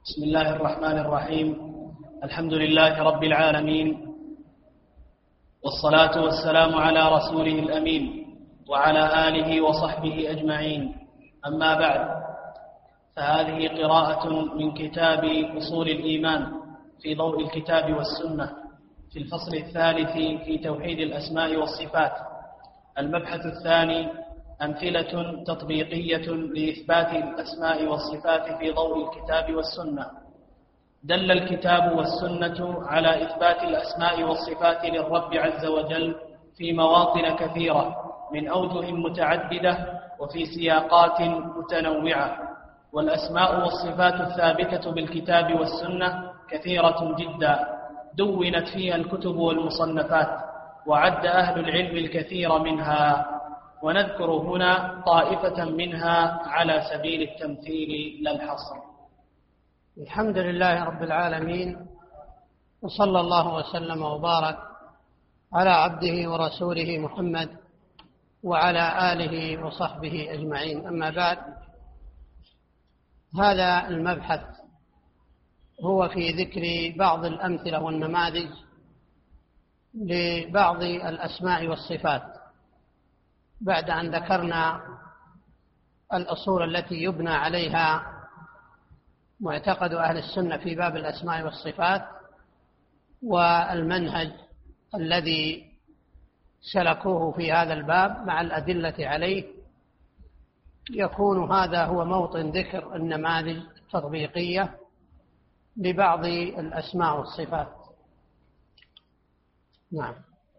بسم الله الرحمن الرحيم. الحمد لله رب العالمين، والصلاة والسلام على رسوله الأمين وعلى آله وصحبه أجمعين. أما بعد، فهذه قراءة من كتاب أصول الإيمان في ضوء الكتاب والسنة في الفصل الثالث في توحيد الأسماء والصفات. المبحث الثاني: أمثلة تطبيقية لإثبات الأسماء والصفات في ضوء الكتاب والسنة. دل الكتاب والسنة على إثبات الأسماء والصفات للرب عز وجل في مواطن كثيرة من أوجه متعددة وفي سياقات متنوعة، والأسماء والصفات الثابتة بالكتاب والسنة كثيرة جدا دونت فيها الكتب والمصنفات، وعد أهل العلم الكثير منها، ونذكر هنا طائفة منها على سبيل التمثيل لا الحصر. الحمد لله رب العالمين، وصلى الله وسلم وبارك على عبده ورسوله محمد وعلى آله وصحبه أجمعين. أما بعد، هذا المبحث هو في ذكر بعض الأمثلة والنماذج لبعض الأسماء والصفات، بعد أن ذكرنا الأصول التي يبنى عليها معتقد أهل السنة في باب الأسماء والصفات، والمنهج الذي سلكوه في هذا الباب مع الأدلة عليه. يكون هذا هو موطن ذكر النماذج التطبيقية لبعض الأسماء والصفات. نعم.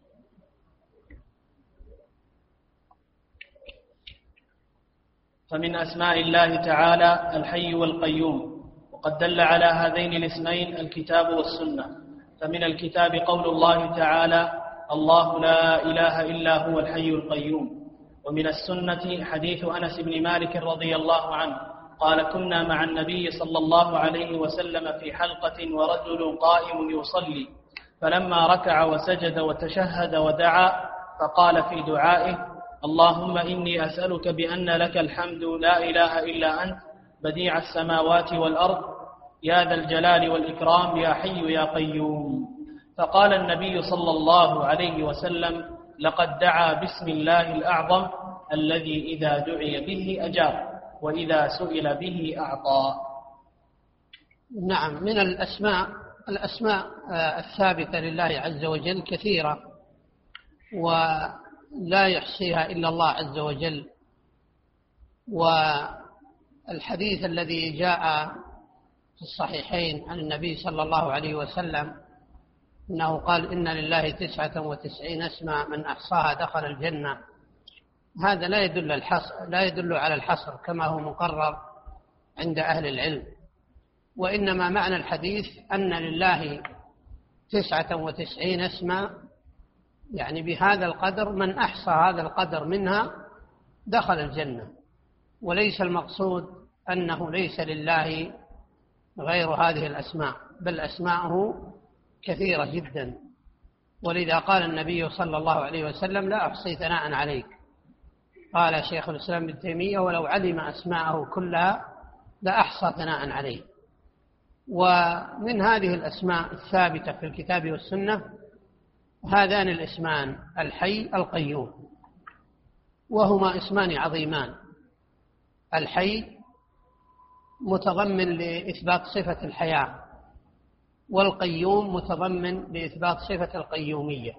فمن أسماء الله تعالى الحي والقيوم، وقد دل على هذين الاسمين الكتاب والسنة. فمن الكتاب قول الله تعالى: الله لا إله إلا هو الحي القيوم. ومن السنة حديث أنس بن مالك رضي الله عنه قال: كنا مع النبي صلى الله عليه وسلم في حلقة ورجل قائم يصلي، فلما ركع وسجد وتشهد ودعا فقال في دعائه: اللهم إني أسألك بأن لك الحمد لا إله إلا أنت بديع السماوات والأرض يا ذا الجلال والإكرام يا حي يا قيوم. فقال النبي صلى الله عليه وسلم: لقد دعا باسم الله الأعظم الذي إذا دعي به أجاب وإذا سئل به أعطى. نعم. من الأسماء الثابتة لله عز وجل كثيرة، ولا يحصيها إلا الله عز وجل. والحديث الذي جاء في الصحيحين عن النبي صلى الله عليه وسلم أنه قال: إن لله 99 اسما من أحصاها دخل الجنة، هذا لا يدل على الحصر كما هو مقرر عند أهل العلم، وإنما معنى الحديث أن لله 99 اسما، يعني بهذا القدر من أحصى هذا القدر منها دخل الجنة، وليس المقصود أنه ليس لله غير هذه الأسماء، بل أسماءه كثيرة جدا. ولذا قال النبي صلى الله عليه وسلم: لا أحصي ثناء عليك. قال شيخ الإسلام ابن تيمية: ولو علم أسماءه كلها لأحصى ثناء عليه. ومن هذه الأسماء الثابتة في الكتاب والسنة هذان الاسمان الحي القيوم، وهما اسمان عظيمان. الحي متضمن لإثبات صفة الحياة، والقيوم متضمن لإثبات صفة القيومية.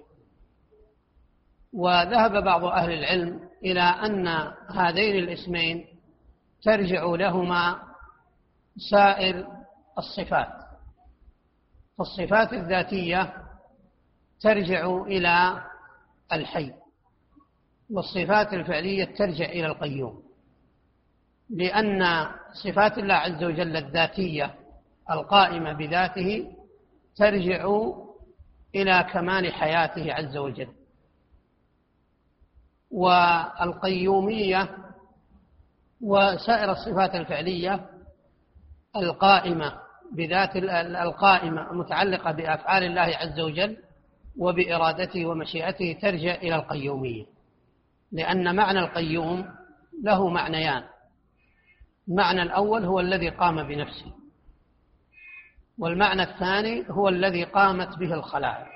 وذهب بعض أهل العلم إلى أن هذين الاسمين ترجع لهما سائر الصفات، فالصفات الذاتية ترجع إلى الحي، والصفات الفعلية ترجع إلى القيوم، لأن صفات الله عز وجل الذاتية القائمة بذاته ترجع إلى كمال حياته عز وجل، والقيومية وسائر الصفات الفعلية القائمة بذات القائمة متعلقة بأفعال الله عز وجل وبإرادته ومشيئته ترجع إلى القيومية، لأن معنى القيوم له معنيان: المعنى الأول هو الذي قام بنفسه، والمعنى الثاني هو الذي قامت به الخلائق.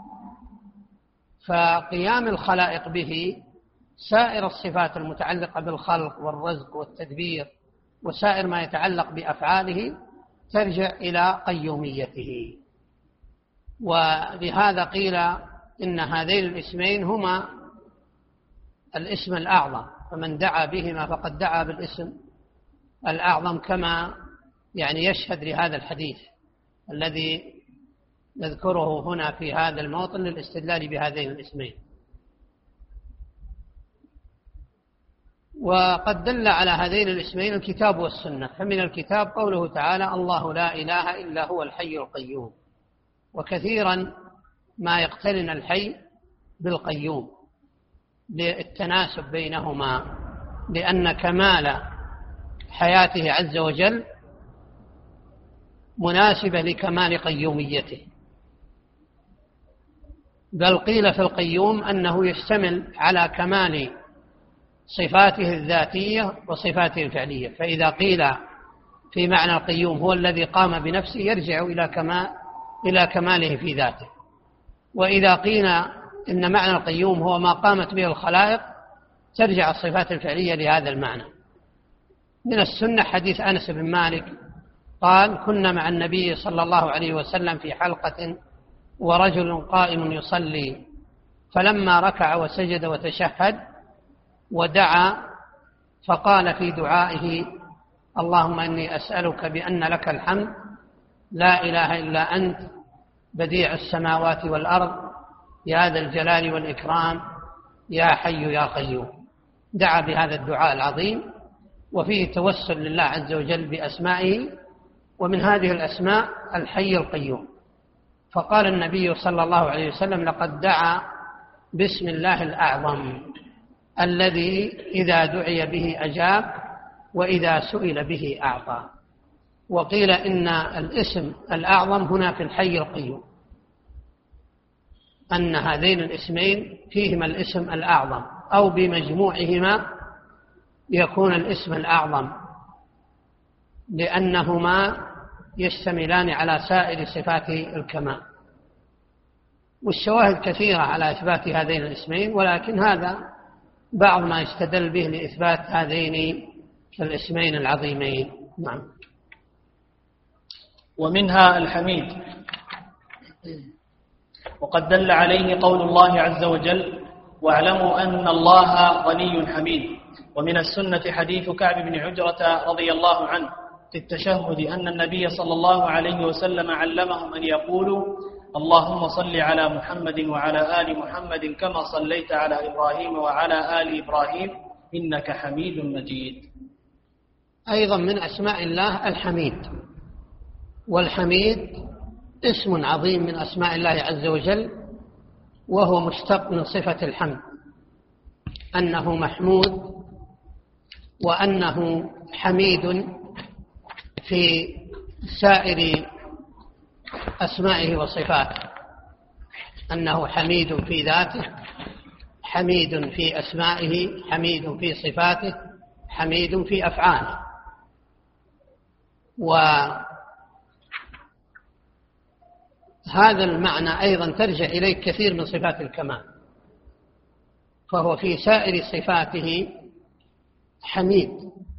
فقيام الخلائق به سائر الصفات المتعلقة بالخلق والرزق والتدبير وسائر ما يتعلق بأفعاله ترجع إلى قيوميته. ولهذا قيل إن هذين الاسمين هما الاسم الأعظم، فمن دعا بهما فقد دعا بالاسم الأعظم، كما يشهد لهذا الحديث الذي نذكره هنا في هذا الموطن للاستدلال بهذين الاسمين. وقد دل على هذين الاسمين الكتاب والسنة. فمن الكتاب قوله تعالى: الله لا إله إلا هو الحي القيوم. وكثيرا ما يقترن الحي بالقيوم للتناسب بينهما، لأن كمال حياته عز وجل مناسبة لكمال قيوميته. بل قيل في القيوم أنه يشتمل على كمال صفاته الذاتية وصفاته الفعلية. فإذا قيل في معنى القيوم هو الذي قام بنفسه يرجع إلى كماله في ذاته. وإذا قيل إن معنى القيوم هو ما قامت به الخلائق ترجع الصفات الفعلية لهذا المعنى. من السنة حديث أنس بن مالك قال: كنا مع النبي صلى الله عليه وسلم في حلقة ورجل قائم يصلي، فلما ركع وسجد وتشهد ودعا فقال في دعائه: اللهم إني أسألك بأن لك الحمد لا إله إلا أنت بديع السماوات والأرض يا ذا الجلال والإكرام يا حي يا قيوم. دعا بهذا الدعاء العظيم وفيه توسل لله عز وجل بأسمائه، ومن هذه الأسماء الحي القيوم. فقال النبي صلى الله عليه وسلم: لقد دعا باسم الله الأعظم الذي إذا دعي به أجاب وإذا سئل به أعطى. وقيل إن الاسم الأعظم هنا في الحي القيوم، أن هذين الاسمين فيهما الاسم الأعظم، أو بمجموعهما يكون الاسم الأعظم، لأنهما يشتملان على سائر صفات الكمال. والشواهد كثيرة على إثبات هذين الاسمين، ولكن هذا بعض ما يستدل به لإثبات هذين الاسمين العظيمين. نعم. ومنها الحميد، وقد دل عليه قول الله عز وجل: واعلموا أن الله غني حميد. ومن السنة حديث كعب بن عجرة رضي الله عنه في التشهد أن النبي صلى الله عليه وسلم علمهم أن يقولوا: اللهم صل على محمد وعلى آل محمد كما صليت على إبراهيم وعلى آل إبراهيم إنك حميد مجيد. أيضا من أسماء الله الحميد، والحميد اسم عظيم من أسماء الله عز وجل، وهو مشتق من صفة الحمد، أنه محمود وأنه حميد في سائر أسمائه وصفاته، أنه حميد في ذاته، حميد في أسمائه، حميد في صفاته، حميد في أفعاله. وهذا المعنى أيضا ترجع إليه كثير من صفات الكمال، فهو في سائر صفاته حميد.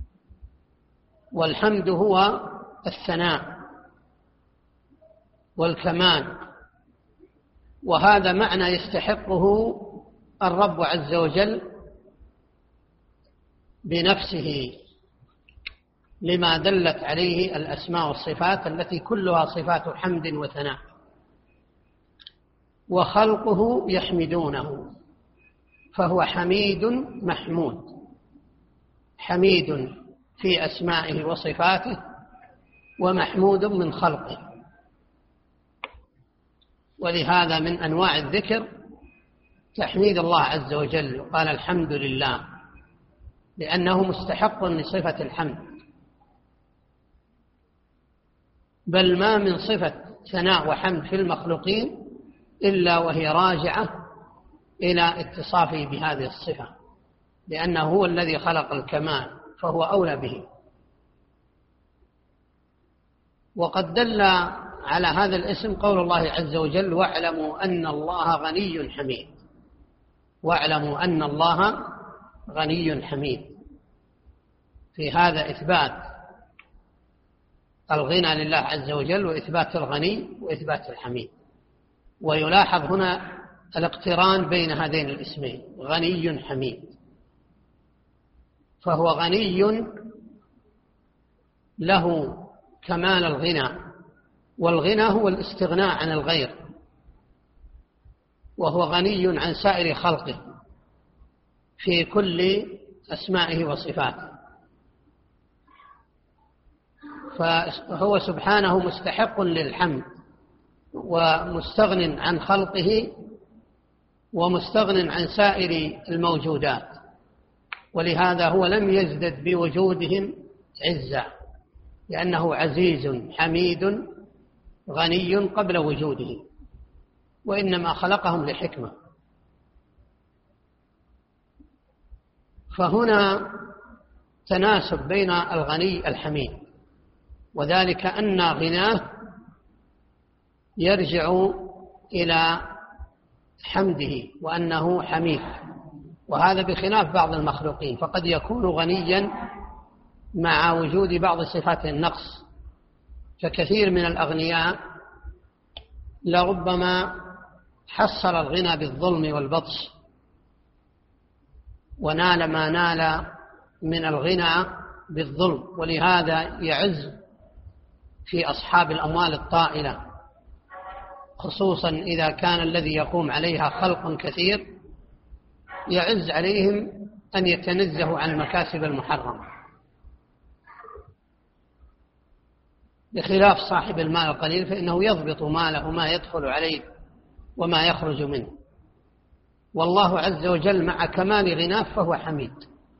والحمد هو الثناء والكمال، وهذا معنى يستحقه الرب عز وجل بنفسه، لما دلت عليه الأسماء والصفات التي كلها صفات حمد وثناء. وخلقه يحمدونه، فهو حميد محمود، حميد في أسمائه وصفاته ومحمود من خلقه. ولهذا من أنواع الذكر تحميد الله عز وجل، قال الحمد لله، لأنه مستحق لصفة الحمد. بل ما من صفة ثناء وحمد في المخلوقين إلا وهي راجعة إلى اتصافه بهذه الصفة، لأنه هو الذي خلق الكمال فهو أولى به. وقد دل على هذا الاسم قول الله عز وجل: واعلموا أن الله غني حميد. واعلموا أن الله غني حميد. في هذا إثبات الغنى لله عز وجل، وإثبات الغني، وإثبات الحميد. ويلاحظ هنا الاقتران بين هذين الاسمين: غني حميد. فهو غني له كمال الغنى، والغنى هو الاستغناء عن الغير، وهو غني عن سائر خلقه في كل أسمائه وصفاته. فهو سبحانه مستحق للحمد، ومستغن عن خلقه، ومستغن عن سائر الموجودات، ولهذا هو لم يزدد بوجودهم عزة، لأنه عزيز حميد غني قبل وجوده، وإنما خلقهم لحكمة. فهنا تناسب بين الغني الحميد، وذلك أن غناه يرجع إلى حمده، وأنه حميد. وهذا بخلاف بعض المخلوقين، فقد يكون غنيا مع وجود بعض صفات النقص، فكثير من الأغنياء لربما حصل الغنى بالظلم والبطش، ونال ما نال من الغنى بالظلم، ولهذا يعز في أصحاب الأموال الطائلة، خصوصا إذا كان الذي يقوم عليها خلق كثير، يعز عليهم أن يتنزهوا عن المكاسب المحرمة، بخلاف صاحب المال القليل فإنه يضبط ماله ما يدخل عليه وما يخرج منه. والله عز وجل مع كمال غناه فهو حميد،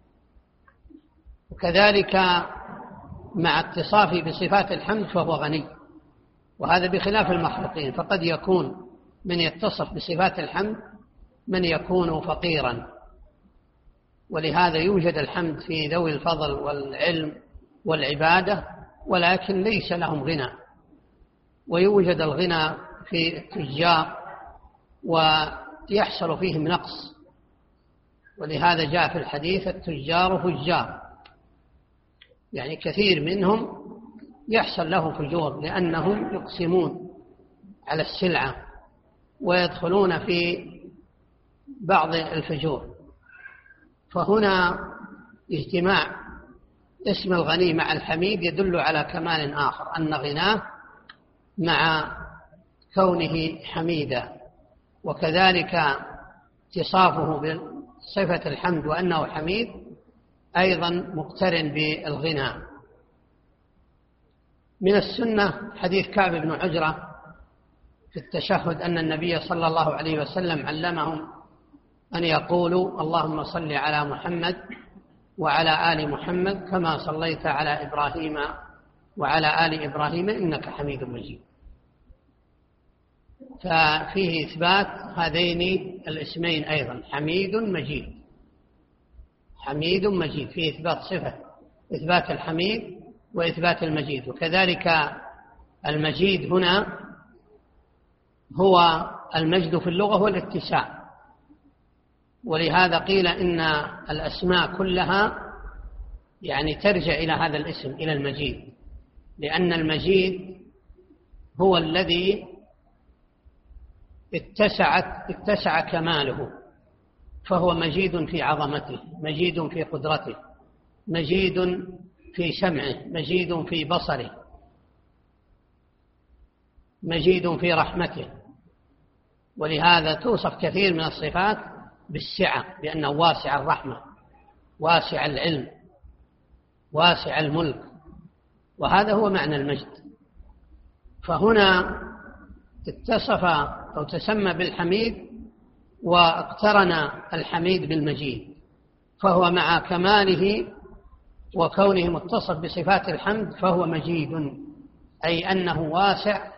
وكذلك مع اتصافه بصفات الحمد فهو غني، وهذا بخلاف المخلوقين، فقد يكون من يتصف بصفات الحمد من يكون فقيرا، ولهذا يوجد الحمد في ذوي الفضل والعلم والعبادة، ولكن ليس لهم غنى، ويوجد الغنى في التجار ويحصل فيهم نقص، ولهذا جاء في الحديث: التجار فجار، يعني كثير منهم يحصل له فجور، لأنهم يقسمون على السلعة ويدخلون في بعض الفجور. فهنا اجتماع اسم الغني مع الحميد يدل على كمال آخر، أن غناه مع كونه حميدا، وكذلك اتصافه بصفة الحمد وأنه حميد أيضا مقترن بالغنى. من السنة حديث كعب بن عجرة في التشهد أن النبي صلى الله عليه وسلم علمهم أن يقولوا: اللهم صل على محمد وعلى آل محمد كما صليت على إبراهيم وعلى آل إبراهيم إنك حميد مجيد. ففيه إثبات هذين الاسمين أيضا، حميد مجيد. حميد مجيد، فيه إثبات صفة، إثبات الحميد وإثبات المجيد. وكذلك المجيد هنا هو المجد في اللغة هو الاتساع، ولهذا قيل إن الأسماء كلها يعني ترجع إلى هذا الاسم، إلى المجيد، لأن المجيد هو الذي اتسع كماله، فهو مجيد في عظمته، مجيد في قدرته، مجيد في سمعه، مجيد في بصره، مجيد في رحمته. ولهذا توصف كثير من الصفات بالسعة، بأنه واسع الرحمة، واسع العلم، واسع الملك، وهذا هو معنى المجد. فهنا اتصف أو تسمى بالحميد، واقترن الحميد بالمجيد، فهو مع كماله وكونه متصف بصفات الحمد فهو مجيد، أي أنه واسع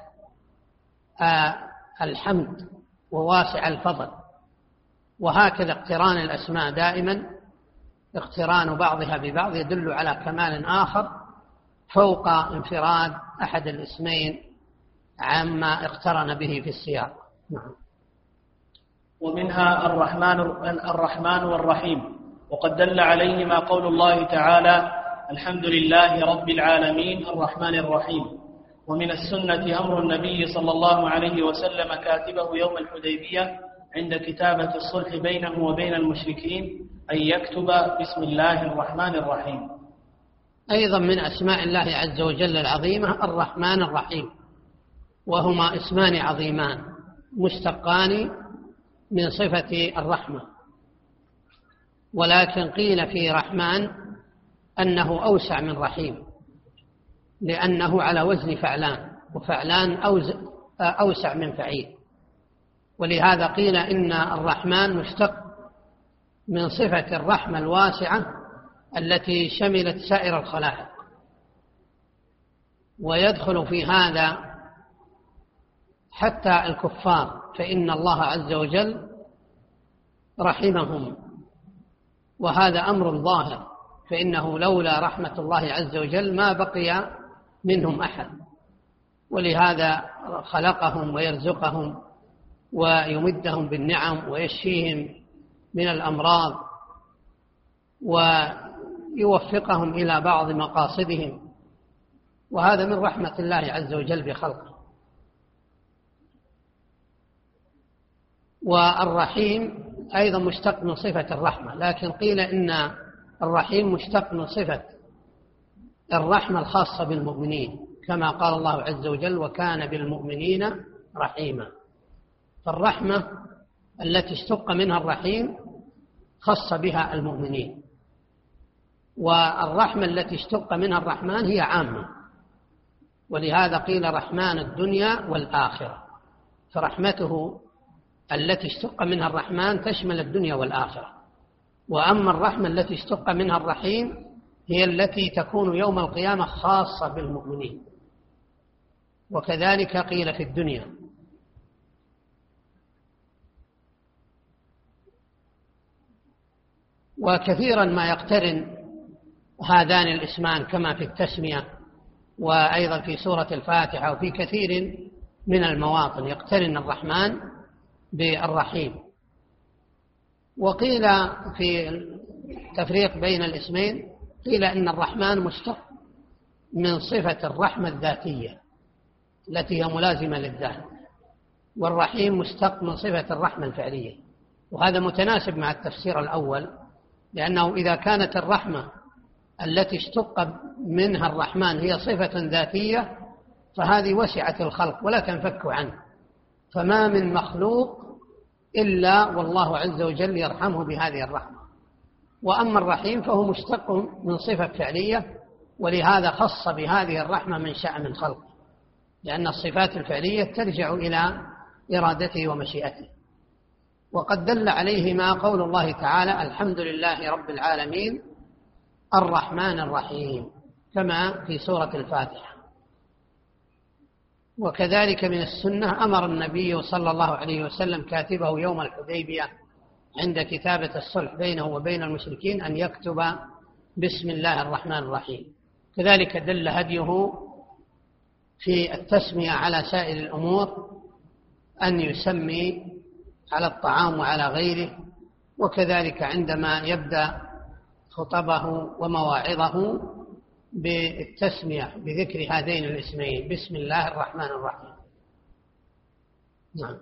الحمد وواسع الفضل. وهكذا اقتران الأسماء دائما، اقتران بعضها ببعض يدل على كمال آخر فوق انفراد أحد الاسمين عما اقترن به في السياق. نعم. ومنها الرحمن والرحيم، وقد دل عليهما قول الله تعالى: الحمد لله رب العالمين الرحمن الرحيم. ومن السنة أمر النبي صلى الله عليه وسلم كاتبه يوم الحديبية عند كتابة الصلح بينه وبين المشركين أن يكتب بسم الله الرحمن الرحيم. أيضا من أسماء الله عز وجل العظيمة الرحمن الرحيم، وهما اسمان عظيمان مشتقان من صفة الرحمة، ولكن قيل في رحمن أنه أوسع من رحيم، لأنه على وزن فعلان، وفعلان أوسع من فعيل، ولهذا قيل إن الرحمن مشتق من صفة الرحمة الواسعة التي شملت سائر الخلائق. ويدخل في هذا حتى الكفار، فإن الله عز وجل رحمهم، وهذا أمر ظاهر، فإنه لولا رحمة الله عز وجل ما بقي منهم أحد، ولهذا خلقهم ويرزقهم ويمدهم بالنعم ويشفيهم من الأمراض ويوفقهم إلى بعض مقاصدهم، وهذا من رحمة الله عز وجل بخلقه. والرحيم أيضا مشتق من صفة الرحمة، لكن قيل إن الرحيم مشتق من صفة الرحمة الخاصة بالمؤمنين، كما قال الله عز وجل: وكان بالمؤمنين رحيما. فالرحمة التي اشتق منها الرحيم خص بها المؤمنين، والرحمة التي اشتق منها الرحمن هي عامة، ولهذا قيل رحمن الدنيا والآخرة، فرحمته التي اشتق منها الرحمن تشمل الدنيا والآخرة. وأما الرحمة التي اشتق منها الرحيم هي التي تكون يوم القيامة خاصة بالمؤمنين، وكذلك قيل في الدنيا. وكثيرا ما يقترن هذان الاسمان كما في التسمية، وأيضا في سورة الفاتحة، وفي كثير من المواطن يقترن الرحمن بالرحيم. وقيل في التفريق بين الاسمين، قيل إن الرحمن مشتق من صفة الرحمة الذاتية التي هي ملازمة للذات، والرحيم مشتق من صفة الرحمة الفعلية، وهذا متناسب مع التفسير الأول، لأنه إذا كانت الرحمة التي اشتق منها الرحمن هي صفة ذاتية فهذه وسعت الخلق ولا تنفك عنه، فما من مخلوق إلا والله عز وجل يرحمه بهذه الرحمة. وأما الرحيم فهو مشتق من صفة فعلية، ولهذا خص بهذه الرحمة من شاء من خلقه، لأن الصفات الفعلية ترجع إلى إرادته ومشيئته. وقد دل عليهما قول الله تعالى: الحمد لله رب العالمين الرحمن الرحيم، كما في سورة الفاتحة. وكذلك من السنة أمر النبي صلى الله عليه وسلم كاتبه يوم الحديبية عند كتابة الصلح بينه وبين المشركين أن يكتب بسم الله الرحمن الرحيم. كذلك دل هديه في التسمية على سائر الأمور أن يسمي على الطعام وعلى غيره، وكذلك عندما يبدأ خطبه ومواعظه بالتسمية بذكر هذين الاسمين: بسم الله الرحمن الرحيم. نعم.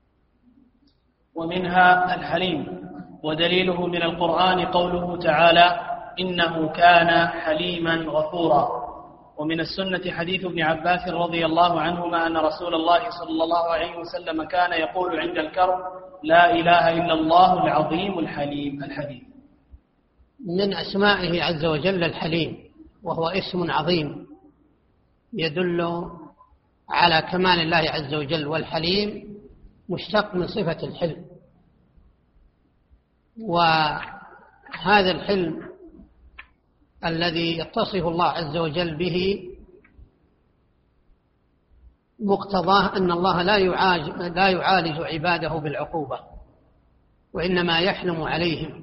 ومنها الحليم، ودليله من القرآن قوله تعالى: إنه كان حليما غفورا. ومن السنة حديث ابن عباس رضي الله عنهما أن رسول الله صلى الله عليه وسلم كان يقول عند الكرب: لا إله إلا الله العظيم الحليم. الحديث. من أسمائه عز وجل الحليم، وهو اسم عظيم يدل على كمال الله عز وجل، والحليم مشتق من صفة الحلم، وهذا الحلم الذي يتصف الله عز وجل به مقتضاه أن الله لا يعالج عباده بالعقوبة، وإنما يحلم عليهم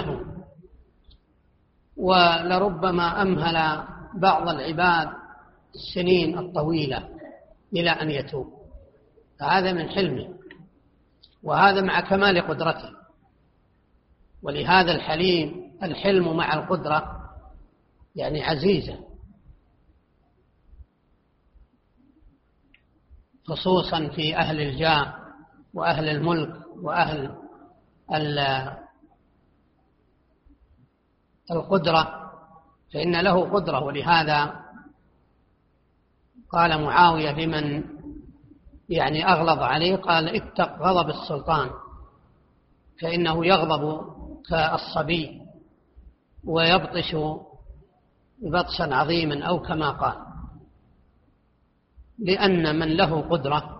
ويمهلهم. ولربما أمهل بعض العباد السنين الطويلة إلى أن يتوب، فهذا من حلمه، وهذا مع كمال قدرته. ولهذا الحلم مع القدرة يعني عزيزة، خصوصا في أهل الجاه وأهل الملك وأهل القدرة، فإن له قدرة. ولهذا قال معاوية لمن يعني أغلظ عليه، قال اتق غضب السلطان فإنه يغضب كالصبي ويبطش بطشا عظيما، أو كما قال. لأن من له قدرة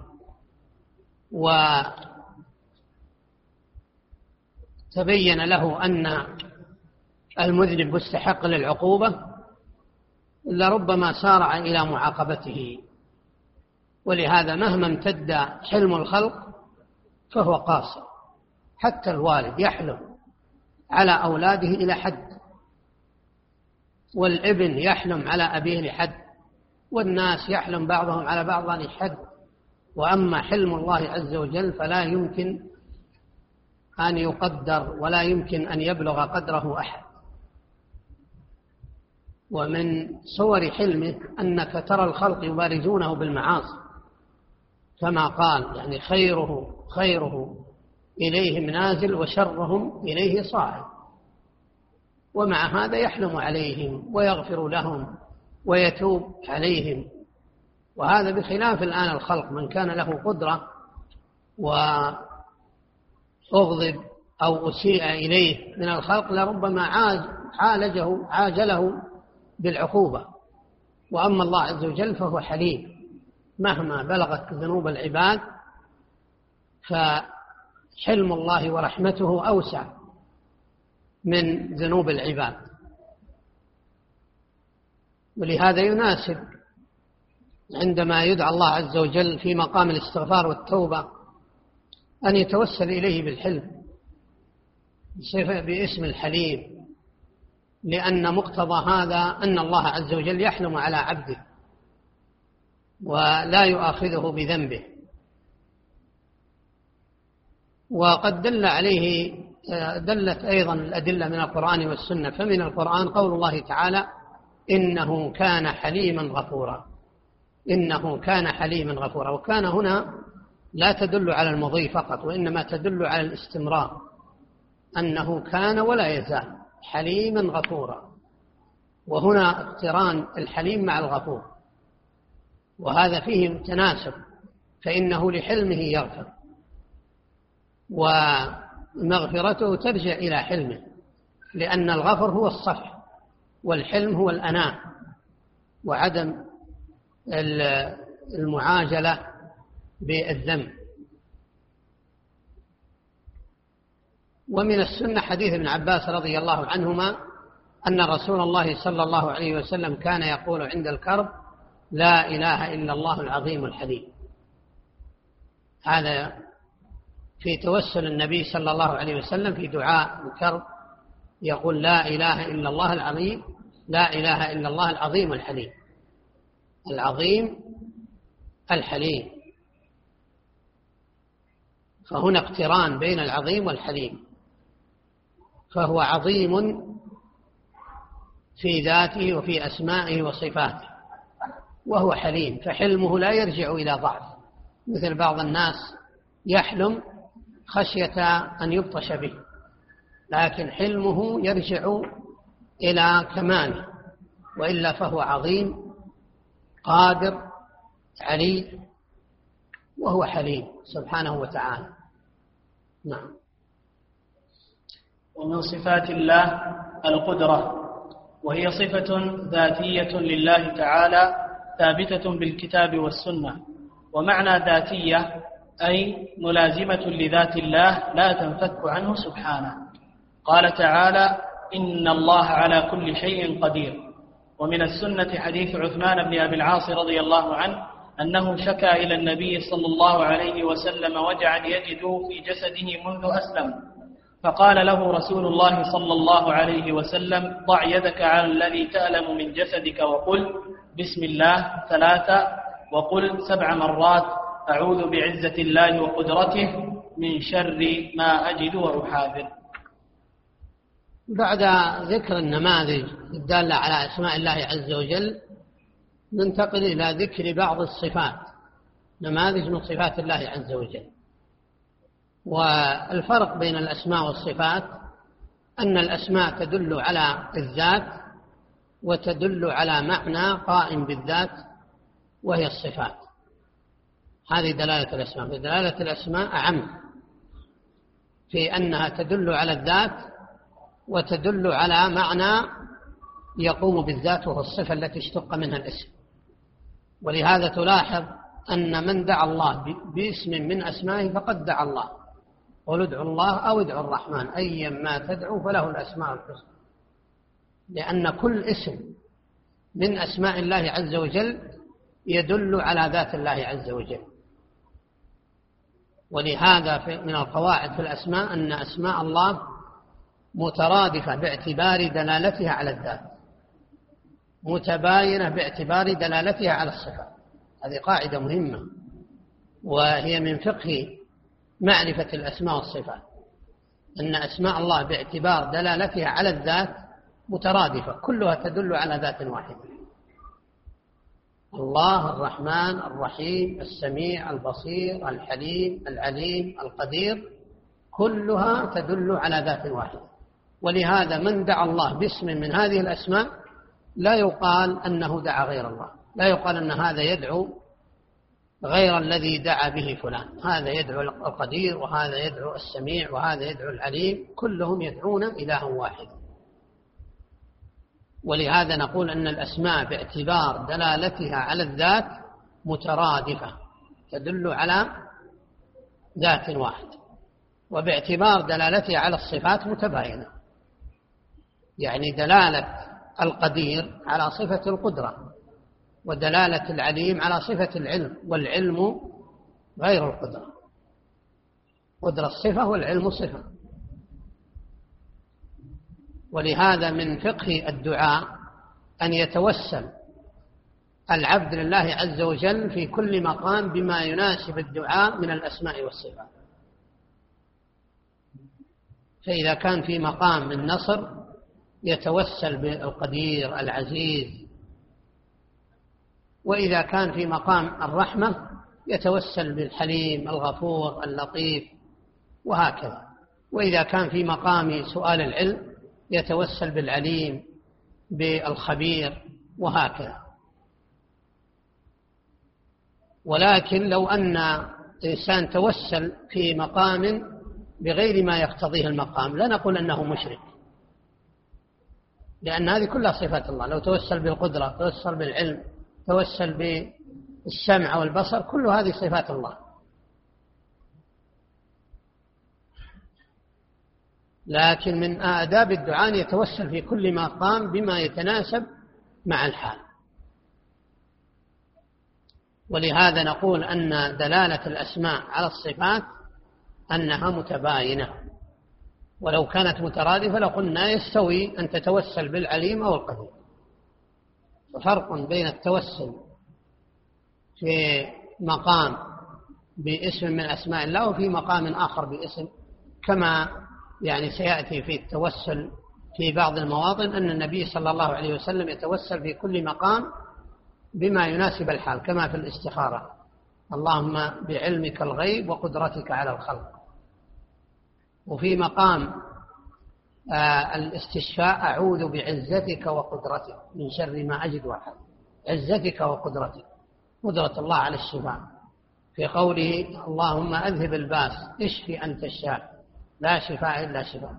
وتبين له أن المذنب مستحق للعقوبة لربما سارع إلى معاقبته. ولهذا مهما امتد حلم الخلق فهو قاصر. حتى الوالد يحلم على أولاده إلى حد، والابن يحلم على أبيه لحد، والناس يحلم بعضهم على بعض لحد. وأما حلم الله عز وجل فلا يمكن أن يقدر ولا يمكن أن يبلغ قدره أحد. ومن صور حلمه أنك ترى الخلق يبارزونه بالمعاصي، كما قال يعني خيره إليهم نازل وشرهم إليه صاعد. ومع هذا يحلم عليهم ويغفر لهم ويتوب عليهم. وهذا بخلاف الآن الخلق، من كان له قدرة وأغضب أو أسيء إليه من الخلق لربما عاجله بالعقوبة. وأما الله عز وجل فهو حليم، مهما بلغت ذنوب العباد فحلم الله ورحمته أوسع من ذنوب العباد. ولهذا يناسب عندما يدعى الله عز وجل في مقام الاستغفار والتوبة أن يتوسل إليه بالحلم باسم الحليم، لأن مقتضى هذا أن الله عز وجل يحلم على عبده ولا يؤاخذه بذنبه. وقد دلت أيضا الأدلة من القرآن والسنة. فمن القرآن قول الله تعالى إنه كان حليما غفورا. إنه كان حليما غفورا. وكان هنا لا تدل على المضي فقط، وإنما تدل على الاستمرار، أنه كان ولا يزال حليما غفورا. وهنا اقتران الحليم مع الغفور، وهذا فيه تناسب، فإنه لحلمه يغفر ومغفرته ترجع إلى حلمه، لأن الغفر هو الصفح والحلم هو الأناة وعدم المعاجلة بالذنب. ومن السنة حديث ابن عباس رضي الله عنهما أن رسول الله صلى الله عليه وسلم كان يقول عند الكرب لا إله إلا الله العظيم الحليم. هذا في توسل النبي صلى الله عليه وسلم في دعاء الكرب، يقول لا إله إلا الله العظيم، لا إله إلا الله العظيم الحليم. العظيم الحليم، فهنا اقتران بين العظيم والحليم، فهو عظيم في ذاته وفي أسمائه وصفاته، وهو حليم، فحلمه لا يرجع إلى ضعف مثل بعض الناس يحلم خشية أن يبطش به، لكن حلمه يرجع إلى كماله، وإلا فهو عظيم قادر علي وهو حليم سبحانه وتعالى. نعم. ومن صفات الله القدرة، وهي صفة ذاتية لله تعالى ثابتة بالكتاب والسنة. ومعنى ذاتية أي ملازمة لذات الله لا تنفك عنه سبحانه. قال تعالى إن الله على كل شيء قدير. ومن السنة حديث عثمان بن أبي العاص رضي الله عنه أنه شكى إلى النبي صلى الله عليه وسلم وجعا يجد في جسده منذ أسلم، فقال له رسول الله صلى الله عليه وسلم ضع يدك على الذي تألم من جسدك وقل بسم الله 3 وقل 7 مرات أعوذ بعزة الله وقدرته من شر ما أجد وأحاذر. بعد ذكر النماذج الدالة على أسماء الله عز وجل ننتقل إلى ذكر بعض الصفات، نماذج من صفات الله عز وجل. والفرق بين الأسماء والصفات أن الأسماء تدل على الذات وتدل على معنى قائم بالذات وهي الصفات. هذه دلالة الأسماء. دلالة الأسماء أعم في أنها تدل على الذات وتدل على معنى يقوم بالذات وهو الصفة التي اشتق منها الاسم. ولهذا تلاحظ أن من دعا الله باسم من أسمائه فقد دعا الله. قل ادعوا الله أو ادعوا الرحمن أيا ما تدعوا فله الأسماء الحسنى، لأن كل اسم من أسماء الله عز وجل يدل على ذات الله عز وجل. ولهذا من القواعد في الأسماء أن أسماء الله مترادفة باعتبار دلالتها على الذات، متباينة باعتبار دلالتها على الصفة. هذه قاعدة مهمة، وهي من فقه معرفة الأسماء والصفات، أن أسماء الله باعتبار دلالتها على الذات مترادفة، كلها تدل على ذات واحدة. الله، الرحمن، الرحيم، السميع، البصير، الحليم، العليم، القدير، كلها تدل على ذات واحدة. ولهذا من دعا الله باسم من هذه الأسماء لا يقال أنه دعا غير الله، لا يقال أن هذا يدعو غير الذي دعا به فلان، هذا يدعو القدير وهذا يدعو السميع وهذا يدعو العليم، كلهم يدعون إله واحد. ولهذا نقول أن الأسماء باعتبار دلالتها على الذات مترادفة، تدل على ذات واحد، وباعتبار دلالتها على الصفات متباينة. يعني دلالة القدير على صفة القدرة، ودلالة العليم على صفة العلم، والعلم غير القدرة. قدرة صفة والعلم صفة. ولهذا من فقه الدعاء أن يتوسل العبد لله عز وجل في كل مقام بما يناسب الدعاء من الأسماء والصفات. فإذا كان في مقام النصر يتوسل بالقدير العزيز، وإذا كان في مقام الرحمة يتوسل بالحليم الغفور اللطيف، وهكذا. وإذا كان في مقام سؤال العلم يتوسل بالعليم بالخبير، وهكذا. ولكن لو أن إنسان توسل في مقام بغير ما يقتضيه المقام لا نقول أنه مشرك، لأن هذه كلها صفات الله. لو توسل بالقدرة، توسل بالعلم، توسل بالسمع والبصر، كل هذه صفات الله. لكن من آداب الدعاء يتوسل في كل مقام بما يتناسب مع الحال. ولهذا نقول أن دلالة الأسماء على الصفات أنها متباينة، ولو كانت مترادفة لقلنا يستوي أن تتوسل بالعليم أو القدير. فرق بين التوسل في مقام باسم من أسماء الله وفي مقام آخر باسم، كما يعني سيأتي في التوسل في بعض المواطن أن النبي صلى الله عليه وسلم يتوسل في كل مقام بما يناسب الحال، كما في الاستخارة: اللهم بعلمك الغيب وقدرتك على الخلق. وفي مقام الاستشفاء: أعوذ بعزتك وقدرتك من شر ما أجد وأحاذر. عزتك وقدرتك، قدرة الله على الشفاء، في قوله: اللهم أذهب الباس اشفي أنت الشافي لا شفاء إلا شفاء.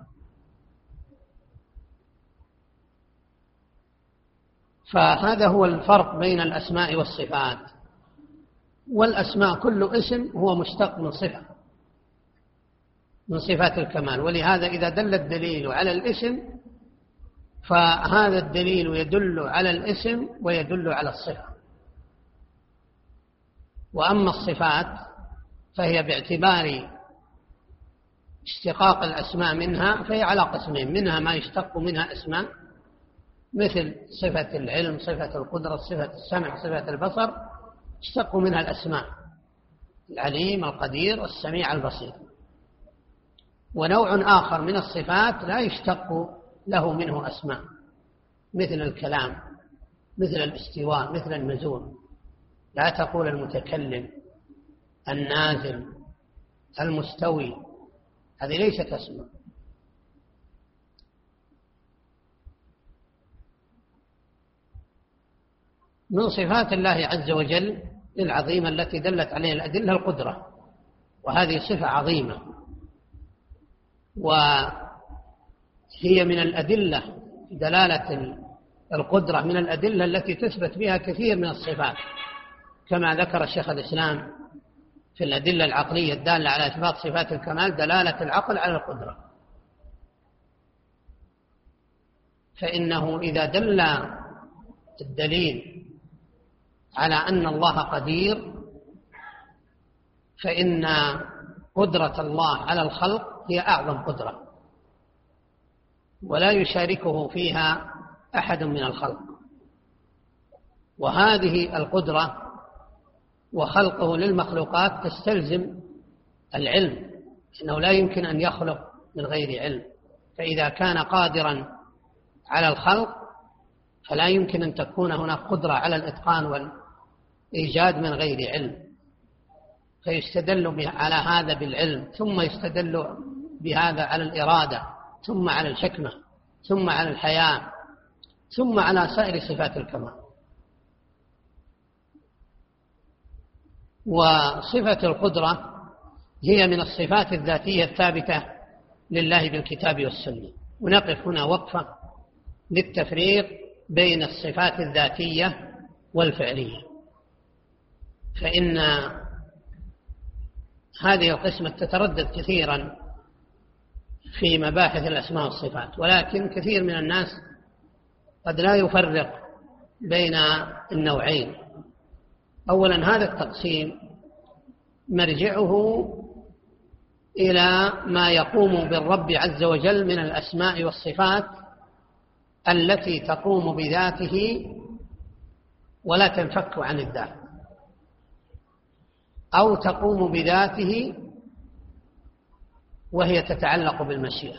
فهذا هو الفرق بين الأسماء والصفات. والأسماء كل اسم هو مشتق من صفة من صفات الكمال، ولهذا إذا دل الدليل على الاسم فهذا الدليل يدل على الاسم ويدل على الصفة. وأما الصفات فهي باعتبار اشتقاق الأسماء منها فهي على قسمين: منها ما يشتق منها اسمان، مثل صفة العلم، صفة القدرة، صفة السمع، صفة البصر، اشتقوا منها الأسماء: العليم، القدير، السميع، البصير. ونوع آخر من الصفات لا يشتق له منه أسماء، مثل الكلام، مثل الاستواء، مثل النزول. لا تقول المتكلم، النازل، المستوي، هذه ليست أسماء. من صفات الله عز وجل العظيمة التي دلت عليها الأدلة القدرة، وهذه صفة عظيمة، وهي من الأدلة، دلالة القدرة من الأدلة التي تثبت بها كثير من الصفات، كما ذكر شيخ الإسلام في الأدلة العقلية الدالة على إثبات صفات الكمال دلالة العقل على القدرة. فإنه إذا دل الدليل على أن الله قدير، فإن قدرة الله على الخلق هي أعظم قدرة، ولا يشاركه فيها أحد من الخلق. وهذه القدرة وخلقه للمخلوقات تستلزم العلم، إنه لا يمكن أن يخلق من غير علم. فإذا كان قادرا على الخلق فلا يمكن أن تكون هناك قدرة على الإتقان والإيجاد من غير علم. فيستدل على هذا بالعلم، ثم يستدل بهذا على الإرادة، ثم على الحكمة، ثم على الحياة، ثم على سائر صفات الكمال. وصفة القدرة هي من الصفات الذاتية الثابتة لله بالكتاب والسنة. ونقف هنا وقفة للتفريق بين الصفات الذاتية والفعلية، فإن هذه القسمة تتردد كثيرا في مباحث الأسماء والصفات، ولكن كثير من الناس قد لا يفرق بين النوعين. أولا، هذا التقسيم مرجعه إلى ما يقوم بالرب عز وجل من الأسماء والصفات التي تقوم بذاته ولا تنفك عن الذات، أو تقوم بذاته وهي تتعلق بالمشيئة.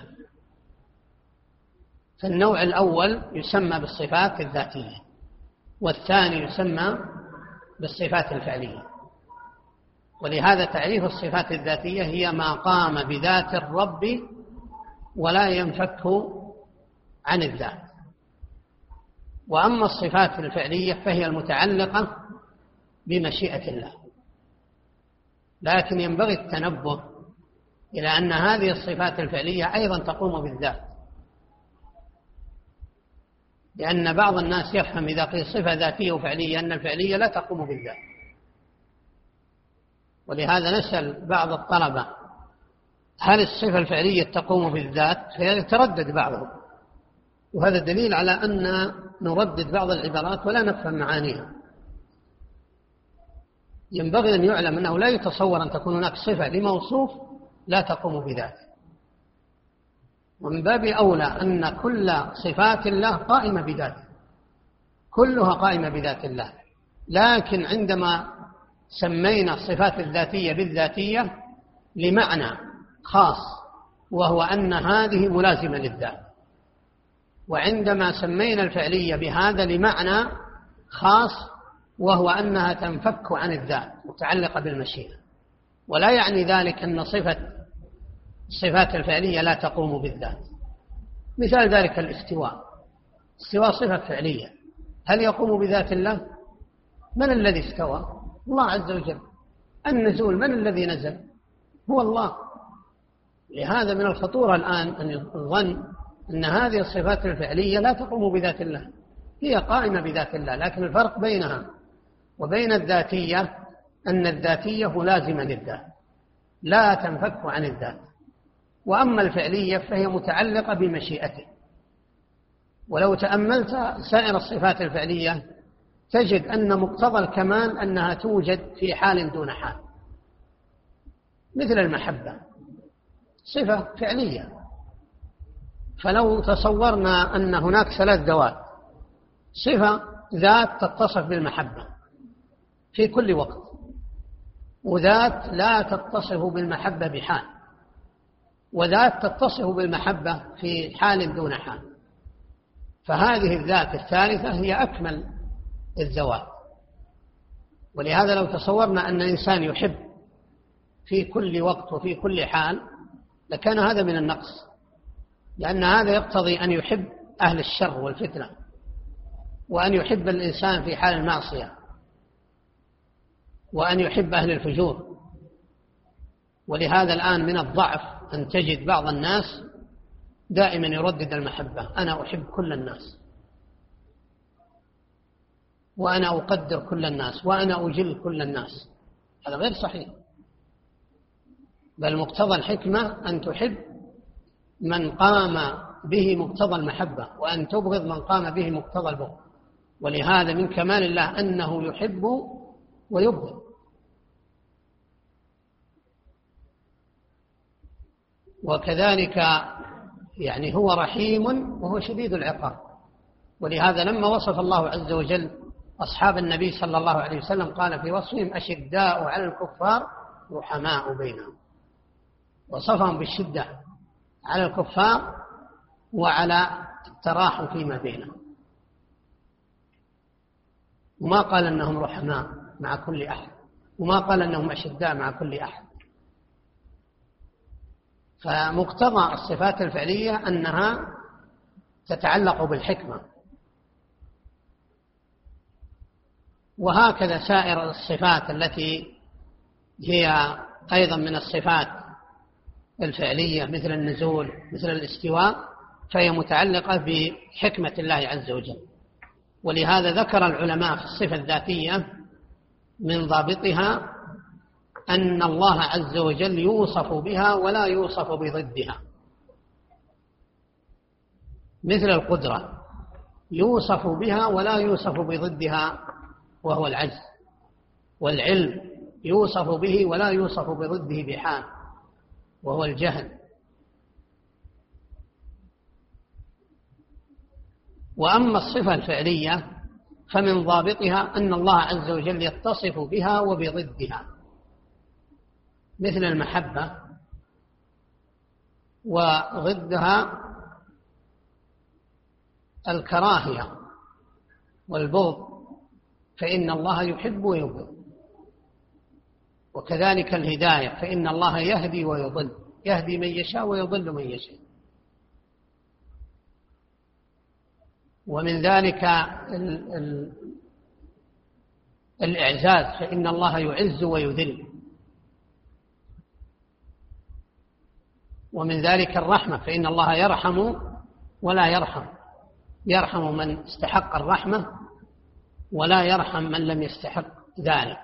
فالنوع الأول يسمى بالصفات الذاتية، والثاني يسمى بالصفات الفعلية. ولهذا تعريف الصفات الذاتية هي ما قام بذات الرب ولا ينفك عن الذات. وأما الصفات الفعلية فهي المتعلقة بمشيئة الله. لكن ينبغي التنبه إلى أن هذه الصفات الفعلية أيضا تقوم بالذات، لأن بعض الناس يفهم إذا قيل صفة ذاتية وفعلية أن الفعلية لا تقوم بالذات. ولهذا نسأل بعض الطلبة: هل الصفة الفعلية تقوم بالذات؟ فيتردد بعضهم، وهذا دليل على أن نردد بعض العبارات ولا نفهم معانيها. ينبغي أن يعلم أنه لا يتصور أن تكون هناك صفة لموصوف لا تقوم بذاته، ومن باب أولى أن كل صفات الله قائمة بذاته، كلها قائمة بذات الله. لكن عندما سمينا الصفات الذاتية بالذاتية لمعنى خاص، وهو أن هذه ملازمة للذات، وعندما سمينا الفعلية بهذا لمعنى خاص، وهو أنها تنفك عن الذات متعلقة بالمشيئة. ولا يعني ذلك أن الصفات الفعلية لا تقوم بالذات. مثال ذلك الاستواء. استواء صفة فعلية، هل يقوم بذات الله؟ من الذي استوى؟ الله عز وجل. النزول، من الذي نزل؟ هو الله. لهذا من الخطورة الآن أن يظن أن هذه الصفات الفعلية لا تقوم بذات الله، هي قائمة بذات الله، لكن الفرق بينها وبين الذاتية أن الذاتية ملازمة للذات لا تنفك عن الذات، وأما الفعلية فهي متعلقة بمشيئته. ولو تأملت سائر الصفات الفعلية تجد أن مقتضى الكمال أنها توجد في حال دون حال، مثل المحبة صفة فعلية. فلو تصورنا أن هناك 3 ذوات، صفة ذات تتصف بالمحبة في كل وقت، وذات لا تتصف بالمحبة بحال، وذات تتصف بالمحبة في حال دون حال. فهذه الذات الثالثة هي أكمل الذوات. ولهذا لو تصورنا أن الإنسان يحب في كل وقت وفي كل حال لكان هذا من النقص، لأن هذا يقتضي أن يحب أهل الشر والفتنة، وأن يحب الإنسان في حال المعصية، وأن يحب أهل الفجور. ولهذا الآن من الضعف أن تجد بعض الناس دائما يردد المحبة: أنا أحب كل الناس، وأنا أقدر كل الناس، وأنا أجل كل الناس. هذا غير صحيح، بل مقتضى الحكمة أن تحب من قام به مقتضى المحبة، وأن تبغض من قام به مقتضى البغض. ولهذا من كمال الله أنه يحب ويبغض. وكذلك يعني هو رحيم وهو شديد العقاب. ولهذا لما وصف الله عز وجل أصحاب النبي صلى الله عليه وسلم قال في وصفهم: أشداء على الكفار رحماء بينهم. وصفهم بالشدة على الكفار وعلى التراحم فيما بينهم، وما قال أنهم رحماء مع كل أحد، وما قال أنهم أشداء مع كل أحد. فمقتضى الصفات الفعلية أنها تتعلق بالحكمة. وهكذا سائر الصفات التي هي أيضا من الصفات الفعلية مثل النزول، مثل الاستواء، فهي متعلقة بحكمة الله عز وجل. ولهذا ذكر العلماء في الصفة الذاتية من ضابطها أن الله عز وجل يوصف بها ولا يوصف بضدها. مثل القدرة يوصف بها ولا يوصف بضدها وهو العجز، والعلم يوصف به ولا يوصف بضده بحال وهو الجهل. وأما الصفة الفعلية فمن ضابطها أن الله عز وجل يتصف بها وبضدها، مثل المحبة، وضدها الكراهية والبغض، فإن الله يحب ويبغض. وكذلك الهداية، فإن الله يهدي ويضل، يهدي من يشاء ويضل من يشاء. ومن ذلك الإعزاز، فإن الله يعز ويذل. ومن ذلك الرحمة، فإن الله يرحم ولا يرحم، يرحم من استحق الرحمة ولا يرحم من لم يستحق ذلك.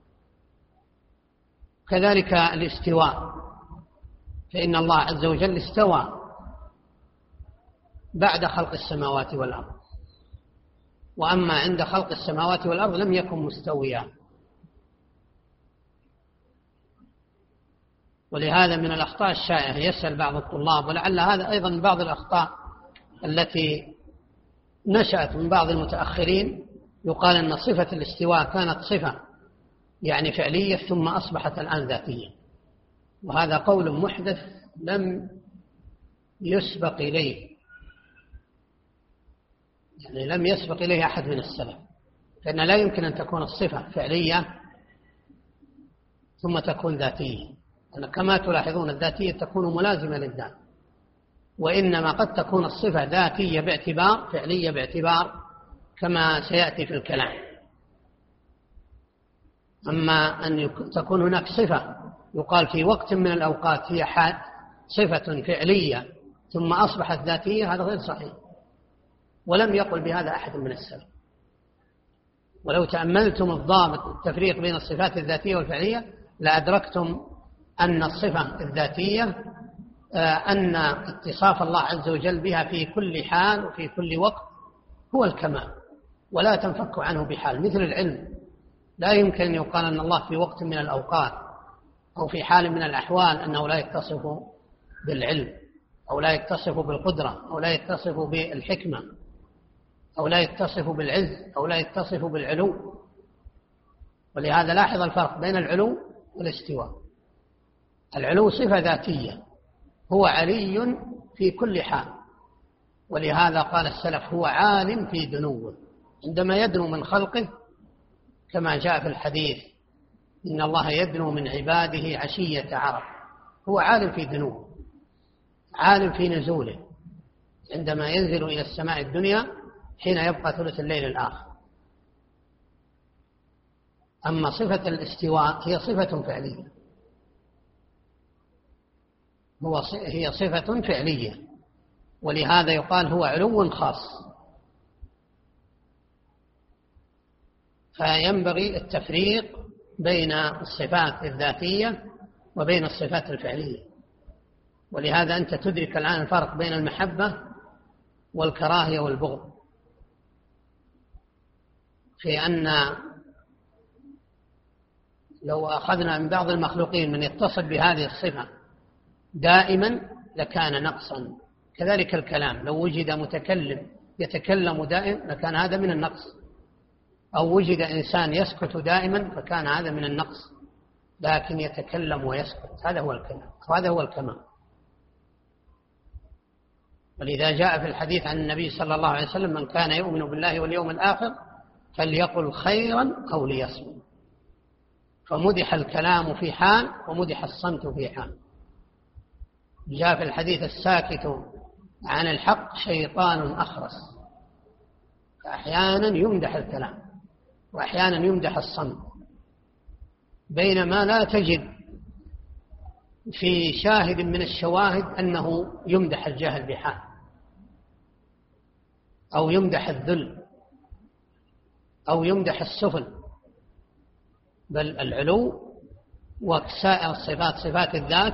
كذلك الاستواء، فإن الله عز وجل استوى بعد خلق السماوات والأرض، وأما عند خلق السماوات والأرض لم يكن مستويا. ولهذا من الأخطاء الشائعة يسأل بعض الطلاب، ولعل هذا أيضا من بعض الأخطاء التي نشأت من بعض المتأخرين، يقال أن صفة الاستواء كانت صفة يعني فعلية ثم أصبحت الآن ذاتية، وهذا قول محدث لم يسبق إليه، يعني لم يسبق إليه أحد من السلف. فإن لا يمكن أن تكون الصفة فعلية ثم تكون ذاتية، أن كما تلاحظون الذاتية تكون ملازمة للذات، وإنما قد تكون الصفة ذاتية باعتبار، فعلية باعتبار، كما سيأتي في الكلام. أما أن تكون هناك صفة يقال في وقت من الأوقات هي صفة فعلية ثم أصبحت ذاتية، هذا غير صحيح، ولم يقل بهذا أحد من السلف. ولو تأملتم الضابط التفريق بين الصفات الذاتية والفعلية لأدركتم أن الصفة الذاتية أن اتصاف الله عز وجل بها في كل حال وفي كل وقت هو الكمال، ولا تنفك عنه بحال. مثل العلم، لا يمكن أن يقال أن الله في وقت من الأوقات أو في حال من الأحوال أنه لا يتصف بالعلم أو لا يتصف بالقدرة أو لا يتصف بالحكمة أو لا يتصف بالعز أو لا يتصف بالعلو. ولهذا لاحظ الفرق بين العلو والاستواء. العلو صفة ذاتية، هو علي في كل حال، ولهذا قال السلف هو عالم في دنوه، عندما يدنو من خلقه كما جاء في الحديث إن الله يدنو من عباده عشية عرب، هو عالم في دنوه، عالم في نزوله عندما ينزل إلى السماء الدنيا حين يبقى ثلث الليل الآخر. أما صفة الاستواء هي صفة فعلية، هي صفة فعلية، ولهذا يقال هو علو خاص. فينبغي التفريق بين الصفات الذاتية وبين الصفات الفعلية. ولهذا أنت تدرك الآن الفرق بين المحبة والكراهية والبغض، في أن لو أخذنا من بعض المخلوقين من يتصف بهذه الصفة دائما لكان نقصا. كذلك الكلام، لو وجد متكلم يتكلم دائما لكان هذا من النقص، أو وجد إنسان يسكت دائما فكان هذا من النقص، لكن يتكلم ويسكت هذا هو الكلام، وهذا هو الكمال. ولذا جاء في الحديث عن النبي صلى الله عليه وسلم من كان يؤمن بالله واليوم الآخر فليقل خيرا أو ليصمت. فمدح الكلام في حال ومدح الصمت في حال. جاء في الحديث الساكت عن الحق شيطان أخرس، فأحيانا يمدح الكلام وأحيانا يمدح الصمت، بينما لا تجد في شاهد من الشواهد أنه يمدح الجهل بحال أو يمدح الذل أو يمدح السفل، بل العلو وسائر الصفات صفات الذات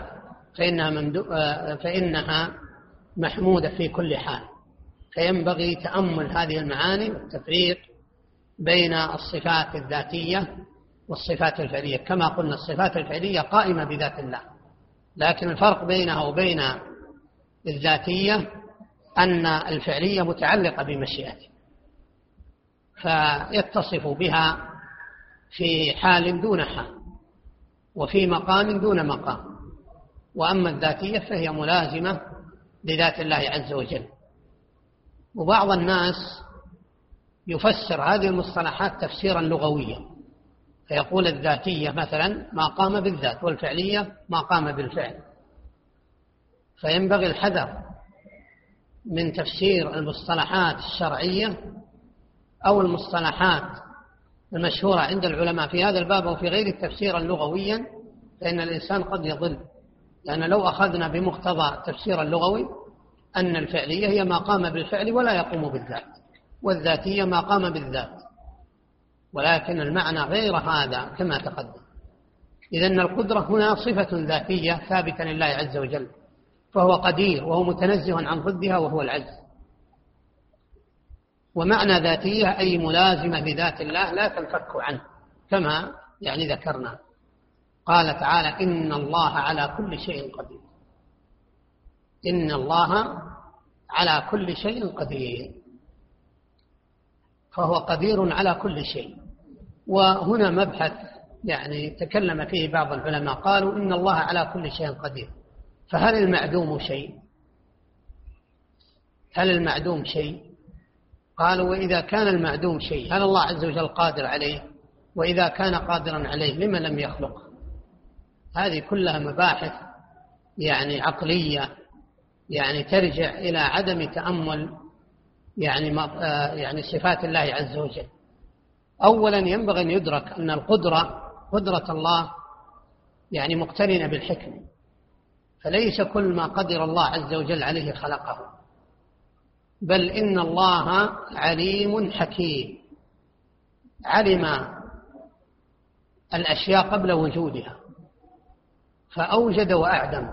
فإنها محمودة في كل حال. فينبغي تأمل هذه المعاني والتفريق بين الصفات الذاتية والصفات الفعلية. كما قلنا الصفات الفعلية قائمة بذات الله، لكن الفرق بينها وبين الذاتية أن الفعلية متعلقة بمشيئته، فيتصف بها في حال دون حال وفي مقام دون مقام. وأما الذاتية فهي ملازمة لذات الله عز وجل. وبعض الناس يفسر هذه المصطلحات تفسيرا لغويا، فيقول الذاتية مثلا ما قام بالذات، والفعلية ما قام بالفعل. فينبغي الحذر من تفسير المصطلحات الشرعية أو المصطلحات المشهورة عند العلماء في هذا الباب وفي غيره تفسيرا لغويا، فإن الإنسان قد يضل. لأن لو أخذنا بمقتضى التفسير اللغوي أن الفعلية هي ما قام بالفعل ولا يقوم بالذات، والذاتية ما قام بالذات، ولكن المعنى غير هذا كما تقدم. إذن القدرة هنا صفة ذاتية ثابتة لله عز وجل، فهو قدير وهو متنزه عن ضدها وهو العجز. ومعنى ذاتية أي ملازمة لذات الله لا تنفك عنه، كما ذكرنا. قال تعالى إن الله على كل شيء قدير، إن الله على كل شيء قدير، فهو قدير على كل شيء. وهنا مبحث تكلم فيه بعض العلماء، قالوا إن الله على كل شيء قدير، فهل المعدوم شيء؟ هل المعدوم شيء؟ قالوا وإذا كان المعدوم شيء هل الله عز وجل قادر عليه؟ وإذا كان قادرا عليه لما لم يخلق؟ هذه كلها مباحث عقلية ترجع إلى عدم تأمل صفات الله عز وجل. أولا ينبغي أن يدرك أن قدرة الله مقترنة بالحكمة، فليس كل ما قدر الله عز وجل عليه خلقه، بل إن الله عليم حكيم، علم الأشياء قبل وجودها فأوجد وأعدم،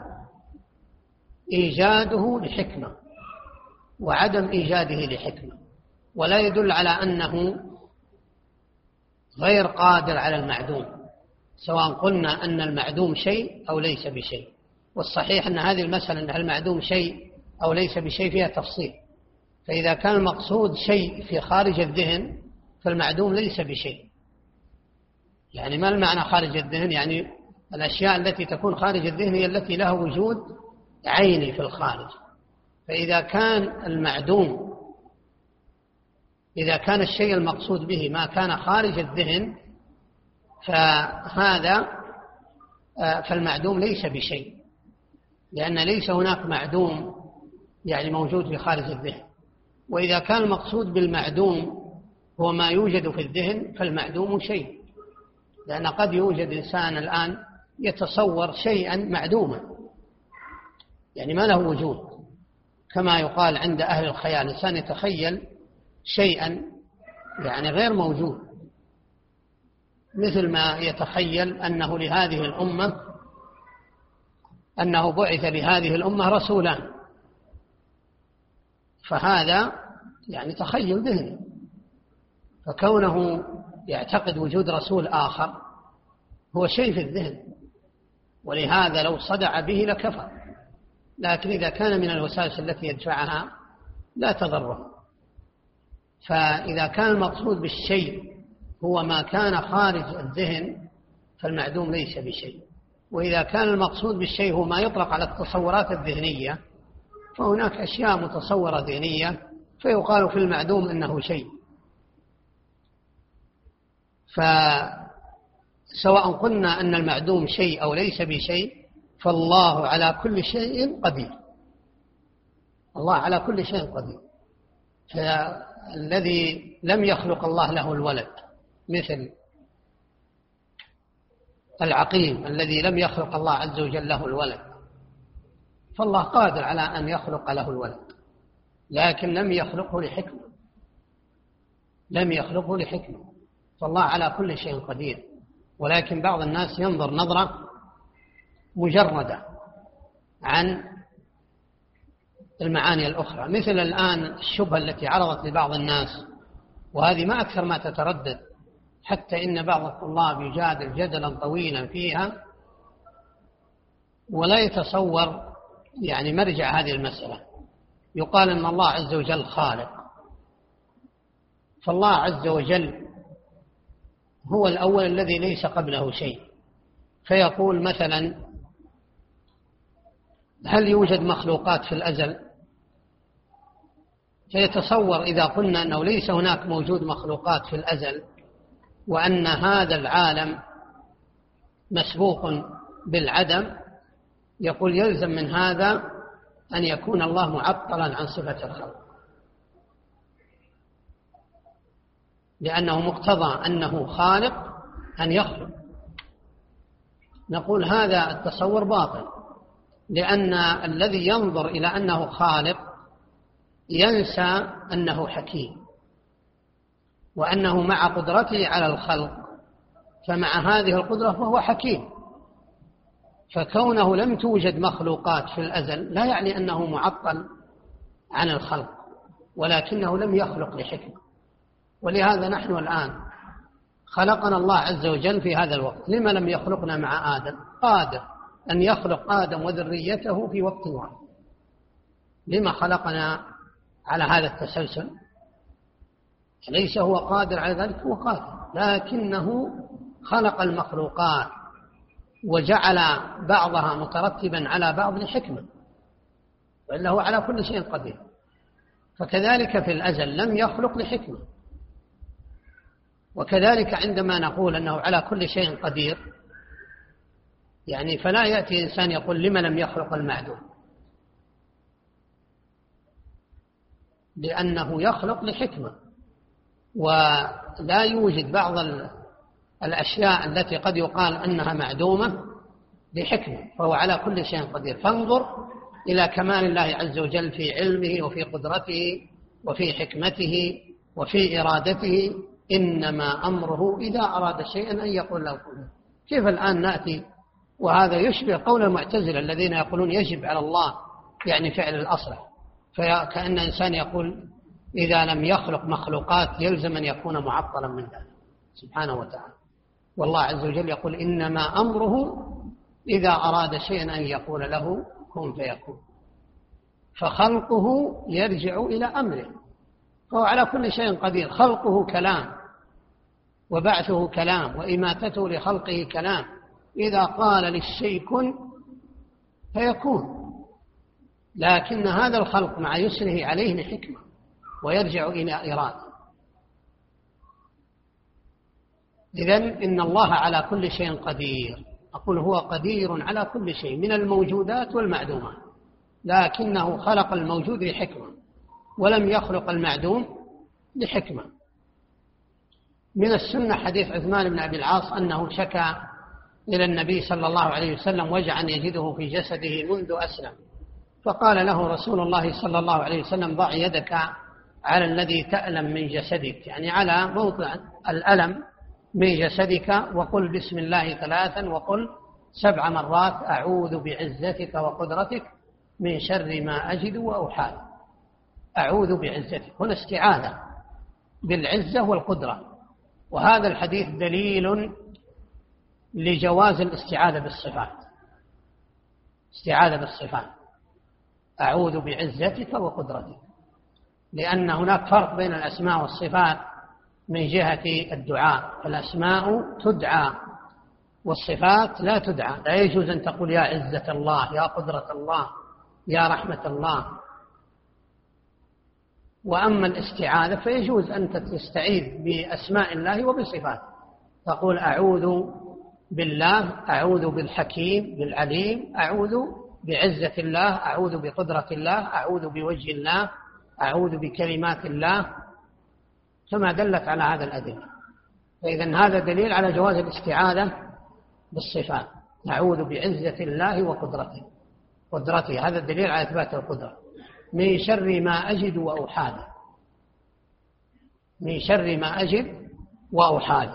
إيجاده لحكمة وعدم إيجاده لحكمة، ولا يدل على أنه غير قادر على المعدوم، سواء قلنا أن المعدوم شيء أو ليس بشيء. والصحيح أن هذه المسألة أن المعدوم شيء أو ليس بشيء فيها تفصيل، فإذا كان المقصود شيء في خارج الذهن فالمعدوم ليس بشيء. يعني ما المعنى خارج الذهن؟ يعني الأشياء التي تكون خارج الذهن هي التي لها وجود عيني في الخارج. فإذا كان المعدوم، إذا كان الشيء المقصود به ما كان خارج الذهن فالمعدوم ليس بشيء، لأن ليس هناك معدوم يعني موجود في خارج الذهن. وإذا كان المقصود بالمعدوم هو ما يوجد في الذهن فالمعدوم شيء، لأن قد يوجد إنسان الآن يتصور شيئا معدوما يعني ما له وجود، كما يقال عند أهل الخيال، إنسان يتخيل شيئا يعني غير موجود، مثل ما يتخيل أنه لهذه الأمة، أنه بعث لهذه الأمة رسولان، فهذا يعني تخيل ذهني. فكونه يعتقد وجود رسول آخر هو شيء في الذهن، ولهذا لو صدع به لكفر. لكن إذا كان من الوسائل التي يدفعها لا تضره. فإذا كان المقصود بالشيء هو ما كان خارج الذهن فالمعدوم ليس بشيء. وإذا كان المقصود بالشيء هو ما يطلق على التصورات الذهنية فهناك أشياء متصورة ذهنية فيقال في المعدوم إنه شيء. فسواء قلنا أن المعدوم شيء أو ليس بشيء فالله على كل شيء قدير. الله على كل شيء قدير. فالذي لم يخلق الله له الولد مثل العقيم الذي لم يخلق الله عز وجل له الولد، فالله قادر على أن يخلق له الولد، لكن لم يخلقه لحكمة، لم يخلقه لحكمة. فالله على كل شيء قدير. ولكن بعض الناس ينظر نظرة مجردة عن المعاني الأخرى، مثل الآن الشبهة التي عرضت لبعض الناس، وهذه ما أكثر ما تتردد، حتى إن بعض الطلاب يجادل جدلا طويلا فيها ولا يتصور يعني مرجع هذه المسألة. يقال أن الله عز وجل خالق، فالله عز وجل هو الأول الذي ليس قبله شيء. فيقول مثلا هل يوجد مخلوقات في الأزل؟ فيتصور إذا قلنا أنه ليس هناك موجود مخلوقات في الأزل وأن هذا العالم مسبوق بالعدم، يقول يلزم من هذا أن يكون الله معطلا عن صفة الخلق، لأنه مقتضى أنه خالق أن يخلق. نقول هذا التصور باطل، لأن الذي ينظر إلى أنه خالق ينسى أنه حكيم، وأنه مع قدرته على الخلق فمع هذه القدرة فهو حكيم. فكونه لم توجد مخلوقات في الأزل لا يعني أنه معطل عن الخلق، ولكنه لم يخلق لحكمة. ولهذا نحن الآن خلقنا الله عز وجل في هذا الوقت، لما لم يخلقنا مع آدم؟ قادر أن يخلق آدم وذريته في وقت واحد. لما خلقنا على هذا التسلسل؟ ليس هو قادر على ذلك، هو قادر، لكنه خلق المخلوقات وجعل بعضها مترتبا على بعض لحكمة، وإلا هو على كل شيء قدير. فكذلك في الأزل لم يخلق لحكمة. وكذلك عندما نقول أنه على كل شيء قدير، يعني فلا يأتي إنسان يقول لما لم يخلق المعدوم، لأنه يخلق لحكمة، ولا يوجد بعض الأشياء التي قد يقال أنها معدومة لحكمة، فهو على كل شيء قدير. فانظر إلى كمال الله عز وجل في علمه وفي قدرته وفي حكمته وفي إرادته. إنما أمره إذا أراد شيئا أن يقول له كن. كيف الآن نأتي وهذا يشبه قول المعتزلة الذين يقولون يجب على الله يعني فعل الأصلح، فكأن إنسان يقول إذا لم يخلق مخلوقات يلزم أن يكون معطلا من ذلك سبحانه وتعالى. والله عز وجل يقول إنما أمره إذا أراد شيئا أن يقول له كن فيكون. فخلقه يرجع إلى أمره، فهو على كل شيء قدير. خلقه كلام، وبعثه كلام، وإماتته لخلقه كلام. إذا قال للشيء كن فيكون، لكن هذا الخلق مع يسره عليه لحكمة ويرجع إلى إرادة. إذن إن الله على كل شيء قدير. أقول هو قدير على كل شيء من الموجودات والمعدومات، لكنه خلق الموجود لحكمة ولم يخلق المعدوم لحكمة. من السنة حديث عثمان بن أبي العاص أنه شكى إلى النبي صلى الله عليه وسلم وجعا يجده في جسده منذ أسلم، فقال له رسول الله صلى الله عليه وسلم: ضع يدك على الذي تألم من جسدك، يعني على موضع الألم من جسدك، وقل بسم الله 3 وقل 7 مرات أعوذ بعزتك وقدرتك من شر ما أجد وأحاذ. أعوذ بعزتك هنا استعاذة بالعزة والقدرة، وهذا الحديث دليل لجواز الاستعاذة بالصفات. استعاذة بالصفات، أعوذ بعزتك وقدرتك، لأن هناك فرق بين الأسماء والصفات من جهة الدعاء. الأسماء تدعى والصفات لا تدعى. لا يجوز أن تقول يا عزة الله، يا قدرة الله، يا رحمة الله. وأما الاستعاذة فيجوز أن تستعيذ بأسماء الله وبصفاته، تقول أعوذ بالله، أعوذ بالحكيم بالعليم، أعوذ بعزة الله، أعوذ بقدرة الله، أعوذ بوجه الله، أعوذ بكلمات الله، كما دلت على هذا الأدلة. فإذن هذا دليل على جواز الاستعاذة بالصفات. أعوذ بعزة الله وقدرته، هذا الدليل على إثبات القدرة. من شر ما أجد وأحاذ، من شر ما أجد وأحاذ.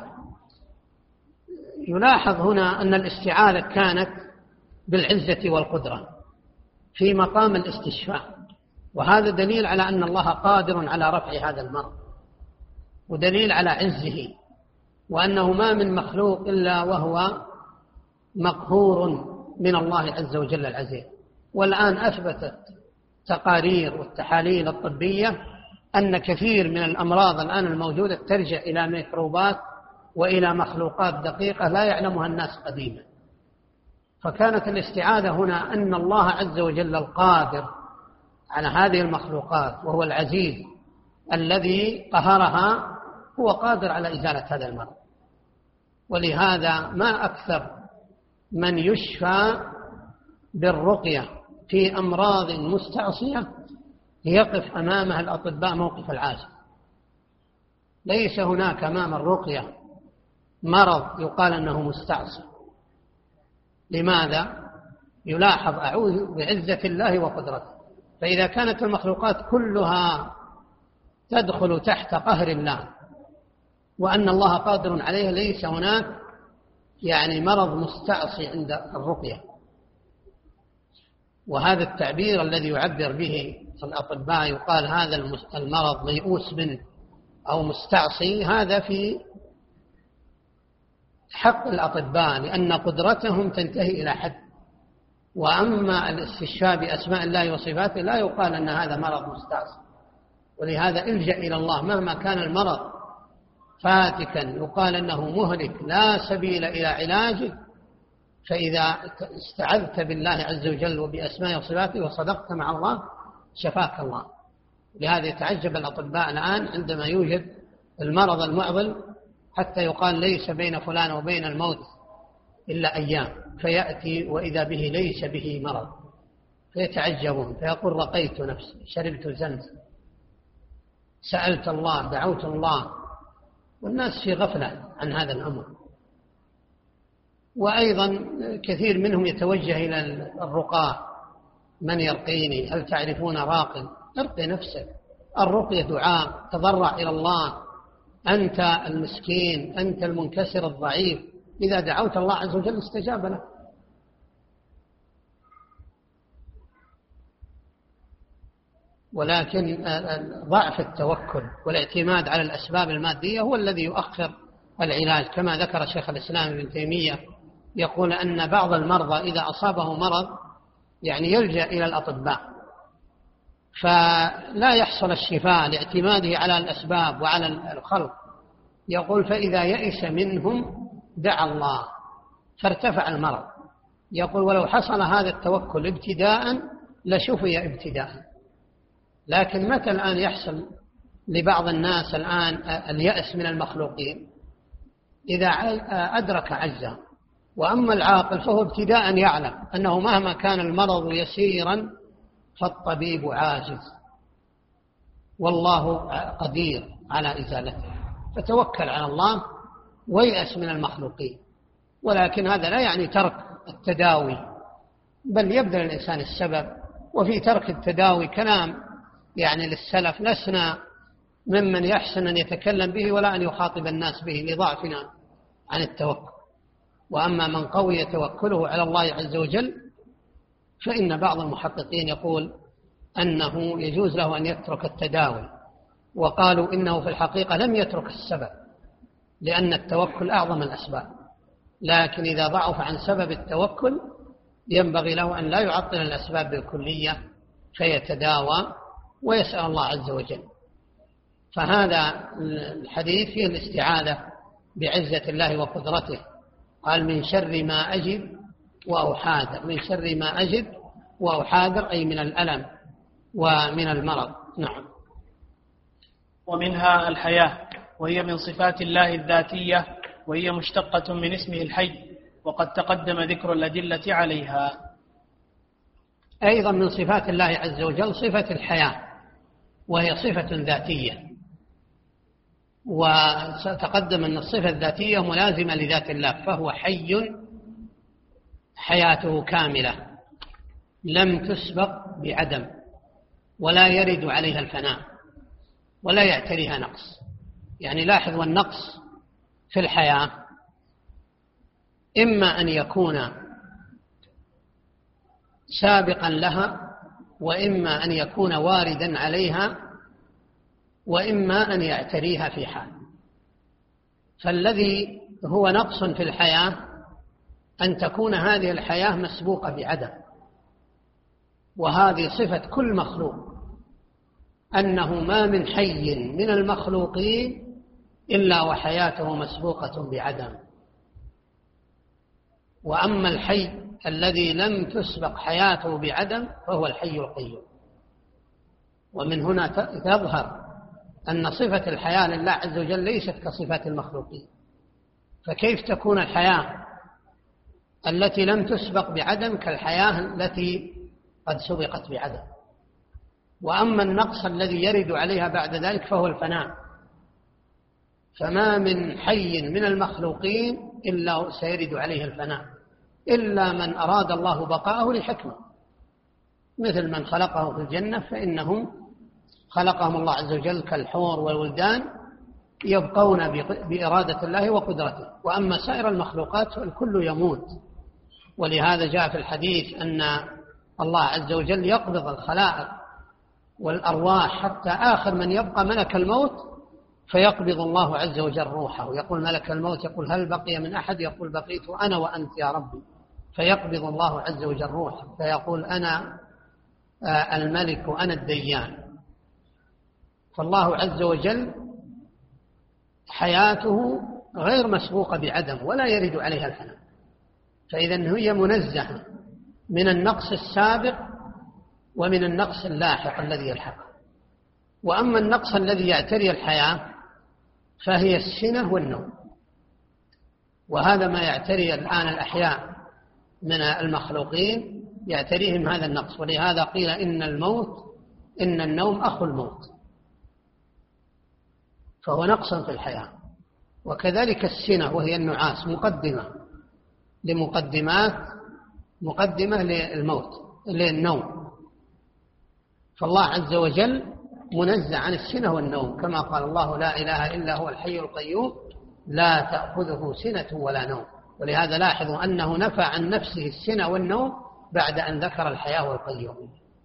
يلاحظ هنا أن الاستعاذة كانت بالعزة والقدرة في مقام الاستشفاء، وهذا دليل على أن الله قادر على رفع هذا المرض، ودليل على عزه، وأنه ما من مخلوق إلا وهو مقهور من الله عز وجل العزيز. والآن أثبتت تقارير والتحاليل الطبية أن كثير من الأمراض الآن الموجودة ترجع إلى ميكروبات وإلى مخلوقات دقيقة لا يعلمها الناس قديما. فكانت الاستعاذة هنا أن الله عز وجل القادر على هذه المخلوقات، وهو العزيز الذي قهرها، هو قادر على إزالة هذا المرض. ولهذا ما أكثر من يشفى بالرقية في أمراض مستعصية يقف أمامها الأطباء موقف العاجز. ليس هناك أمام الرقية مرض يقال أنه مستعصي. لماذا؟ يلاحظ أعوذ بعزة الله وقدرته. فإذا كانت المخلوقات كلها تدخل تحت قهر الله وأن الله قادر عليها، ليس هناك يعني مرض مستعصي عند الرقية. وهذا التعبير الذي يعبر به الأطباء يقال هذا المرض ميؤوس منه أو مستعصي، هذا في حق الأطباء، لأن قدرتهم تنتهي إلى حد. وأما الاستشفاء بأسماء الله وصفاته لا يقال أن هذا مرض مستعصي. ولهذا الجأ إلى الله مهما كان المرض فاتكا يقال أنه مهلك لا سبيل إلى علاجه، فإذا استعذت بالله عز وجل وبأسماء وصفاته وصدقت مع الله شفاك الله. لهذا يتعجب الأطباء الآن عندما يوجد المرض المعضل حتى يقال ليس بين فلان وبين الموت إلا أيام، فيأتي وإذا به ليس به مرض، فيتعجبون، فيقول رقيت نفسي، شربت زمزم، سألت الله، دعوت الله، والناس في غفلة عن هذا الأمر. وأيضا كثير منهم يتوجه إلى الرقاة: من يرقيني؟ هل تعرفون راق؟ ارقي نفسك. الرقية دعاء، تضرع إلى الله، أنت المسكين، أنت المنكسر الضعيف، إذا دعوت الله عز وجل استجاب لك. ولكن ضعف التوكل والاعتماد على الأسباب المادية هو الذي يؤخر العلاج، كما ذكر شيخ الإسلام ابن تيمية، يقول أن بعض المرضى إذا أصابه مرض يعني يلجأ إلى الأطباء فلا يحصل الشفاء لاعتماده على الأسباب وعلى الخلق. يقول فإذا يئس منهم دعا الله فارتفع المرض. يقول ولو حصل هذا التوكل ابتداء لشفي ابتداء، لكن متى الآن يحصل لبعض الناس الآن اليأس من المخلوقين؟ إذا أدرك عجزه. وأما العاقل فهو ابتداء يعلم أنه مهما كان المرض يسيرا فالطبيب عاجز والله قدير على إزالته، فتوكل على الله ويأس من المخلوقين. ولكن هذا لا يعني ترك التداوي، بل يبذل الإنسان السبب. وفي ترك التداوي كلام يعني للسلف، لسنا ممن يحسن أن يتكلم به ولا أن يخاطب الناس به لضعفنا عن التوكل. وأما من قوي توكله على الله عز وجل فإن بعض المحققين يقول أنه يجوز له أن يترك التداوي، وقالوا إنه في الحقيقة لم يترك السبب، لأن التوكل أعظم الأسباب. لكن إذا ضعف عن سبب التوكل ينبغي له أن لا يعطل الأسباب بالكلية فيتداوى ويسأل الله عز وجل. فهذا الحديث فيه الاستعاذة بعزة الله وقدرته. قال من شر ما أجد وأحاذر، من شر ما أجد وأحاذر أي من الألم ومن المرض. نعم. ومنها الحياة، وهي من صفات الله الذاتية، وهي مشتقة من اسمه الحي، وقد تقدم ذكر الأدلة عليها. أيضا من صفات الله عز وجل صفة الحياة، وهي صفة ذاتية، وستقدم أن الصفة الذاتية ملازمة لذات الله، فهو حي حياته كاملة لم تسبق بعدم، ولا يرد عليها الفناء ولا يعتريها نقص. يعني لاحظ النقص في الحياة إما أن يكون سابقا لها، وإما أن يكون واردا عليها، وإما أن يعتريها في حال. فالذي هو نقص في الحياة أن تكون هذه الحياة مسبوقة بعدم، وهذه صفة كل مخلوق، أنه ما من حي من المخلوقين إلا وحياته مسبوقة بعدم. وأما الحي الذي لم تسبق حياته بعدم فهو الحي القيوم. ومن هنا تظهر أن صفة الحياة لله عز وجل ليست كصفات المخلوقين. فكيف تكون الحياة التي لم تسبق بعدم كالحياة التي قد سبقت بعدم؟ وأما النقص الذي يرد عليها بعد ذلك فهو الفناء. فما من حي من المخلوقين إلا سيرد عليه الفناء، إلا من أراد الله بقاءه لحكمة، مثل من خلقه في الجنة فإنهم خلقهم الله عز وجل كالحور والولدان يبقون بإرادة الله وقدرته. وأما سائر المخلوقات فالكل يموت. ولهذا جاء في الحديث أن الله عز وجل يقبض الخلائق والأرواح حتى آخر من يبقى ملك الموت، فيقبض الله عز وجل روحه. يقول ملك الموت يقول هل بقي من أحد؟ يقول بقيت أنا وأنت يا ربي. فيقبض الله عز وجل روحه فيقول أنا الملك وأنا الديان. فالله عز وجل حياته غير مسبوقة بعدم ولا يرد عليها الفناء، فإذا هي منزهة من النقص السابق ومن النقص اللاحق الذي يلحقه. وأما النقص الذي يعتري الحياة فهي السنة والنوم، وهذا ما يعتري الآن الأحياء من المخلوقين، يعتريهم هذا النقص. ولهذا قيل إن النوم أخو الموت، فهو نقص في الحياة. وكذلك السنة وهي النعاس مقدمة للموت للنوم. فالله عز وجل منزه عن السنة والنوم، كما قال الله لا إله إلا هو الحي القيوم لا تأخذه سنة ولا نوم. ولهذا لاحظوا أنه نفى عن نفسه السنة والنوم بعد أن ذكر الحياة والقيوم.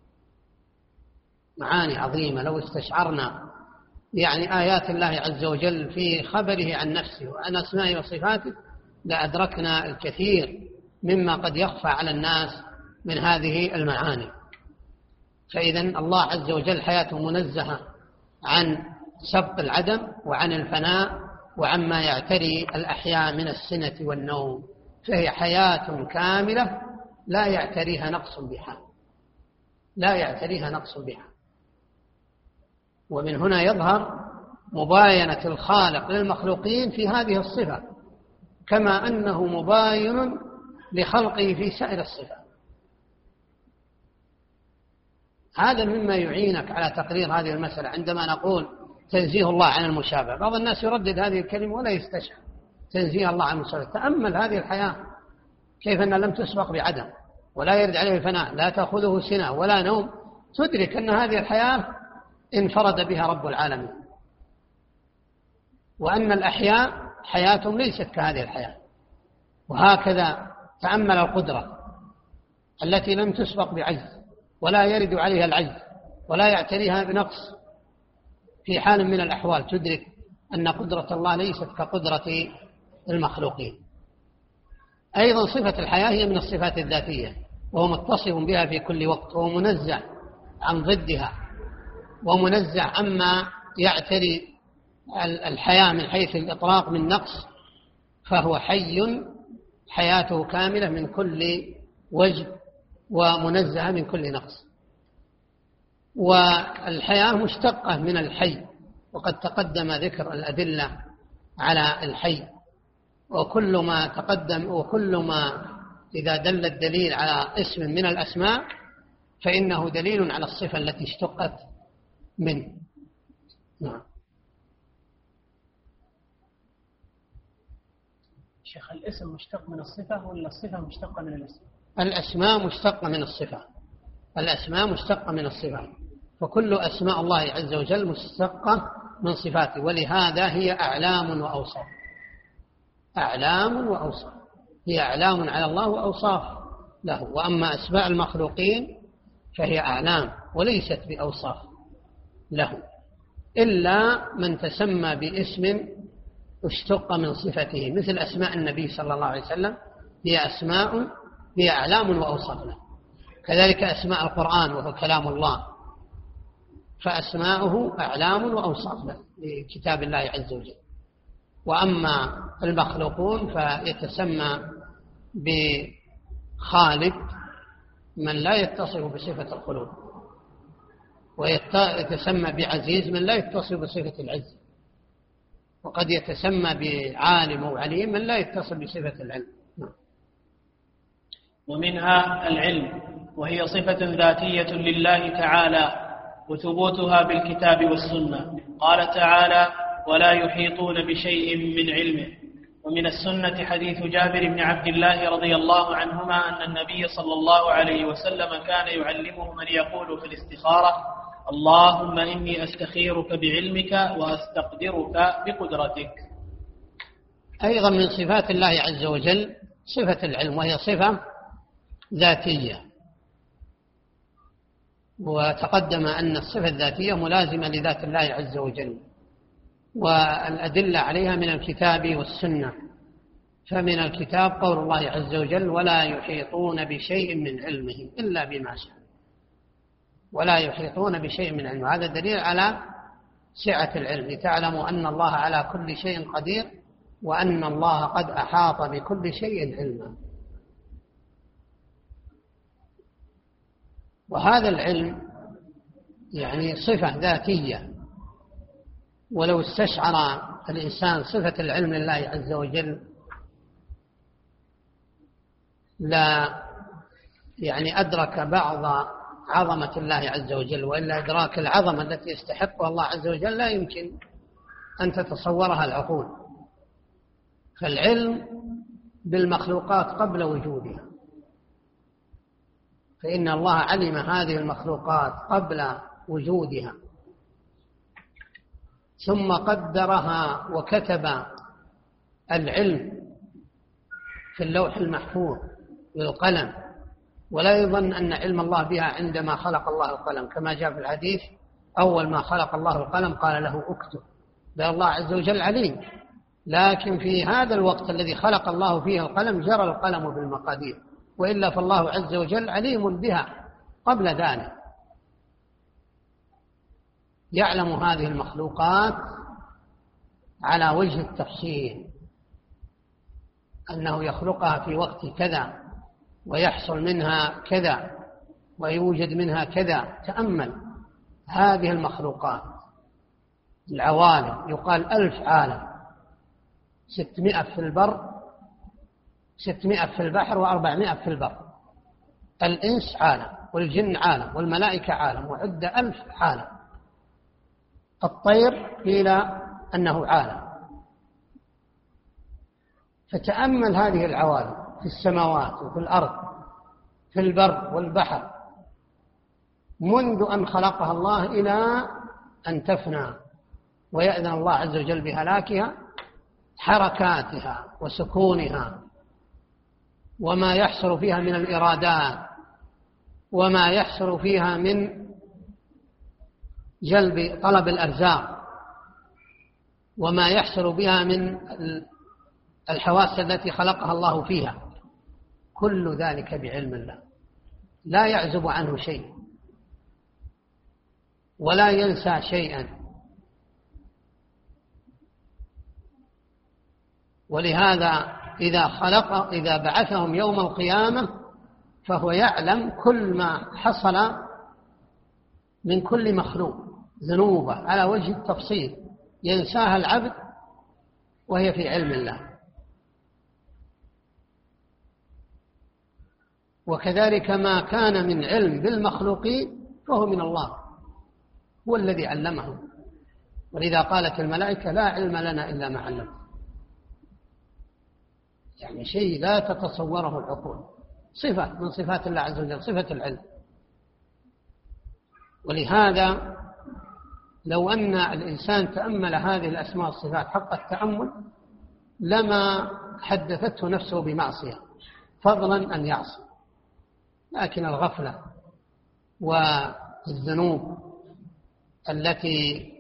معاني عظيمة لو استشعرنا يعني آيات الله عز وجل في خبره عن نفسه وعن أسمائه وصفاته لأدركنا الكثير مما قد يخفى على الناس من هذه المعاني. فإذا الله عز وجل حياته منزهة عن سبق العدم وعن الفناء وعما يعتري الأحياء من السنة والنوم، فهي حياة كاملة لا يعتريها نقص بها، لا يعتريها نقص بها. ومن هنا يظهر مباينة الخالق للمخلوقين في هذه الصفة، كما أنه مباين لخلقه في سائر الصفات. هذا مما يعينك على تقرير هذه المسألة عندما نقول تنزيه الله عن المشابهة. بعض الناس يردد هذه الكلمة ولا يستشعر تنزيه الله عن المشابهة. تأمل هذه الحياة كيف أنها لم تسبق بعدم ولا يرد عليه الفناء، لا تأخذه سنة ولا نوم، تدرك أن هذه الحياة انفرد بها رب العالمين، وأن الأحياء حياتهم ليست كهذه الحياة. وهكذا تأمل القدرة التي لم تسبق بعجز ولا يرد عليها العجز ولا يعتريها بنقص في حال من الأحوال، تدرك أن قدرة الله ليست كقدرة المخلوقين. أيضا صفة الحياة هي من الصفات الذاتية، وهو متصف بها في كل وقت، وهو منزع عن ضدها ومنزع عما يعتري الحياة من حيث الإطلاق من نقص، فهو حي حياته كاملة من كل وجه ومنزهة من كل نقص. والحياة مشتقة من الحي، وقد تقدم ذكر الأدلة على الحي، وكل ما تقدم وكل ما إذا دل الدليل على اسم من الأسماء فإنه دليل على الصفة التي اشتقت منه. نعم. شيخ، الاسم مشتق من الصفة ولا الصفة مشتقة من الاسم؟ الأسماء مشتقة من الصفة، الأسماء مشتقة من الصفة، فكل أسماء الله عز وجل مشتقة من صفاته، ولهذا هي أعلام وأوصاف. أعلام وأوصاف، هي أعلام على الله وأوصاف له. وأما أسماء المخلوقين فهي أعلام وليست بأوصاف له، إلا من تسمى باسم اشتق من صفته، مثل أسماء النبي صلى الله عليه وسلم هي أعلام وأوصاف له. كذلك أسماء القرآن وهو كلام الله، فأسماؤه أعلام وأوصاف له لكتاب الله عز وجل. وأما المخلوقون فيتسمى بخالق من لا يتصف بصفة الخلود، ويتسمى بعزيز من لا يتصف بصفة العز، وقد يتسمى بعالم وعليم من لا يتصف بصفة العلم. ومنها العلم، وهي صفة ذاتية لله تعالى، وثبوتها بالكتاب والسنة. قال تعالى: ولا يحيطون بشيء من علمه. ومن السنة حديث جابر بن عبد الله رضي الله عنهما أن النبي صلى الله عليه وسلم كان يعلمه من يقول في الاستخارة: اللهم إني أستخيرك بعلمك وأستقدرك بقدرتك. أيضا من صفات الله عز وجل صفة العلم، وهي صفة ذاتية، وتقدم أن الصفة الذاتية ملازمة لذات الله عز وجل، والأدلة عليها من الكتاب والسنة. فمن الكتاب قول الله عز وجل: ولا يحيطون بشيء من علمه إلا بما شاء. ولا يحيطون بشيء من علمه، هذا دليل على سعة العلم، لتعلموا أن الله على كل شيء قدير، وأن الله قد أحاط بكل شيء علما. وهذا العلم يعني صفة ذاتية، ولو استشعر الإنسان صفة العلم لله عز وجل لا يعني أدرك بعض عظمة الله عز وجل، وإلا إدراك العظمة التي يستحقها الله عز وجل لا يمكن أن تتصورها العقول. فالعلم بالمخلوقات قبل وجودها، فإن الله علم هذه المخلوقات قبل وجودها، ثم قدرها وكتب العلم في اللوح المحفوظ بالقلم. ولا يظن أن علم الله بها عندما خلق الله القلم، كما جاء في الحديث: أول ما خلق الله القلم قال له اكتب. بل الله عز وجل عليم، لكن في هذا الوقت الذي خلق الله فيه القلم جرى القلم بالمقادير، وإلا فالله عز وجل عليم بها قبل ذلك. يعلم هذه المخلوقات على وجه التفصيل، أنه يخلقها في وقت كذا ويحصل منها كذا ويوجد منها كذا. تأمل هذه المخلوقات، العوالم، يقال 1000 عالم، 600 في البر، 600 في البحر، و400 في البر. الإنس عالم، والجن عالم، والملائكة عالم، وعد 1000 عالم. الطير قيل أنه عالم. فتأمل هذه العوالم في السماوات وفي الأرض، في البر والبحر، منذ أن خلقها الله إلى أن تفنى ويأذن الله عز وجل بهلاكها، حركاتها وسكونها، وما يحصل فيها من الإرادات، وما يحصل فيها من جلب طلب الأرزاق، وما يحصل بها من الحواس التي خلقها الله فيها، كل ذلك بعلم الله، لا يعزب عنه شيء ولا ينسى شيئا. ولهذا إذا بعثهم يوم القيامة فهو يعلم كل ما حصل من كل مخلوق، ذنوبه على وجه التفصيل، ينساها العبد وهي في علم الله. وكذلك ما كان من علم بالمخلوقين فهو من الله، هو الذي علمه. ولذا قالت الملائكة لا علم لنا إلا ما علمنا، يعني شيء لا تتصوره العقول، صفة من صفات الله عز وجل، صفة العلم. ولهذا لو أن الإنسان تأمل هذه الأسماء والصفات حق التأمل لما حدثته نفسه بمعصية، فضلا أن يعصي. لكن الغفلة والذنوب التي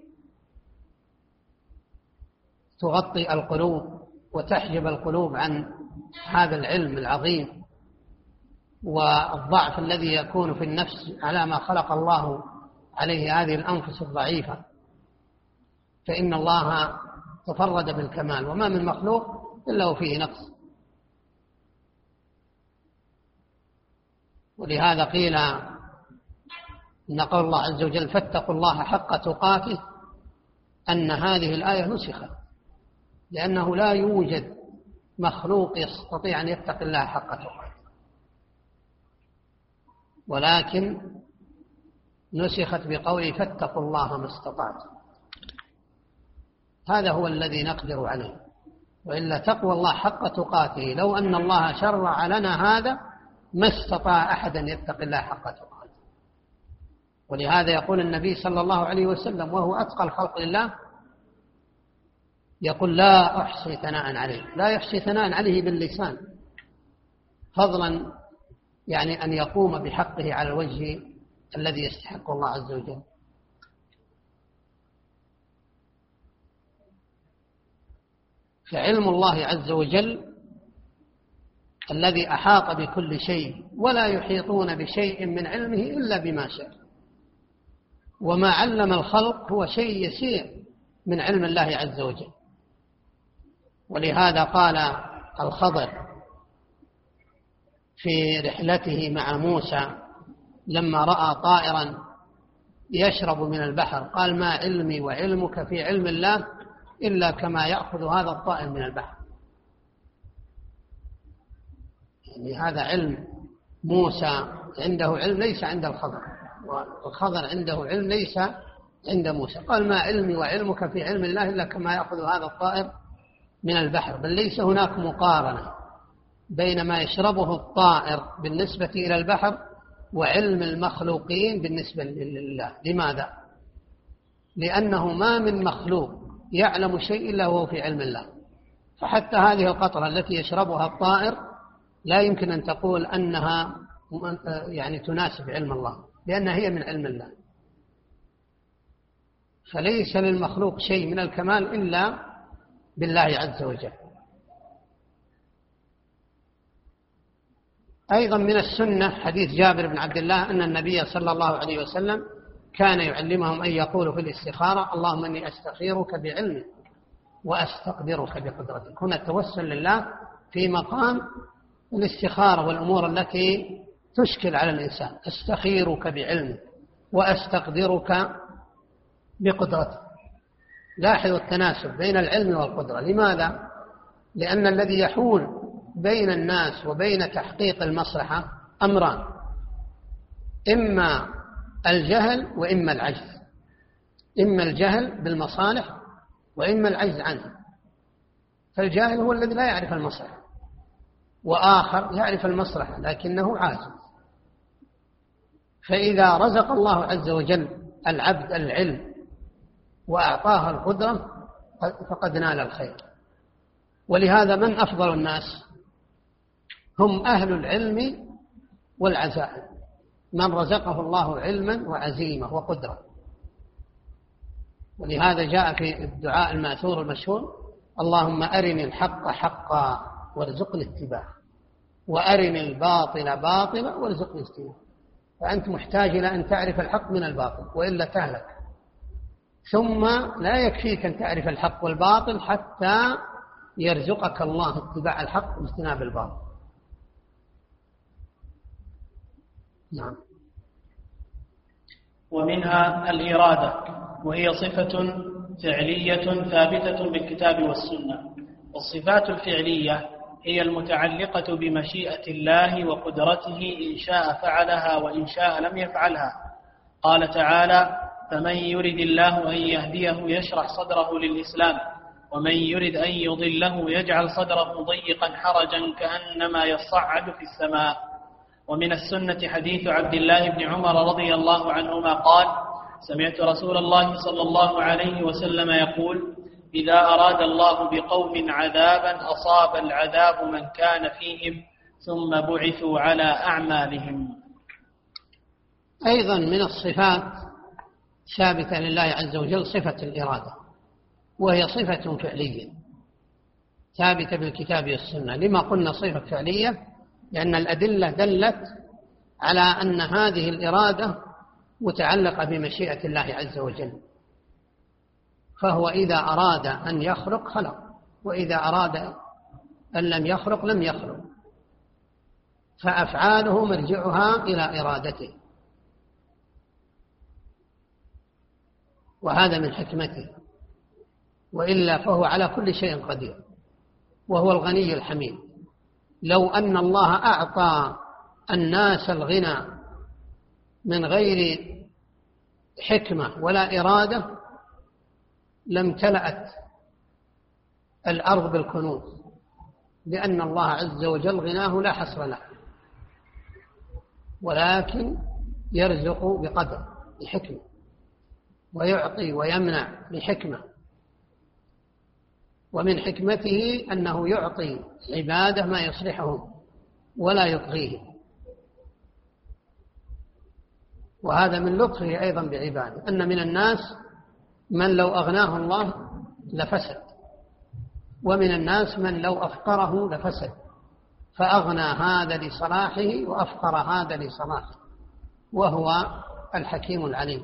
تغطي القلوب وتحجب القلوب عن هذا العلم العظيم، والضعف الذي يكون في النفس على ما خلق الله عليه هذه الأنفس الضعيفة، فإن الله تفرد بالكمال، وما من مخلوق إلا وفيه نقص. ولهذا قيل إن قول الله عز وجل فاتقوا الله حق تقاته، أن هذه الآية نسخت، لأنه لا يوجد مخلوق يستطيع أن يتقي الله حق تقاته، ولكن نسخت بقوله فاتقوا الله ما استطعتم. هذا هو الذي نقدر عليه، وإلا تقوى الله حق تقاته لو أن الله شرع لنا هذا ما استطاع أحد أن يتقي الله حق تقاته. ولهذا يقول النبي صلى الله عليه وسلم وهو أتقى الخلق لله، يقول لا أحصي ثناء عليه، لا يحصي ثناء عليه باللسان، فضلا يعني أن يقوم بحقه على الوجه الذي يستحق الله عز وجل. فعلم الله عز وجل الذي أحاط بكل شيء، ولا يحيطون بشيء من علمه إلا بما شاء. وما علم الخلق هو شيء يسير من علم الله عز وجل. ولهذا قال الخضر في رحلته مع موسى لما رأى طائرا يشرب من البحر، قال ما علمي وعلمك في علم الله إلا كما يأخذ هذا الطائر من البحر. يعني هذا علم موسى عنده علم ليس عند الخضر، والخضر عنده علم ليس عند موسى. قال ما علمي وعلمك في علم الله إلا كما يأخذ هذا الطائر من البحر. بل ليس هناك مقارنة بين ما يشربه الطائر بالنسبة إلى البحر وعلم المخلوقين بالنسبة لله. لماذا؟ لأنه ما من مخلوق يعلم شيء إلا وهو في علم الله. فحتى هذه القطرة التي يشربها الطائر لا يمكن أن تقول أنها يعني تناسب علم الله، لأنها هي من علم الله. فليس للمخلوق شيء من الكمال إلا بالله عز وجل. أيضا من السنة حديث جابر بن عبد الله أن النبي صلى الله عليه وسلم كان يعلمهم أن يقولوا في الاستخارة: اللهم إني أستخيرك بعلمك وأستقدرك بقدرتك. هنا التوسل لله في مقام الاستخارة والأمور التي تشكل على الإنسان. أستخيرك بعلمك وأستقدرك بقدرتك. لاحظوا التناسب بين العلم والقدرة. لماذا؟ لأن الذي يحول بين الناس وبين تحقيق المصلحة أمران: إما الجهل وإما العجز. إما الجهل بالمصالح وإما العجز عنها. فالجاهل هو الذي لا يعرف المصلحة، وآخر يعرف المصلحة لكنه عاجز. فإذا رزق الله عز وجل العبد العلم وأعطاه القدرة فقد نال الخير. ولهذا من أفضل الناس؟ هم أهل العلم والعزائم، من رزقه الله علما وعزيمة وقدرة. ولهذا جاء في الدعاء المأثور المشهور: اللهم أرني الحق حقا وارزقني اتباعه، وأرني الباطل باطلا وارزقني اجتنابه. فأنت محتاج إلى أن تعرف الحق من الباطل وإلا تهلك. ثم لا يكفيك أن تعرف الحق والباطل حتى يرزقك الله اتباع الحق واجتناب الباطل. نعم. ومنها الإرادة، وهي صفة فعلية ثابتة بالكتاب والسنة. والصفات الفعلية هي المتعلقة بمشيئة الله وقدرته، إن شاء فعلها وإن شاء لم يفعلها. قال تعالى: فمن يرد الله أن يهديه يشرح صدره للإسلام، ومن يرد أن يضله يجعل صدره ضيقا حرجا كأنما يصعد في السماء. ومن السنة حديث عبد الله بن عمر رضي الله عنهما قال: سمعت رسول الله صلى الله عليه وسلم يقول: إذا أراد الله بقوم عذابا أصاب العذاب من كان فيهم ثم بعثوا على أعمالهم. أيضا من الصفات ثابتة لله عز وجل صفة الإرادة، وهي صفة فعلية ثابتة بالكتاب والسنة. لما قلنا صفة فعلية؟ لأن الأدلة دلت على أن هذه الإرادة متعلقة بمشيئة الله عز وجل. فهو إذا أراد أن يخلق خلق، وإذا أراد أن لم يخلق لم يخلق، فأفعاله مرجعها إلى إرادته، وهذا من حكمته. وإلا فهو على كل شيء قدير، وهو الغني الحميد. لو أن الله أعطى الناس الغنى من غير حكمة ولا إرادة لامتلأت الأرض بالكنوز، لأن الله عز وجل غناه لا حصر له، ولكن يرزق بقدر بحكمة، ويعطي ويمنع بحكمة. ومن حكمته أنه يعطي عباده ما يصلحهم ولا يطغيهم، وهذا من لطفه أيضا بعباده. أن من الناس من لو أغناه الله لفسد، ومن الناس من لو أفقره لفسد، فأغنى هذا لصلاحه وأفقر هذا لصلاحه، وهو الحكيم العليم.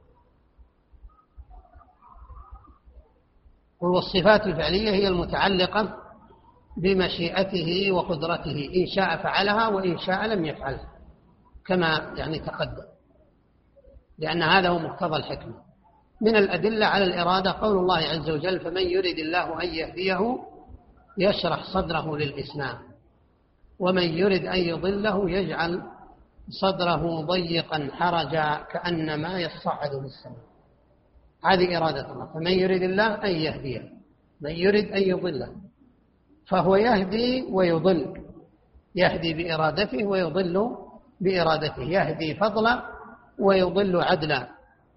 والصفات الفعلية هي المتعلقة بمشيئته وقدرته، إن شاء فعلها وإن شاء لم يفعلها، كما تقدم، لأن هذا هو مقتضى الحكمة. من الأدلة على الإرادة قول الله عز وجل: فمن يرد الله أن يهديه يشرح صدره للإسلام، ومن يرد أن يضله يجعل صدره ضيقا حرجا كأنما يصعد بالسماء. هذه إرادة الله. فمن يرد الله أن يهديه، من يرد أن يضله، فهو يهدي ويضل، يهدي بإرادته ويضل بإرادته، يهدي فضلا ويضل عدلا.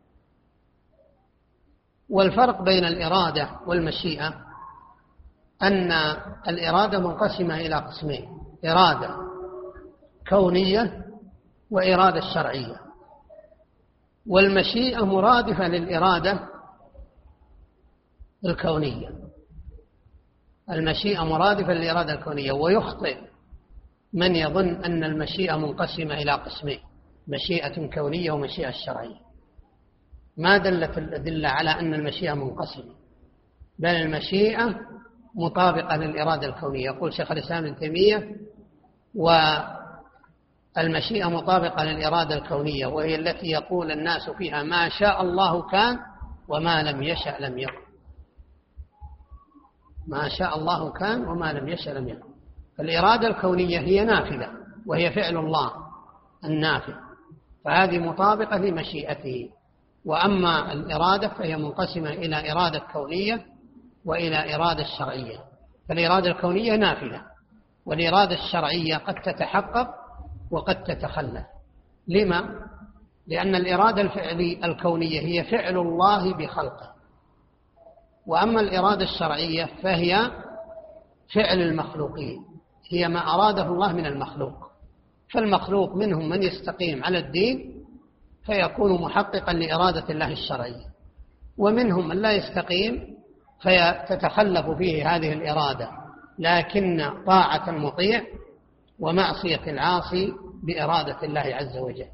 والفرق بين الإرادة والمشيئة أن الإرادة منقسمة إلى قسمين: إرادة كونية وإرادة شرعية. والمشيئة مرادفة للإرادة الكونية، المشيئة مرادفة للإرادة الكونية. ويخطئ من يظن أن المشيئة منقسمة إلى قسمين: مشيئة كونية ومشيئة شرعية. ما دلت الأدلة على أن المشيئة منقسمة، بل المشيئة مطابقة للإرادة الكونية. يقول شيخ الإسلام ابن تيمية: والمشيئة مطابقة للإرادة الكونية، وهي التي يقول الناس فيها ما شاء الله كان وما لم يشأ لم يكن. ما شاء الله كان وما لم يشأ لم يكن. الإرادة الكونية هي نافذة، وهي فعل الله النافذ، فهذه مطابقة لمشيئته. وأما الإرادة فهي منقسمة إلى إرادة كونية وإلى إرادة شرعية. فالإرادة الكونية نافذة، والإرادة الشرعية قد تتحقق وقد تتخلف. لما؟ لأن الإرادة الكونية هي فعل الله بخلقه، وأما الإرادة الشرعية فهي فعل المخلوقين، هي ما أراده الله من المخلوق. فالمخلوق منهم من يستقيم على الدين فيكون محققا لإرادة الله الشرعية، ومنهم من لا يستقيم فتتخلف فيه هذه الإرادة، لكن طاعة المطيع ومعصية العاصي بإرادة الله عز وجل.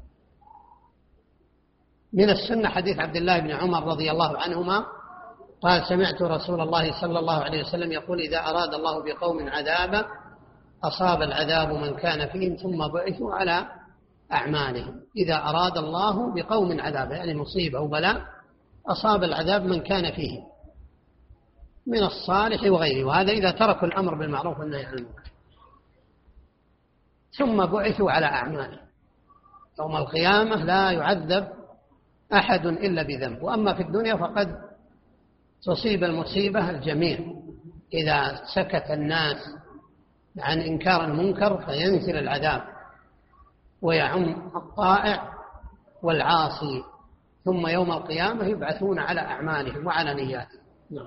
من السنة حديث عبد الله بن عمر رضي الله عنهما قال: سمعت رسول الله صلى الله عليه وسلم يقول: إذا أراد الله بقوم عذابا أصاب العذاب من كان فيهم ثم بعثوا على أعمالهم. إذا أراد الله بقوم عذابا يعني مصيبة وبلاء، أصاب العذاب من كان فيهم من الصالح وغيره، وهذا إذا تركوا الأمر بالمعروف والنهي عن المنكر، ثم بعثوا على أعمالهم. يوم القيامة لا يعذب أحد إلا بذنب، وأما في الدنيا فقد تصيب المصيبة الجميع. إذا سكت الناس عن إنكار المنكر فينزل العذاب ويعم الطائع والعاصي، ثم يوم القيامة يبعثون على أعمالهم وعلى نياتهم.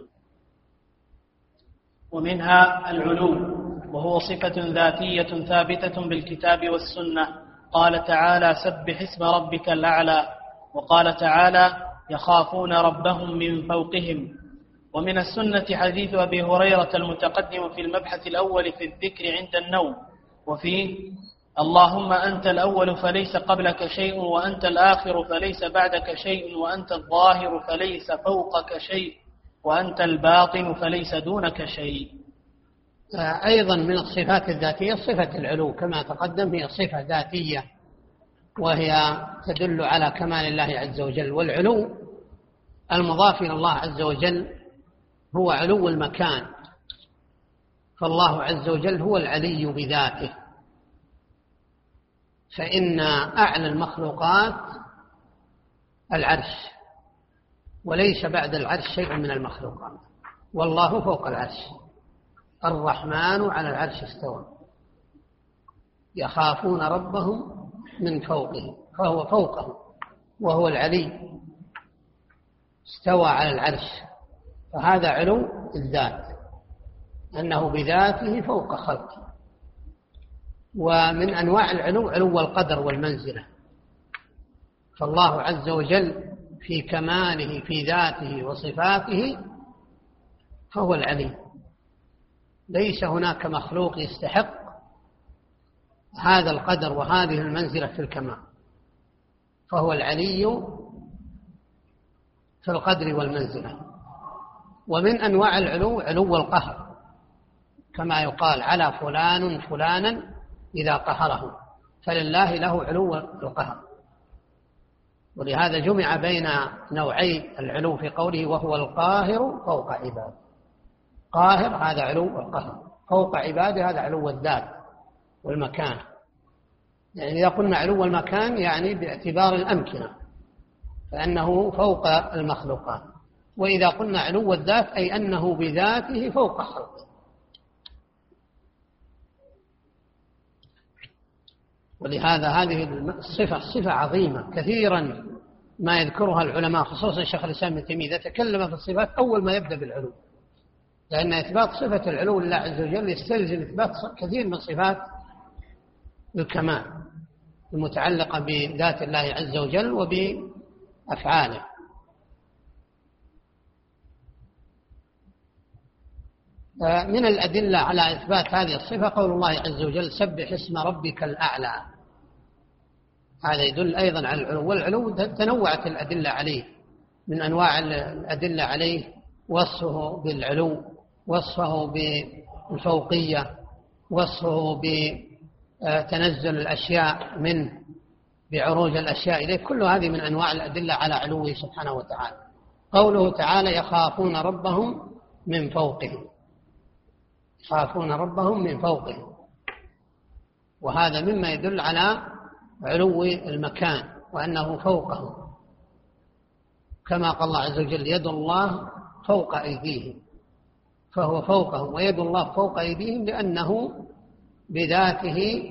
ومنها العلو، وهو صفة ذاتية ثابتة بالكتاب والسنة. قال تعالى: سبح اسم ربك الأعلى. وقال تعالى: يخافون ربهم من فوقهم. ومن السنة حديث أبي هريرة المتقدم في المبحث الأول في الذكر عند النوم، وفيه: اللهم أنت الأول فليس قبلك شيء، وأنت الآخر فليس بعدك شيء، وأنت الظاهر فليس فوقك شيء، وأنت الباطن فليس دونك شيء. أيضا من الصفات الذاتية صفة العلو كما تقدم، هي صفة ذاتية وهي تدل على كمال الله عز وجل. والعلو المضاف إلى الله عز وجل هو علو المكان، فالله عز وجل هو العلي بذاته، فإن أعلى المخلوقات العرش، وليس بعد العرش شيء من المخلوقات، والله فوق العرش. الرحمن على العرش استوى، يخافون ربهم من فوقهم، فهو فوقهم وهو العلي، استوى على العرش، فهذا علو الذات، أنه بذاته فوق خلقه. ومن أنواع العلو علو القدر والمنزلة، فالله عز وجل في كماله في ذاته وصفاته فهو العلي، ليس هناك مخلوق يستحق هذا القدر وهذه المنزلة في الكمال، فهو العلي في القدر والمنزلة. ومن أنواع العلو علو القهر، كما يقال: على فلان فلانا إذا قهره، فلله له علو القهر. ولهذا جمع بين نوعي العلو في قوله: وهو القاهر فوق عباده. قاهر هذا علو القهر، فوق عباده هذا علو الذات والمكان. يعني إذا قلنا علو المكان يعني باعتبار الأمكنة، فأنه فوق المخلوقات. وإذا قلنا علو الذات أي أنه بذاته فوق خلقه. ولهذا هذه الصفة صفة عظيمة، كثيرا ما يذكرها العلماء، خصوصا شيخ الإسلام ابن تيمية إذا تكلم في الصفات أول ما يبدأ بالعلو، لأن إثبات صفة العلو لله عز وجل يستلزم إثبات كثير من صفات الكمال المتعلقة بذات الله عز وجل وبأفعاله. من الأدلة على إثبات هذه الصفة قول الله عز وجل: سبح اسم ربك الأعلى. هذا يدل أيضا على العلو، والعلو تنوعت الأدلة عليه، من أنواع الأدلة عليه وصفه بالعلو، وصفه بالفوقية، وصفه بتنزل الأشياء منه، بعروج الأشياء إليه. كل هذه من أنواع الأدلة على علوه سبحانه وتعالى. قوله تعالى يخافون ربهم من فوقهم، يخافون ربهم من فوقهم، وهذا مما يدل على علو المكان وأنه فوقهم، كما قال الله عز وجل يد الله فوق أيديهم، فهو فوقهم، ويد الله فوق أيديهم لأنه بذاته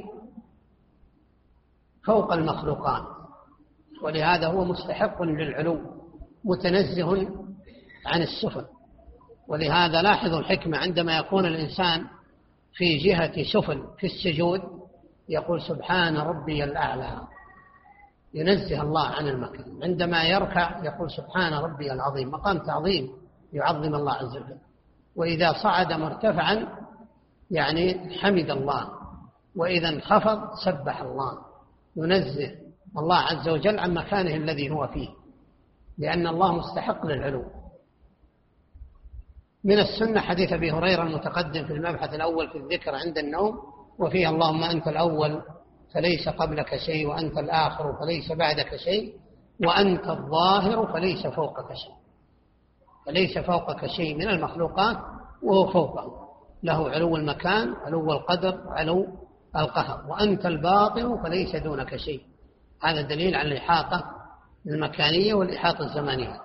فوق المخلوقات، ولهذا هو مستحق للعلو متنزه عن السفل. ولهذا لاحظوا الحكمة عندما يكون الإنسان في جهة سفل في السجود يقول سبحان ربي الأعلى، ينزه الله عن المكان. عندما يركع يقول سبحان ربي العظيم، مقام تعظيم يعظم الله عز وجل. وإذا صعد مرتفعا يعني حمد الله، وإذا انخفض سبح الله، ينزه الله عز وجل عن مكانه الذي هو فيه، لأن الله مستحق للعلو. من السنة حديث أبي هريرة المتقدم في المبحث الأول في الذكر عند النوم، وفيه اللهم أنت الأول فليس قبلك شيء، وأنت الآخر فليس بعدك شيء، وأنت الظاهر فليس فوقك شيء. فليس فوقك شيء من المخلوقات وهو فوقه، له علو المكان، علو القدر، علو القهر. وأنت الباطن فليس دونك شيء. هذا دليل على الإحاطة المكانية والإحاطة الزمانية.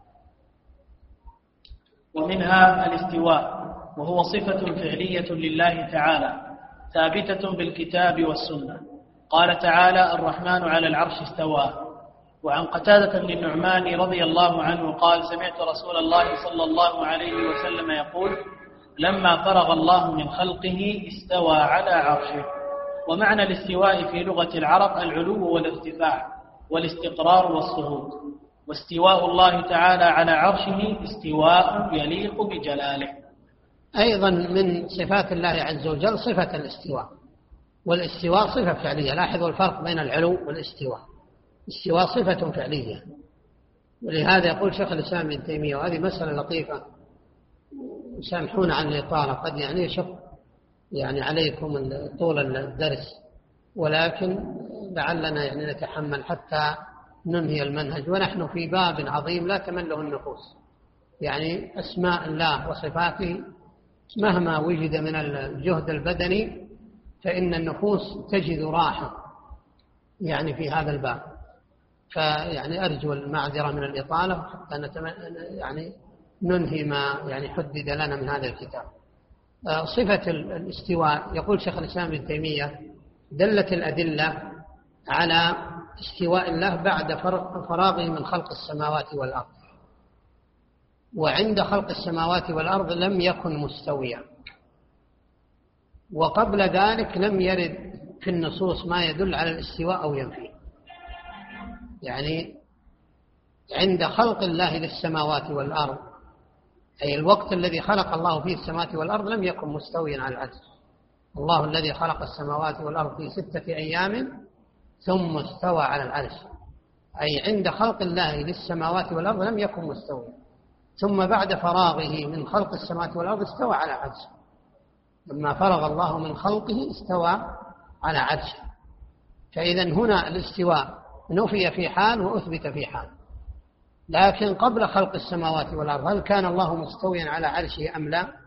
ومنها الاستواء، وهو صفة فعلية لله تعالى ثابتة بالكتاب والسنة. قال تعالى الرحمن على العرش استوى. وعن قتادة بن النعمان رضي الله عنه قال سمعت رسول الله صلى الله عليه وسلم يقول لما فرغ الله من خلقه استوى على عرشه. ومعنى الاستواء في لغة العرب العلو والارتفاع والاستقرار والصعود. واستواء الله تعالى على عرشه استواء يليق بجلاله. أيضا من صفات الله عز وجل صفة الاستواء، والاستواء صفة فعلية. لاحظوا الفرق بين العلو والاستواء. الاستواء صفة فعلية، ولهذا يقول شيخ الإسلام ابن تيمية، وهذه مسألة لطيفة سامحونا عن الإطالة، قد يعني يشق يعني عليكم طول الدرس، ولكن لعلنا يعني نتحمل حتى ننهي المنهج، ونحن في باب عظيم لا تمله النفوس. يعني أسماء الله وصفاته مهما وجد من الجهد البدني فإن النفوس تجد راحة يعني في هذا الباب. فيعني أرجو المعذرة من الإطالة حتى يعني ننهي ما يعني حدد لنا من هذا الكتاب. صفة الاستواء، يقول شيخ الإسلام ابن تيمية دلت الأدلة على استواء الله بعد فراغه من خلق السماوات والأرض، وعند خلق السماوات والأرض لم يكن مستويا، وقبل ذلك لم يرد في النصوص ما يدل على الاستواء أو ينفيه. يعني عند خلق الله للسماوات والأرض أي الوقت الذي خلق الله فيه السماوات والأرض لم يكن مستويا على العرش. الله الذي خلق السماوات والأرض في 6 أيام ثم استوى على العرش، أي عند خلق الله للسماوات والأرض لم يكن مستويا، ثم بعد فراغه من خلق السماوات والأرض استوى على عرشه. لما فرغ الله من خلقه استوى على عرشه. فإذا هنا الاستواء نفي في حال وأثبت في حال. لكن قبل خلق السماوات والأرض هل كان الله مستويا على عرشه أم لا؟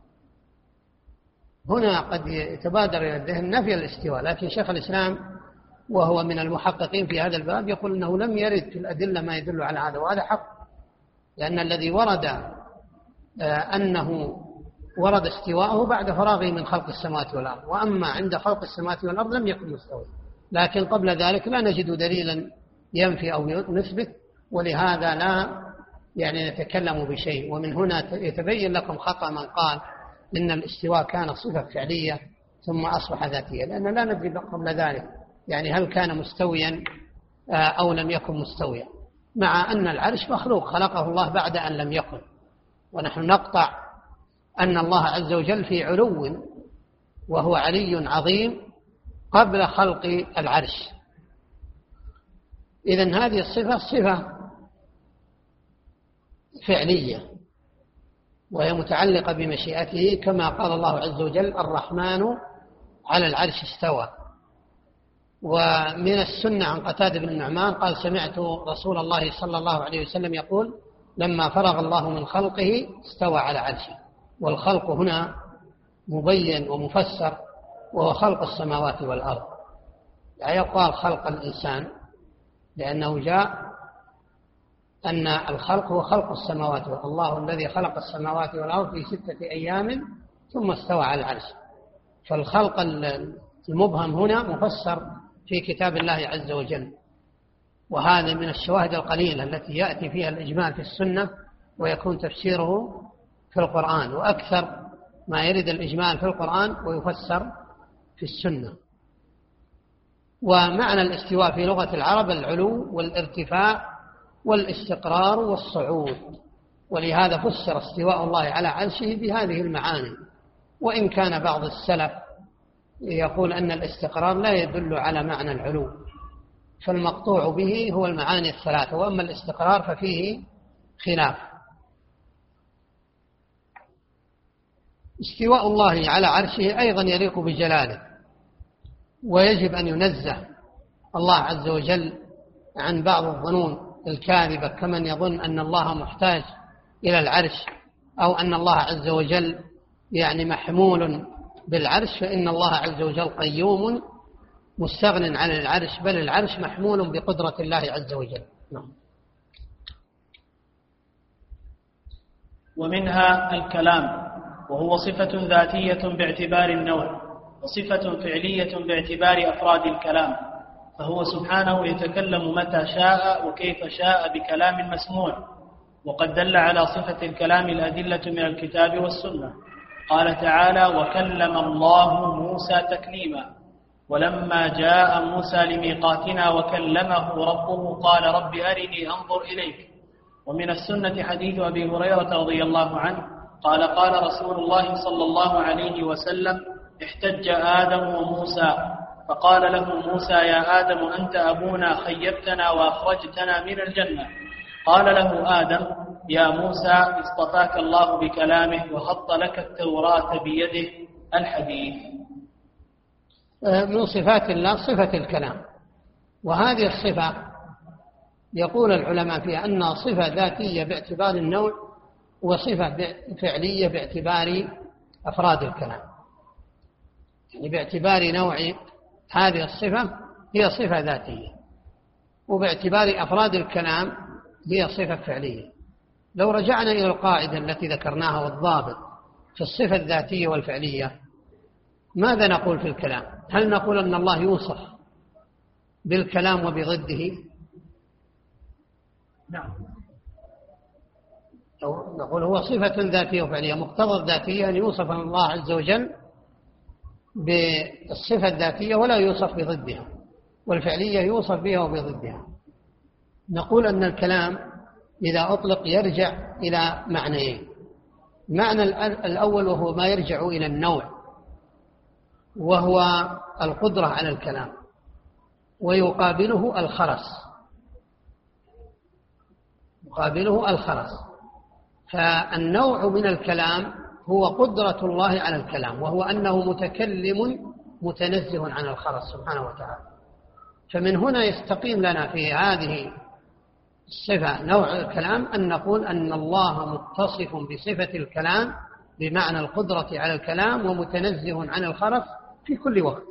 هنا قد يتبادر إلى الذهن نفي الاستواء، لكن شيخ الإسلام وهو من المحققين في هذا الباب يقول أنه لم يرد في الأدلة ما يدل على هذا، وهذا حق، لأن الذي ورد أنه ورد استواءه بعد فراغه من خلق السماوات والأرض، وأما عند خلق السماوات والأرض لم يكن مستوى. لكن قبل ذلك لا نجد دليلا ينفي أو يثبت، ولهذا لا يعني نتكلم بشيء. ومن هنا يتبين لكم خطأ من قال إن الاستواء كان صفة فعلية ثم أصبح ذاتية، لأن لا ندري قبل ذلك يعني هل كان مستويا أو لم يكن مستويا، مع أن العرش مخلوق خلقه الله بعد أن لم يكن، ونحن نقطع أن الله عز وجل في علو وهو علي عظيم قبل خلق العرش. إذن هذه الصفة صفة فعلية وهي متعلقة بمشيئته، كما قال الله عز وجل: الرحمن على العرش استوى. ومن السنة عن قتادة بن النعمان قال: سمعت رسول الله صلى الله عليه وسلم يقول: لما فرغ الله من خلقه استوى على عرشه. والخلق هنا مبين ومفسر، وهو خلق السماوات والأرض، لا يقال خلق الإنسان، لأنه جاء أن الخلق هو خلق السماوات والأرض. الله الذي خلق السماوات والأرض في 6 أيام ثم استوى على العرش. فالخلق المبهم هنا مفسر في كتاب الله عز وجل، وهذا من الشواهد القليلة التي يأتي فيها الإجمال في السنة ويكون تفسيره في القرآن، وأكثر ما يرد الإجمال في القرآن ويفسر في السنة. ومعنى الاستواء في لغة العرب العلو والارتفاع والاستقرار والصعود، ولهذا فسر استواء الله على عرشه بهذه المعاني. وإن كان بعض السلف يقول أن الاستقرار لا يدل على معنى العلو، فالمقطوع به هو المعاني الثلاثة، وأما الاستقرار ففيه خلاف. استواء الله على عرشه أيضا يليق بجلاله، ويجب أن ينزه الله عز وجل عن بعض الظنون الكاذبة، كمن يظن أن الله محتاج إلى العرش، أو أن الله عز وجل محمول بالعرش، فإن الله عز وجل قيوم مستغن عن العرش، بل العرش محمول بقدرة الله عز وجل. ومنها الكلام، وهو صفة ذاتية باعتبار النوع، وصفة فعلية باعتبار أفراد الكلام، فهو سبحانه يتكلم متى شاء وكيف شاء بكلام مسموع. وقد دل على صفة الكلام الأدلة من الكتاب والسنة. قال تعالى: وكلم الله موسى تكليما. ولما جاء موسى لميقاتنا وكلمه ربه قال: رب أرني أنظر إليك. ومن السنة حديث أبي هريرة رضي الله عنه قال: قال رسول الله صلى الله عليه وسلم: احتج آدم وموسى، فقال له موسى: يا آدم أنت أبونا، خيبتنا وأخرجتنا من الجنة. قال له آدم: يا موسى اصطفاك الله بكلامه وخط لك التوراة بيده. الحديث. من صفات الله صفة الكلام، وهذه الصفة يقول العلماء فيها أنها صفة ذاتية باعتبار النوع، وصفة فعلية باعتبار أفراد الكلام. باعتبار نوع هذه الصفة هي صفة ذاتية، وباعتبار أفراد الكلام هي صفة فعلية. لو رجعنا إلى القاعدة التي ذكرناها والضابط في الصفة الذاتية والفعلية، ماذا نقول في الكلام؟ هل نقول أن الله يوصف بالكلام وبضده؟ نعم. نقول هو صفة ذاتية وفعلية. مقتضى الذاتية أن يوصف الله عز وجل بالصفة الذاتية ولا يوصف بضدها، والفعلية يوصف بها وبضدها. نقول أن الكلام إذا أطلق يرجع إلى معنيين: المعنى الأول وهو ما يرجع إلى النوع، وهو القدرة على الكلام، ويقابله الخرس. فالنوع من الكلام هو قدرة الله على الكلام، وهو أنه متكلم متنزه عن الخرس سبحانه وتعالى. فمن هنا يستقيم لنا في هذه الصفة نوع الكلام أن نقول أن الله متصف بصفة الكلام بمعنى القدرة على الكلام، ومتنزه عن الخرس في كل وقت.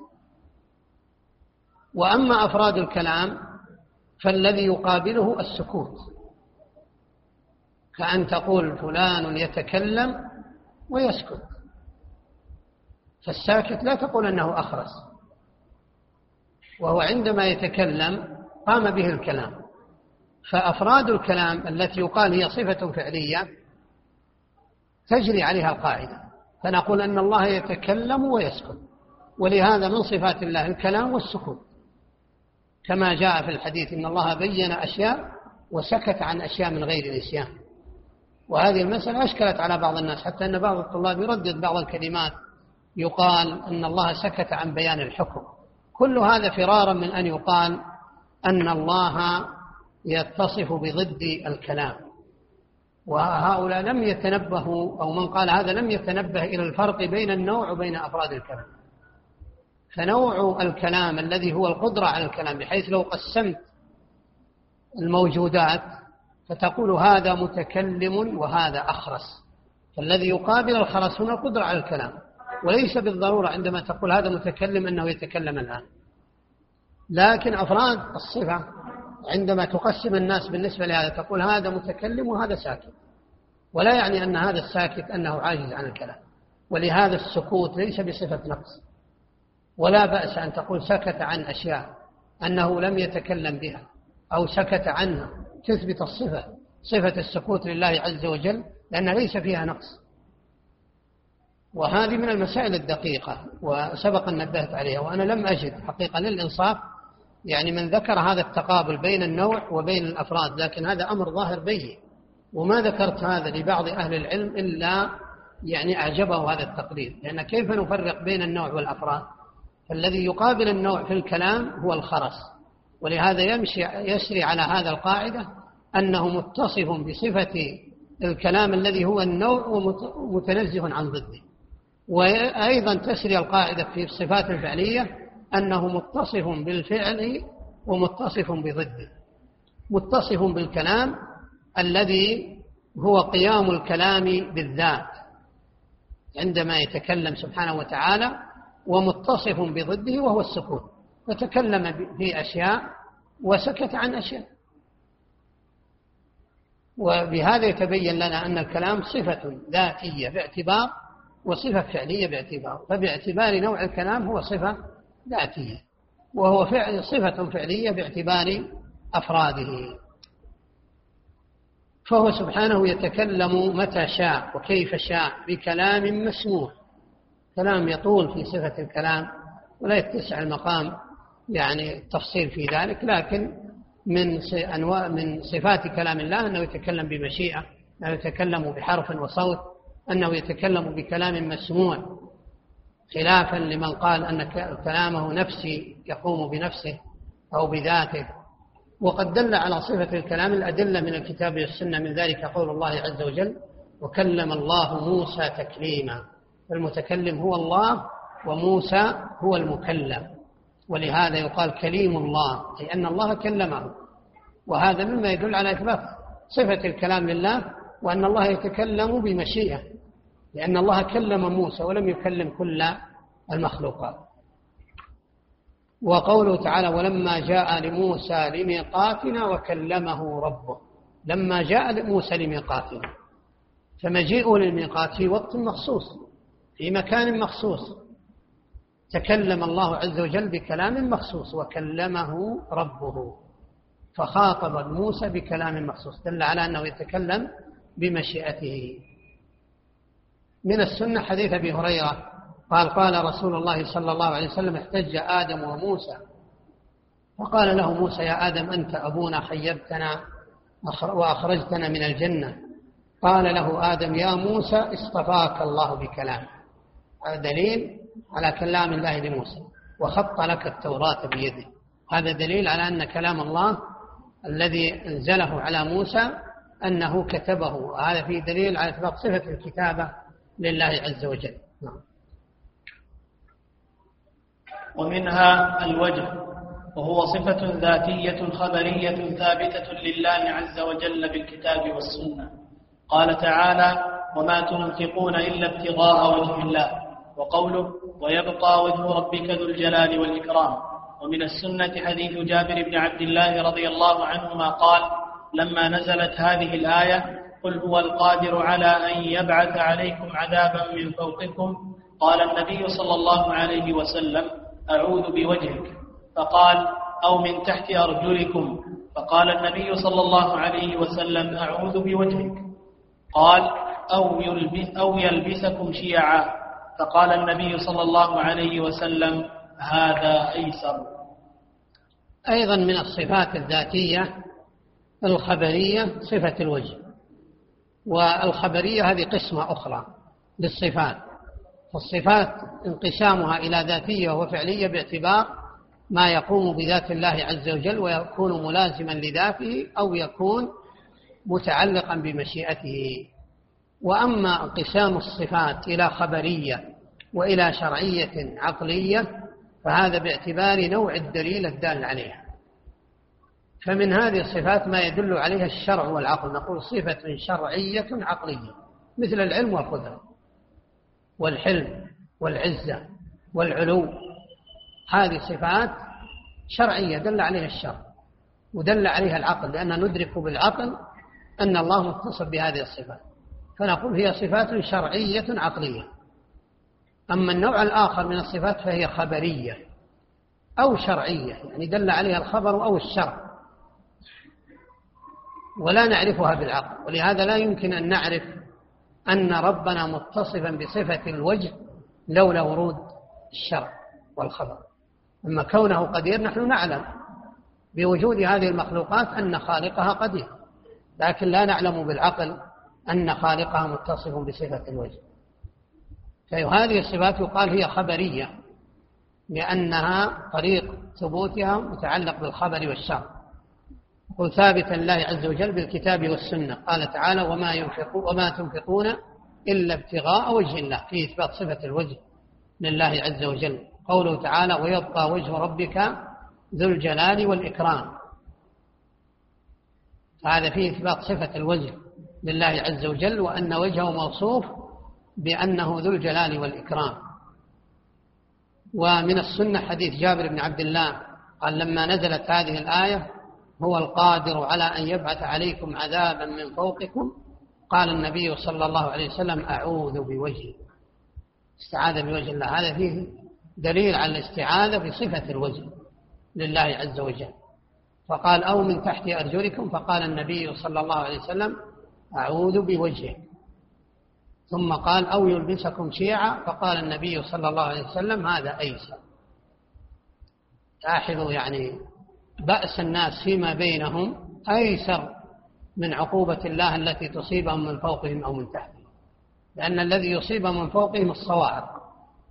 وأما أفراد الكلام فالذي يقابله السكوت، كأن تقول فلان يتكلم ويسكت، فالساكت لا تقول أنه أخرس، وهو عندما يتكلم قام به الكلام. فأفراد الكلام التي يقال هي صفة فعلية تجري عليها القاعدة، فنقول أن الله يتكلم ويسكت، ولهذا من صفات الله الكلام والسكوت، كما جاء في الحديث إن الله بين أشياء وسكت عن أشياء من غير نسيان. وهذه المسألة أشكلت على بعض الناس، حتى أن بعض الطلاب يردد بعض الكلمات يقال أن الله سكت عن بيان الحكم. كل هذا فرارا من أن يقال أن الله يتصف بضد الكلام. وهؤلاء لم يتنبهوا، أو من قال هذا لم يتنبه إلى الفرق بين النوع وبين أفراد الكلام. فنوع الكلام الذي هو القدرة على الكلام، بحيث لو قسمت الموجودات فتقول هذا متكلم وهذا أخرس، فالذي يقابل الخرس هنا القدرة على الكلام، وليس بالضرورة عندما تقول هذا متكلم أنه يتكلم الآن. لكن أفراد الصفة عندما تقسم الناس بالنسبة لهذا تقول هذا متكلم وهذا ساكت، ولا يعني أن هذا الساكت أنه عاجز عن الكلام. ولهذا السكوت ليس بصفة نقص، ولا بأس أن تقول سكت عن أشياء أنه لم يتكلم بها أو سكت عنها، تثبت الصفة، صفة السكوت لله عز وجل، لأن ليس فيها نقص. وهذه من المسائل الدقيقة وسبق أن نبهت عليها، وأنا لم أجد حقيقة للإنصاف يعني من ذكر هذا التقابل بين النوع وبين الأفراد، لكن هذا أمر ظاهر بين، وما ذكرت هذا لبعض أهل العلم إلا يعني أعجبه هذا التقرير، لأن كيف نفرق بين النوع والأفراد؟ فالذي يقابل النوع في الكلام هو الخرس، ولهذا يسري على هذا القاعدة أنه متصف بصفة الكلام الذي هو النوع ومتنزه عن ضده. وأيضا تسري القاعدة في الصفات الفعلية أنه متصف بالفعل ومتصف بضده، متصف بالكلام الذي هو قيام الكلام بالذات عندما يتكلم سبحانه وتعالى، ومتصف بضده وهو السكوت، فتكلم في أشياء وسكت عن أشياء. وبهذا يتبين لنا أن الكلام صفة ذاتية باعتبار وصفة فعلية باعتبار، فباعتبار نوع الكلام هو صفة ذاتية، وهو صفة فعلية باعتبار أفراده. فهو سبحانه يتكلم متى شاء وكيف شاء بكلام مسموع، كلام يطول في صفة الكلام ولا يتسع المقام يعني التفصيل في ذلك، لكن من صفات كلام الله أنه يتكلم بمشيئة، أنه يتكلم بحرف وصوت، أنه يتكلم بكلام مسموع، خلافا لمن قال أن كلامه نفسي يقوم بنفسه أو بذاته. وقد دل على صفة الكلام الأدلة من الكتاب والسنة، من ذلك قول الله عز وجل وكلم الله موسى تكليما، فالمتكلم هو الله وموسى هو المكلم، ولهذا يقال كليم الله، أي أن الله كلمه. وهذا مما يدل على إثبات صفة الكلام لله، وأن الله يتكلم بمشيئة، لأن الله كلم موسى ولم يكلم كل المخلوقات. وقوله تعالى ولما جاء لموسى لميقاتنا وكلمه ربه، لما جاء لموسى لميقاتنا، فمجيئه للميقات في وقت مخصوص في مكان مخصوص، تكلم الله عز وجل بكلام مخصوص وكلمه ربه، فخاطب موسى بكلام مخصوص، دل على أنه يتكلم بمشيئته. من السنة حديث أبي هريرة قال قال رسول الله صلى الله عليه وسلم احتج آدم وموسى، فقال له موسى يا آدم أنت أبونا خيبتنا وأخرجتنا من الجنة. قال له آدم يا موسى اصطفاك الله بكلام. هذا دليل على كلام الله لموسى، وخط لك التوراة بيده، هذا دليل على أن كلام الله الذي أنزله على موسى أنه كتبه، وهذا فيه دليل على إثبات صفة الكتابة لله عز وجل. ومنها الوجه، وهو صفة ذاتية خبرية ثابتة لله عز وجل بالكتاب والسنة. قال تعالى وما تنفقون إلا ابتغاء وجه الله، وقوله ويبقى وجه ربك ذو الجلال والإكرام. ومن السنة حديث جابر بن عبد الله رضي الله عنهما قال لما نزلت هذه الآية قل هو القادر على أن يبعث عليكم عذابا من فوقكم، قال النبي صلى الله عليه وسلم أعوذ بوجهك، فقال أو من تحت أرجلكم، فقال النبي صلى الله عليه وسلم أعوذ بوجهك، قال أو يلبسكم شيعا، فقال النبي صلى الله عليه وسلم هذا أيسر. أيضا من الصفات الذاتية الخبرية صفة الوجه، والخبرية هذه قسمة أخرى للصفات، فالصفات انقسامها إلى ذاتية وفعلية باعتبار ما يقوم بذات الله عز وجل ويكون ملازما لذاته، أو يكون متعلقا بمشيئته. وأما انقسام الصفات إلى خبرية وإلى شرعية عقلية فهذا باعتبار نوع الدليل الدال عليها. فمن هذه الصفات ما يدل عليها الشرع والعقل، نقول صفة شرعية عقلية مثل العلم والقدرة والحلم والعزة والعلو، هذه صفات شرعية دل عليها الشرع ودل عليها العقل، لأننا ندرك بالعقل أن الله متصف بهذه الصفات، فنقول هي صفات شرعية عقلية. أما النوع الآخر من الصفات فهي خبرية أو شرعية، يعني دل عليها الخبر أو الشرع ولا نعرفها بالعقل، ولهذا لا يمكن أن نعرف أن ربنا متصفا بصفة الوجه لولا ورود الشرع والخبر. أما كونه قدير نحن نعلم بوجود هذه المخلوقات أن خالقها قدير، لكن لا نعلم بالعقل أن خالقها متصف بصفة الوجه. فهذه الصفات يقال هي خبرية لأنها طريق ثبوتها متعلق بالخبر والشرع. قل ثابتا الله عز وجل بالكتاب والسنة، قال تعالى وما تنفقون إلا ابتغاء وجه الله، في إثبات صفة الوجه لله عز وجل. قوله تعالى ويبقى وجه ربك ذو الجلال والإكرام، هذا فيه إثبات صفة الوجه لله عز وجل، وأن وجهه موصوف بأنه ذو الجلال والإكرام. ومن السنة حديث جابر بن عبد الله قال لما نزلت هذه الآية هو القادر على أن يبعث عليكم عذابا من فوقكم، قال النبي صلى الله عليه وسلم أعوذ بوجهه، استعاذ بوجه الله. هذا فيه دليل على الاستعاذة بصفة الوجه لله عز وجل. فقال أو من تحت أرجلكم، فقال النبي صلى الله عليه وسلم أعوذ بوجهه. ثم قال أو يلبسكم شيعا، فقال النبي صلى الله عليه وسلم هذا أيسر. لاحظوا يعني بأس الناس فيما بينهم أيسر من عقوبة الله التي تصيبهم من فوقهم أو من تحتهم، لأن الذي يصيبهم من فوقهم الصواعق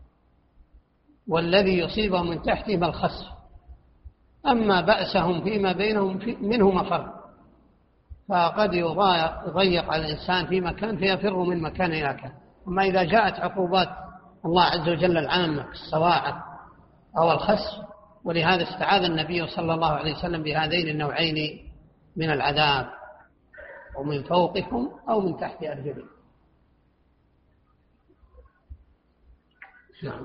والذي يصيبهم من تحتهم الخسف. أما بأسهم فيما بينهم منه مفر، فقد يضيق على الإنسان في مكان فيفر من مكان إلى مكان. أما إذا جاءت عقوبات الله عز وجل العامة الصواعق أو الخسف، ولهذا استعاذ النبي صلى الله عليه وسلم بهذين النوعين من العذاب، ومن فوقكم أو من تحت أرجلكم. نعم.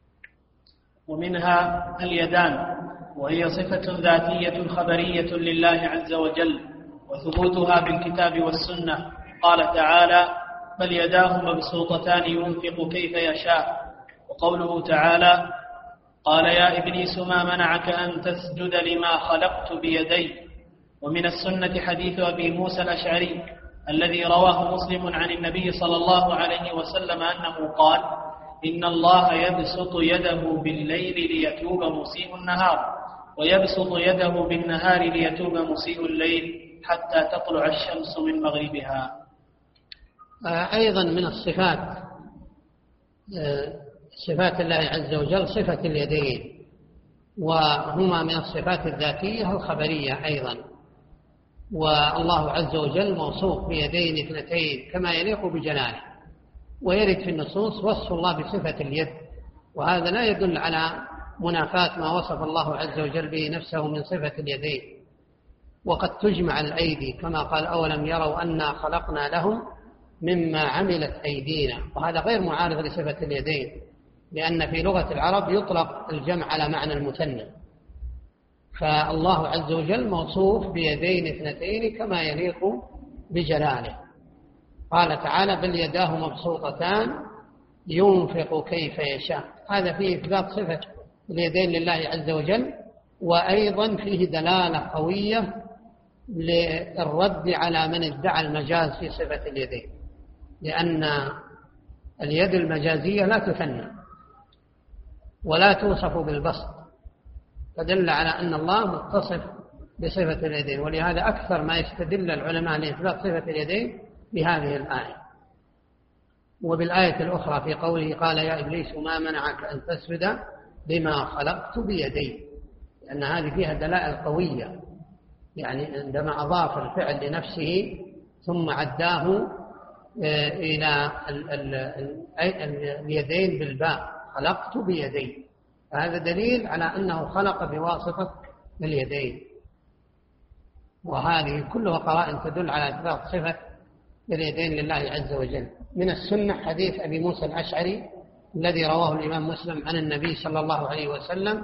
ومنها اليدان، وهي صفة ذاتية خبرية لله عز وجل، وثبوتها بالكتاب والسنة. قال تعالى بل يداه مبسوطتان ينفق كيف يشاء. وقوله تعالى قال يا إبليس ما منعك أن تسجد لما خلقت بيدي. ومن السنة حديث أبي موسى الأشعري الذي رواه مسلم عن النبي صلى الله عليه وسلم أنه قال إن الله يبسط يده بالليل ليتوب مسيء النهار، ويبسط يده بالنهار ليتوب مسيء الليل حتى تطلع الشمس من مغربها. أيضا من الصفات صفات الله عز وجل صفة اليدين، وهما من الصفات الذاتية الخبرية أيضا. والله عز وجل موصوف بيدين اثنتين كما يليق بجلاله، ويرد في النصوص وصف الله بصفة اليد، وهذا لا يدل على منافاة ما وصف الله عز وجل به نفسه من صفة اليدين. وقد تجمع الأيدي كما قال أولم يروا أنا خلقنا لهم مما عملت أيدينا، وهذا غير معارض لصفة اليدين، لأن في لغة العرب يطلق الجمع على معنى المثنى. فالله عز وجل موصوف بيدين اثنتين كما يليق بجلاله. قال تعالى بل يداه مبسوطتان ينفق كيف يشاء، هذا فيه إثبات صفة اليدين لله عز وجل، وأيضا فيه دلالة قوية للرد على من ادعى المجاز في صفة اليدين، لأن اليد المجازية لا تثنى ولا توصف بالبسط، فدل على أن الله متصف بصفة اليدين. ولهذا أكثر ما يستدل العلماء لإثبات صفة اليدين بهذه الآية. وبالآية الأخرى في قوله قال يا إبليس ما منعك أن تسجد لما خلقت بيدي، لأن هذه فيها دلائل قوية، يعني عندما أضاف الفعل لنفسه ثم عداه إلى اليدين بالباء، خلقت بيدي، هذا دليل على أنه خلق بواسطة اليدين. وهذه كلها قرائن تدل على إثبات صفة اليدين لله عز وجل. من السنة حديث أبي موسى الأشعري الذي رواه الإمام مسلم عن النبي صلى الله عليه وسلم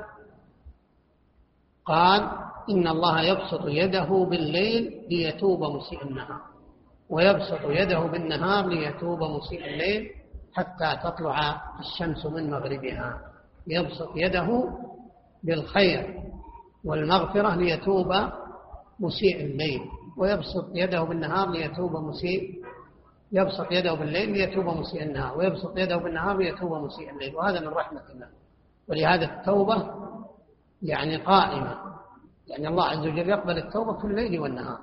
قال: إن الله يبسط يده بالليل ليتوب مسيء النهار، ويبسط يده بالنهار ليتوب مسيء الليل حتى تطلع الشمس من مغربها. يبسط يده بالخير والمغفرة ليتوب مسيء الليل، ويبسط يده بالنهار ليتوب يبسط يده بالليل ليتوب مسيء النهار، ويبسط يده بالنهار ليتوب مسيء الليل. وهذا من رحمة الله. ولهذا التوبة يعني قائمة، يعني الله عز وجل يقبل التوبة في الليل والنهار.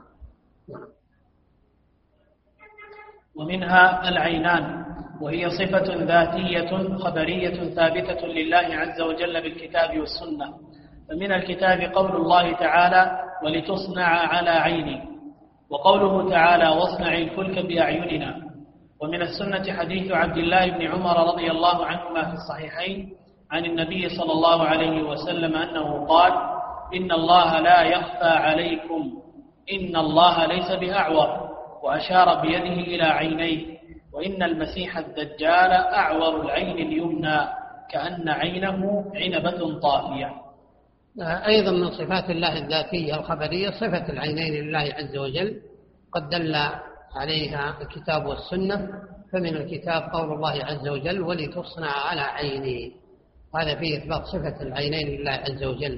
ومنها العينان، وهي صفة ذاتية خبرية ثابتة لله عز وجل بالكتاب والسنة. فمن الكتاب قول الله تعالى: ولتصنع على عيني، وقوله تعالى: واصنع الفلك بأعيننا. ومن السنة حديث عبد الله بن عمر رضي الله عنهما في الصحيحين عن النبي صلى الله عليه وسلم أنه قال: إن الله لا يخفى عليكم، إن الله ليس بأعور، وأشار بيده إلى عينيه. وإن المسيح الدجال أعور العين اليمنى كأن عينه عنبة طافية. أيضا من صفات الله الذاتية الخبرية صفة العينين لله عز وجل، قد دل عليها الكتاب والسنة. فمن الكتاب قول الله عز وجل: ولتصنع على عيني، هذا فيه إثبات صفة العينين لله عز وجل.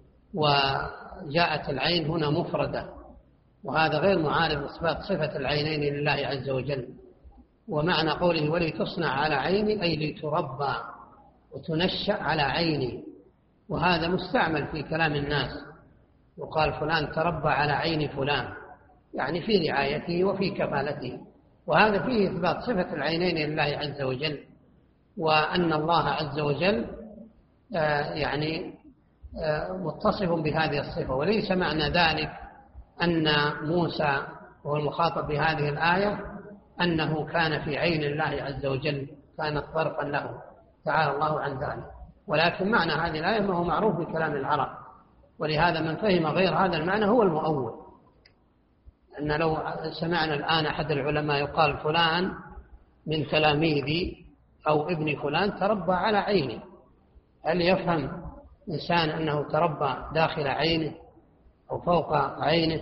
وجاءت العين هنا مفردة، وهذا غير معارض إثبات صفة العينين لله عز وجل. ومعنى قوله ولتصنع على عيني أي لتربى وتنشأ على عيني، وهذا مستعمل في كلام الناس، وقال فلان تربى على عين فلان، يعني في رعايته وفي كفالته. وهذا فيه إثبات صفة العينين لله عز وجل، وأن الله عز وجل يعني متصف بهذه الصفة. وليس معنى ذلك أن موسى وهو المخاطب بهذه الآية أنه كان في عين الله عز وجل، كانت ضرقا له، تعالى الله عن ذلك. ولكن معنى هذه الآية ما هو معروف بكلام العرب، ولهذا من فهم غير هذا المعنى هو المؤول. أن لو سمعنا الآن أحد العلماء يقال فلان من تلاميذي أو ابن فلان تربى على عيني، هل يفهم إنسان أنه تربى داخل عينه أو فوق عينه؟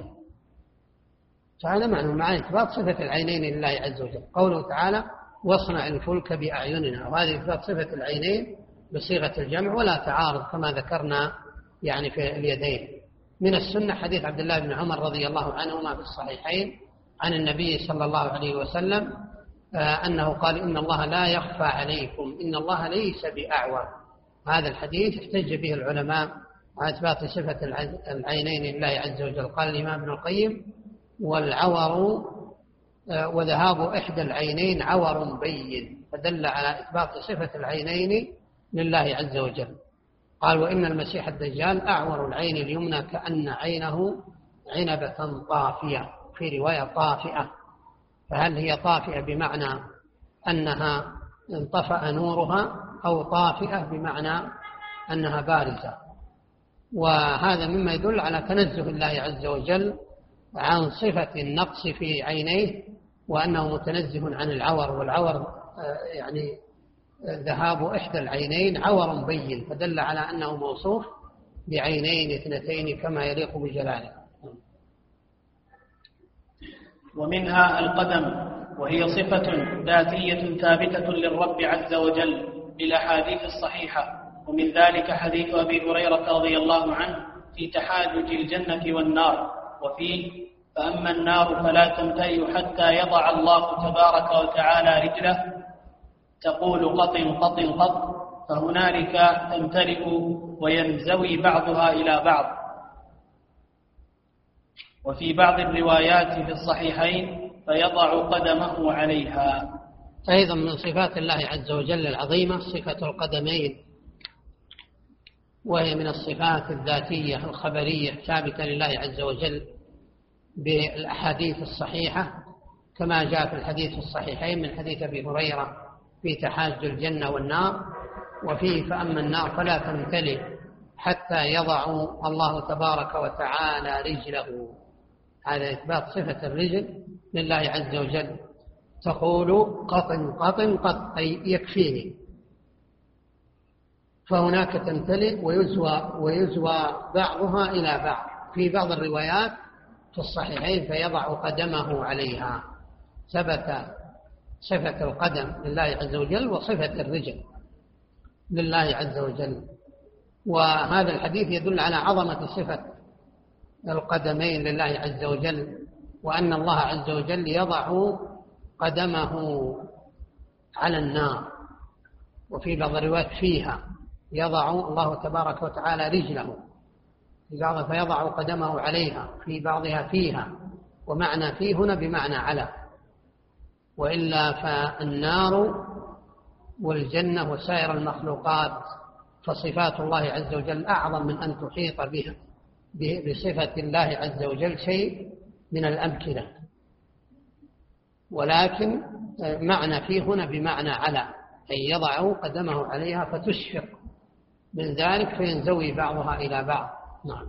فهذا معنى إثبات صفة العينين لله عز وجل. قوله تعالى: واصنع الفلك بأعيننا، وهذه إثبات صفة العينين بصيغة الجمع ولا تعارض كما ذكرنا يعني في اليدين. من السنة حديث عبد الله بن عمر رضي الله عنهما في الصحيحين عن النبي صلى الله عليه وسلم أنه قال: إن الله لا يخفى عليكم، إن الله ليس بأعور. هذا الحديث احتج به العلماء على إثبات صفة العينين لله عز وجل. قال الإمام ابن القيم: والعور وذهاب إحدى العينين عور بين، فدل على إثبات صفة العينين لله عز وجل. قال: وإن المسيح الدجال أعور العين اليمنى كأن عينه عنبة طافية، في رواية طافئة. فهل هي طافئة بمعنى أنها انطفأ نورها، أو طافئة بمعنى أنها بارزة؟ وهذا مما يدل على تنزه الله عز وجل عن صفة النقص في عينيه، وأنه متنزه عن العور. والعور يعني ذهاب إحدى العينين عور بين، فدل على أنه موصوف بعينين اثنتين كما يليق بجلاله. ومنها القدم، وهي صفة ذاتية ثابتة للرب عز وجل بالأحاديث الصحيحة. ومن ذلك حديث أبي هريرة رضي الله عنه في تحاجج الجنة والنار، وفيه: فأما النار فلا تمتلئ حتى يضع الله تبارك وتعالى رجله تقول قط قط قط، فهنالك تمتلئ وينزوي بعضها إلى بعض. وفي بعض الروايات في الصحيحين: فيضع قدمه عليها. أيضا من صفات الله عز وجل العظيمة صفة القدمين، وهي من الصفات الذاتية الخبرية ثابتة لله عز وجل بالأحاديث الصحيحة كما جاء في الحديث الصحيحين من حديث أبي هريرة في تحاج الجنة والنار، وفيه فأما النار فلا تمتلئ حتى يضع الله تبارك وتعالى رجله. هذا إثبات صفة الرجل لله عز وجل، تقول قط قط قط أي يكفيني، فهناك تمتلئ ويزوى بعضها إلى بعض. في بعض الروايات في الصحيحين فيضع قدمه عليها، ثبت صفة القدم لله عز وجل وصفة الرجل لله عز وجل. وهذا الحديث يدل على عظمة صفة القدمين لله عز وجل، وأن الله عز وجل يضع قدمه على النار، وفي بعض الروايات فيها يضع الله تبارك وتعالى رجله، في بعضها فيضع قدمه عليها، في بعضها فيها، ومعنى فيه هنا بمعنى على، وإلا فالنار والجنة وسائر المخلوقات فصفات الله عز وجل أعظم من أن تحيط بها بصفة الله عز وجل شيء من الأمكنة، ولكن معنى فيه هنا بمعنى على، أي يضع قدمه عليها فتشفق من ذلك فينزوي بعضها إلى بعض. نعم.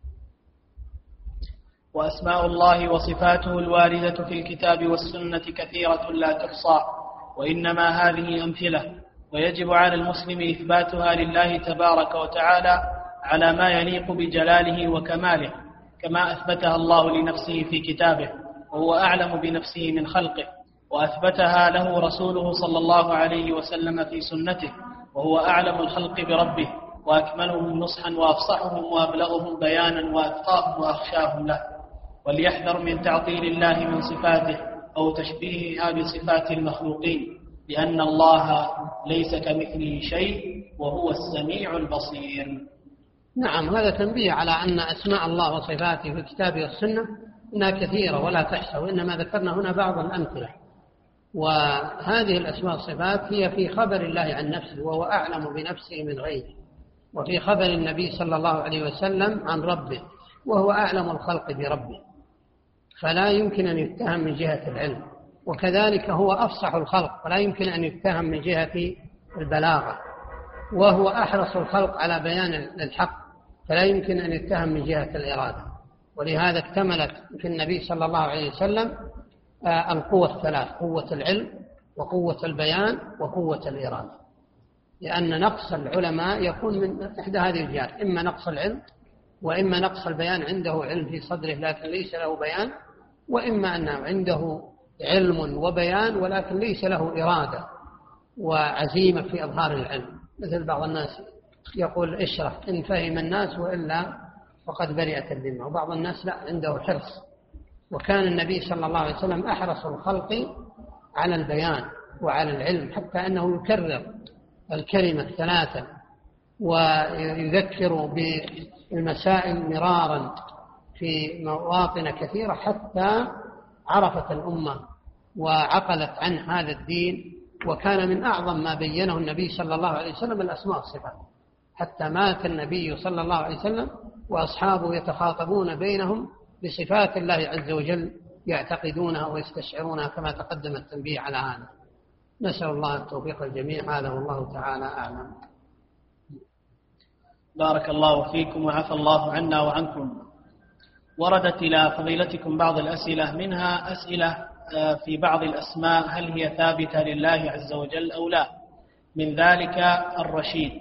وأسماء الله وصفاته الواردة في الكتاب والسنة كثيرة لا تحصى، وإنما هذه أمثلة، ويجب على المسلم إثباتها لله تبارك وتعالى على ما يليق بجلاله وكماله، كما أثبتها الله لنفسه في كتابه وهو أعلم بنفسه من خلقه، وأثبتها له رسوله صلى الله عليه وسلم في سنته وهو أعلم الخلق بربه وأكملهم نصحا وأفصحهم وأبلغهم بيانا وأتقاهم وأخشاهم له. وليحذر من تعطيل الله من صفاته أو تشبيهها بصفات المخلوقين، لأن الله ليس كمثله شيء وهو السميع البصير. نعم، هذا تنبيه على أن أسماء الله وصفاته في الكتاب والسنة إنها كثيرة ولا تحصى، وإنما ذكرنا هنا بعض الأمثلة. وهذه الأسماء والصفات هي في خبر الله عن نفسه وهو أعلم بنفسه من غيره، وفي خبر النبي صلى الله عليه وسلم عن ربه وهو أعلم الخلق بربه، فلا يمكن أن يتهم من جهة العلم. وكذلك هو أفصح الخلق، فلا يمكن أن يتهم من جهة البلاغة، وهو أحرص الخلق على بيان الحق، فلا يمكن أن يتهم من جهة الإرادة. ولهذا اكتملت في النبي صلى الله عليه وسلم القوة الثلاث: قوة العلم وقوة البيان وقوة الإرادة، لأن نقص العلماء يكون من إحدى هذه الجهات: إما نقص العلم، وإما نقص البيان، عنده علم في صدره لكن ليس له بيان، وإما أنه عنده علم وبيان ولكن ليس له إرادة وعزيمة في إظهار العلم. مثل بعض الناس يقول اشرح إن فهم الناس وإلا فقد برئت الذمة، وبعض الناس لا، عنده حرص. وكان النبي صلى الله عليه وسلم أحرص الخلق على البيان وعلى العلم، حتى أنه يكرر الكلمة ثلاثة ويذكر بالمسائل مرارا في مواطن كثيرة، حتى عرفت الأمة وعقلت عن هذا الدين. وكان من أعظم ما بينه النبي صلى الله عليه وسلم الأسماء والصفات، حتى مات النبي صلى الله عليه وسلم وأصحابه يتخاطبون بينهم بصفات الله عز وجل، يعتقدونها ويستشعرونها، كما تقدم التنبيه على هذا. نسأل الله التوفيق الجميع، هذا والله تعالى أعلم. بارك الله فيكم وعفى الله عنا وعنكم. وردت إلى فضيلتكم بعض الأسئلة، منها أسئلة في بعض الأسماء هل هي ثابتة لله عز وجل أو لا. من ذلك الرشيد.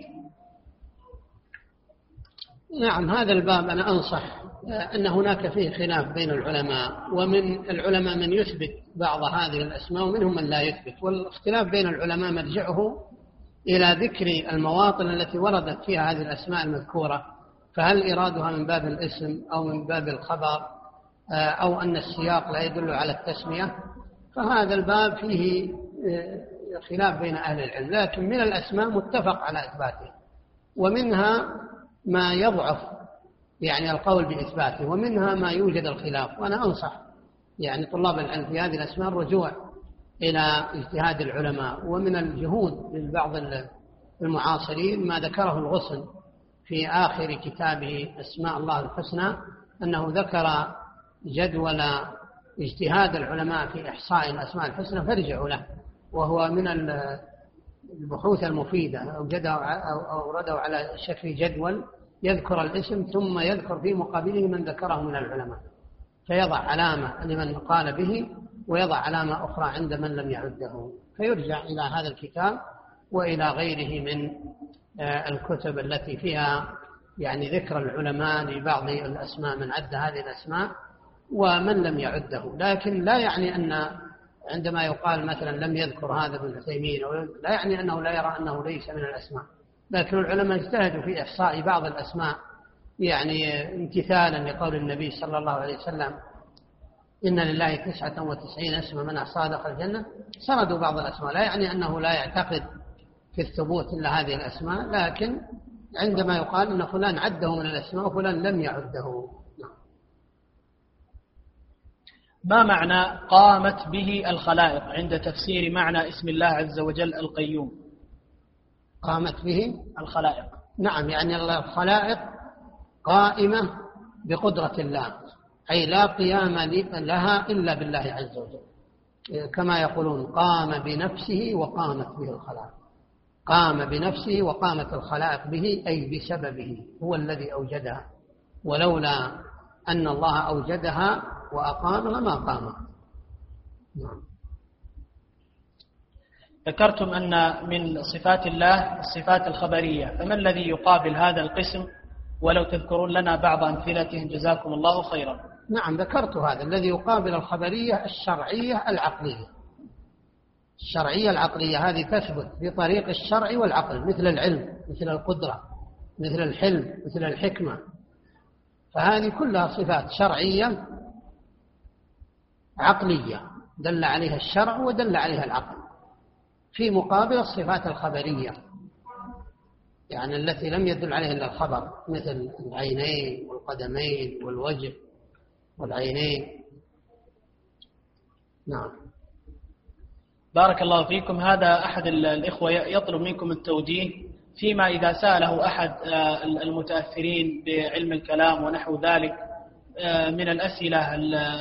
نعم، هذا الباب أنا أنصح أن هناك فيه خلاف بين العلماء، ومن العلماء من يثبت بعض هذه الأسماء ومنهم من لا يثبت، والاختلاف بين العلماء مرجعه إلى ذكر المواطن التي وردت فيها هذه الأسماء المذكورة، فهل إرادها من باب الاسم أو من باب الخبر أو أن السياق لا يدل على التسمية. فهذا الباب فيه خلاف بين أهل العلم، لكن من الأسماء متفق على إثباته، ومنها ما يضعف يعني القول بإثباته، ومنها ما يوجد الخلاف. وأنا أنصح يعني طلاب العلم في هذه الأسماء الرجوع إلى اجتهاد العلماء. ومن الجهود لبعض المعاصرين ما ذكره الغصن في آخر كتابه أسماء الله الحسنى، أنه ذكر جدول اجتهاد العلماء في إحصاء الأسماء الحسنى فارجعوا له، وهو من البحوث المفيدة. أورده على شكل جدول يذكر الاسم ثم يذكر في مقابله من ذكره من العلماء، فيضع علامة لمن قال به ويضع علامة أخرى عند من لم يعده، فيرجع إلى هذا الكتاب وإلى غيره من الكتب التي فيها يعني ذكر العلماء لبعض الأسماء من عد هذه الأسماء ومن لم يعده. لكن لا يعني أن عندما يقال مثلا لم يذكر هذا ابن عثيمين لا يعني أنه لا يرى أنه ليس من الأسماء، لكن العلماء اجتهدوا في إحصاء بعض الأسماء يعني امتثالا لقول النبي صلى الله عليه وسلم إن لله 99 اسما من أحصاها دخل الجنة. سردوا بعض الأسماء، لا يعني أنه لا يعتقد في الثبوت إلا هذه الأسماء، لكن عندما يقال أن فلان عده من الأسماء وفلان لم يعده. ما معنى قامت به الخلائق عند تفسير معنى اسم الله عز وجل القيوم؟ قامت به الخلائق، نعم، يعني الخلائق قائمة بقدرة الله، أي لا قيام لها إلا بالله عز وجل، كما يقولون قام بنفسه وقامت به الخلائق. قام بنفسه وقامت الخلائق به أي بسببه، هو الذي أوجدها، ولولا أن الله أوجدها وأقامها ما قامت. نعم. ذكرتم أن من صفات الله الصفات الخبرية، فما الذي يقابل هذا القسم؟ ولو تذكرون لنا بعض أمثلتهم جزاكم الله خيرا. نعم، ذكرت هذا الذي يقابل الخبرية الشرعية العقلية. الشرعية العقلية هذه تثبت بطريق الشرع والعقل، مثل العلم، مثل القدرة، مثل الحلم، مثل الحكمة، فهذه كلها صفات شرعية عقلية دل عليها الشرع ودل عليها العقل، في مقابل الصفات الخبرية يعني التي لم يدل عليها إلا الخبر، مثل العينين والقدمين والوجه والعينين. نعم. بارك الله فيكم. هذا أحد الإخوة يطلب منكم التوجيه فيما إذا سأله أحد المتأثرين بعلم الكلام ونحو ذلك من الأسئلة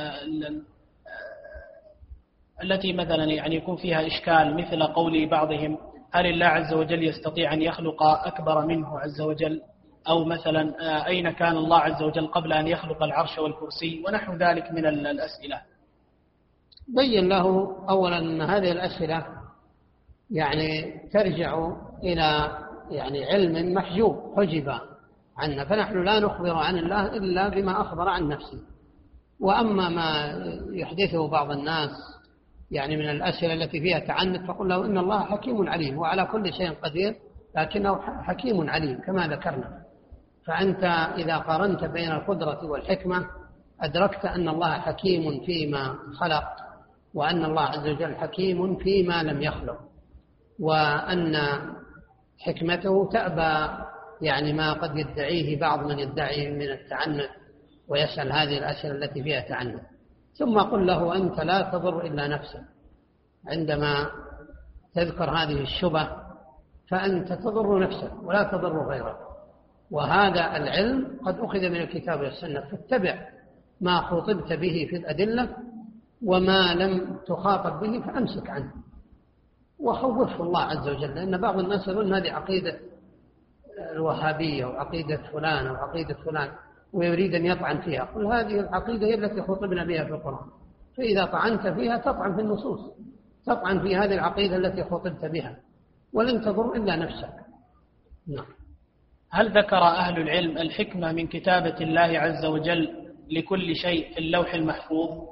التي مثلا يعني يكون فيها إشكال، مثل قول بعضهم هل الله عز وجل يستطيع أن يخلق أكبر منه عز وجل، أو مثلا أين كان الله عز وجل قبل أن يخلق العرش والكرسي ونحو ذلك من الأسئلة. بين له أولا أن هذه الأسئلة يعني ترجع إلى يعني علم محجوب حجب عنا، فنحن لا نخبر عن الله إلا بما أخبر عن نفسه. وأما ما يحدثه بعض الناس يعني من الأسئلة التي فيها تعنت، فقل له إن الله حكيم عليم وعلى كل شيء قدير، لكنه حكيم عليم كما ذكرنا. فأنت إذا قارنت بين القدرة والحكمة أدركت أن الله حكيم فيما خلق، وأن الله عز وجل حكيم فيما لم يخلق، وأن حكمته تأبى يعني ما قد يدعيه بعض من يدعي من التعنت ويسأل هذه الأسئلة التي فيها تعنت. ثم قل له أنت لا تضر إلا نفسك، عندما تذكر هذه الشبه فأنت تضر نفسك ولا تضر غيرك، وهذا العلم قد أخذ من الكتاب والسنة، فاتبع ما خطبت به في الأدلة، وما لم تخاطب به فأمسك عنه وخوفه الله عز وجل. لأن بعض الناس يقول هذه عقيدة الوهابية وعقيدة فلان وعقيدة فلان ويريد أن يطعن فيها. قل هذه العقيدة هي التي خطبنا بها في القرآن، فإذا طعنت فيها تطعن في النصوص، تطعن في هذه العقيدة التي خطبت بها، ولن تضر إلا نفسك. نعم. هل ذكر أهل العلم الحكمة من كتابة الله عز وجل لكل شيء في اللوح المحفوظ؟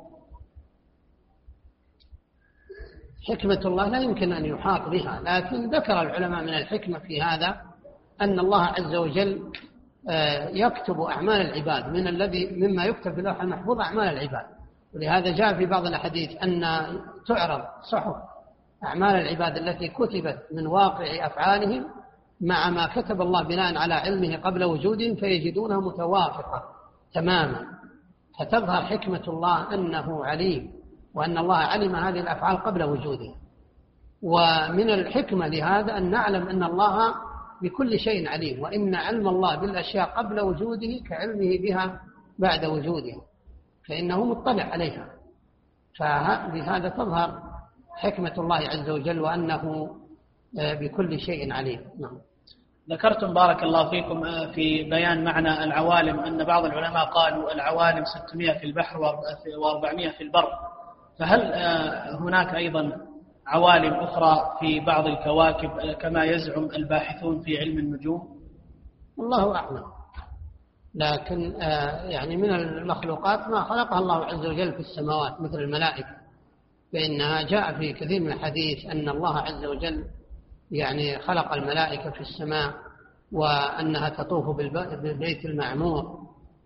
حكمة الله لا يمكن أن يحاط بها، لكن ذكر العلماء من الحكمة في هذا أن الله عز وجل يكتب أعمال العباد مما يكتب في اللوح المحفوظ أعمال العباد، ولهذا جاء في بعض الأحاديث أن تعرض صحف أعمال العباد التي كتبت من واقع أفعالهم مع ما كتب الله بناء على علمه قبل وجودهم، فيجدونها متوافقة تماما، فتظهر حكمة الله أنه عليم، وأن الله علم هذه الأفعال قبل وجودها. ومن الحكمة لهذا أن نعلم أن الله بكل شيء عليم، وإن علم الله بالأشياء قبل وجوده كعلمه بها بعد وجودها، فإنه مطلع عليها. فبهذا تظهر حكمة الله عز وجل وأنه بكل شيء عليم. نعم. ذكرتم بارك الله فيكم في بيان معنى العوالم أن بعض العلماء قالوا العوالم 600 في البحر و400 في البر، فهل هناك أيضا عوالم أخرى في بعض الكواكب كما يزعم الباحثون في علم النجوم؟ الله أعلم، لكن يعني من المخلوقات ما خلقها الله عز وجل في السماوات مثل الملائكة، فإنها جاء في كثير من الحديث أن الله عز وجل يعني خلق الملائكة في السماء، وأنها تطوف بالبيت المعمور،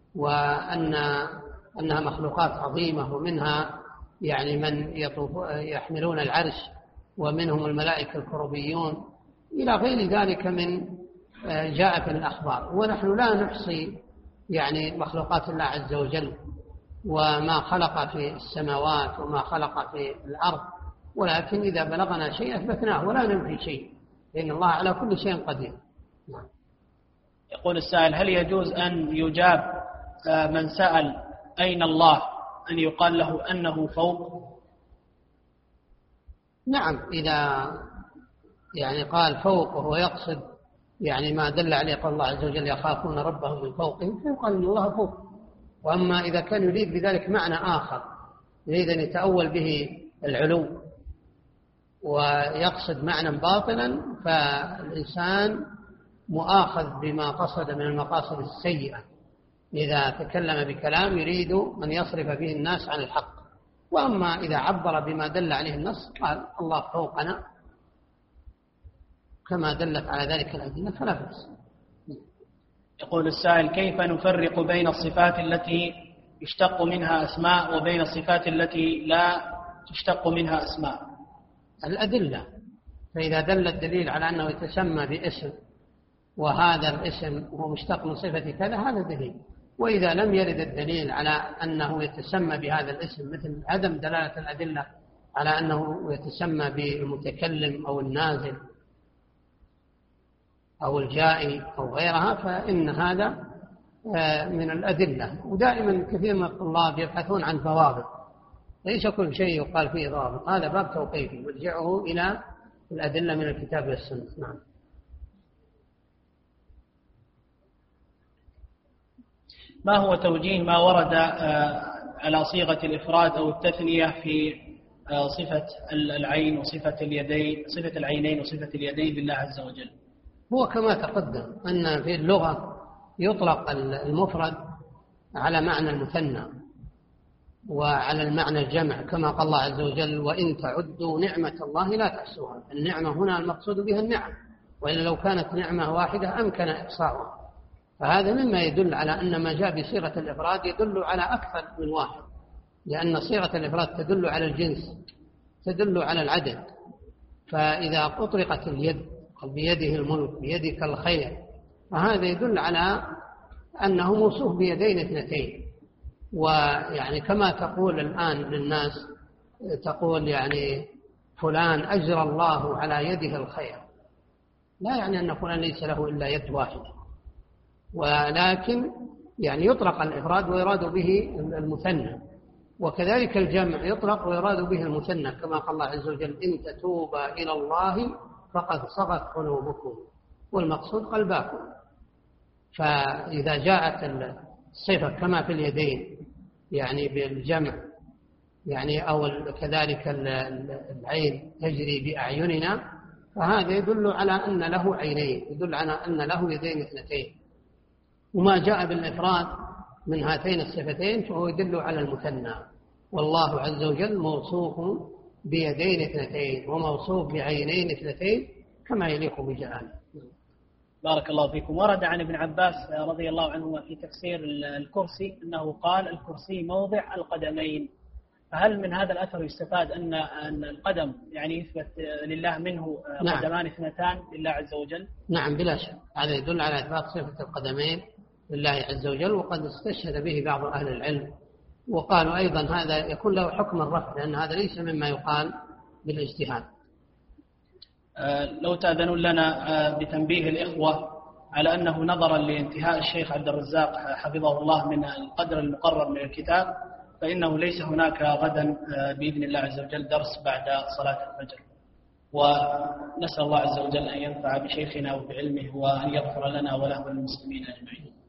وأنها مخلوقات عظيمة، ومنها يعني من يحملون العرش، ومنهم الملائكة الكروبيون إلى غير ذلك من جاء في الأخبار. ونحن لا نحصي يعني مخلوقات الله عز وجل وما خلق في السماوات وما خلق في الأرض، ولكن إذا بلغنا شيء أثبتناه ولا ننفي شيء، لأن الله على كل شيء قدير. يقول السائل: هل يجوز أن يجاب من سأل أين الله أن يقال له أنه فوق؟ نعم، إذا يعني قال فوق وهو يقصد يعني ما دل عليه قول الله عز وجل يخافون ربهم من فوقهم، فيقال إن الله فوق. وأما إذا كان يريد بذلك معنى آخر، يريد أن يتأول به العلو ويقصد معنى باطلا، فالإنسان مؤاخذ بما قصد من المقاصد السيئة إذا تكلم بكلام يريد أن يصرف به الناس عن الحق. وأما إذا عبر بما دل عليه النص قال الله فوقنا كما دلت على ذلك الأدلة فلا بأس. يقول السائل: كيف نفرق بين الصفات التي يشتق منها أسماء وبين الصفات التي لا تشتق منها أسماء؟ الأدلة، فإذا دل الدليل على أنه يتسمى باسم وهذا الاسم هو مشتق من صفة كذا هذا دليل. وإذا لم يرد الدليل على أنه يتسمى بهذا الاسم، مثل عدم دلالة الأدلة على أنه يتسمى بالمتكلم أو النازل أو الجائي أو غيرها، فإن هذا من الأدلة. ودائما كثير من الطلاب يبحثون عن ضوابط، ليس كل شيء يقال فيه ضابط، هذا باب توقيفي يرجعه إلى الأدلة من الكتاب والسنة. نعم. ما هو توجيه ما ورد على صيغة الإفراد أو التثنية في صفة العين وصفة اليدين، صفة العينين وصفة اليدين لله عز وجل؟ هو كما تقدم أن في اللغة يطلق المفرد على معنى المثنى وعلى المعنى الجمع، كما قال الله عز وجل: وإن تعدوا نعمة الله لا تحصوها. النعمة هنا المقصود بها النعم، وإلا لو كانت نعمة واحدة أمكن إحصاؤها. فهذا مما يدل على أن ما جاء بصيغة الإفراد يدل على أكثر من واحد، لأن صيغة الإفراد تدل على الجنس، تدل على العدد. فإذا أطلقت اليد بيده الملك بيدك الخير، فهذا يدل على أنه موصوف بيدين اثنتين. ويعني كما تقول الآن للناس، تقول يعني فلان أجرى الله على يده الخير، لا يعني أن فلان ليس له إلا يد واحدة، ولكن يعني يطلق الإفراد ويراد به المثنى، وكذلك الجمع يطلق ويراد به المثنى، كما قال الله عز وجل: إن تتوبا إلى الله فقد صغت قلوبكم، والمقصود قلباكم. فإذا جاءت الصفة كما في اليدين يعني بالجمع يعني أو كذلك العين تجري بأعيننا، فهذا يدل على أن له عينين، يدل على أن له يدين اثنتين. وما جاء بالإفراد من هاتين الصفتين فهو يدل على المثنى، والله عز وجل موصوف بيدين اثنتين وموصوف بعينين اثنتين كما يليق بجلاله. بارك الله فيكم. ورد عن ابن عباس رضي الله عنه في تفسير الكرسي أنه قال: الكرسي موضع القدمين. فهل من هذا الأثر يستفاد أن القدم يعني يثبت لله منه قدمان اثنتان لله عز وجل؟ نعم بلا شك، هذا يدل على إثبات صفة القدمين لله عز وجل، وقد استشهد به بعض أهل العلم، وقالوا أيضا هذا يكون له حكم الرفع، لأن هذا ليس مما يقال بالاجتهاد. لو تأذنون لنا بتنبيه الإخوة على أنه نظرا لانتهاء الشيخ عبد الرزاق حفظه الله من القدر المقرر من الكتاب، فإنه ليس هناك غدا بإذن الله عز وجل درس بعد صلاة الفجر، ونسأل الله عز وجل أن ينفع بشيخنا وبعلمه وأن يغفر لنا وله وللمسلمين أجمعين.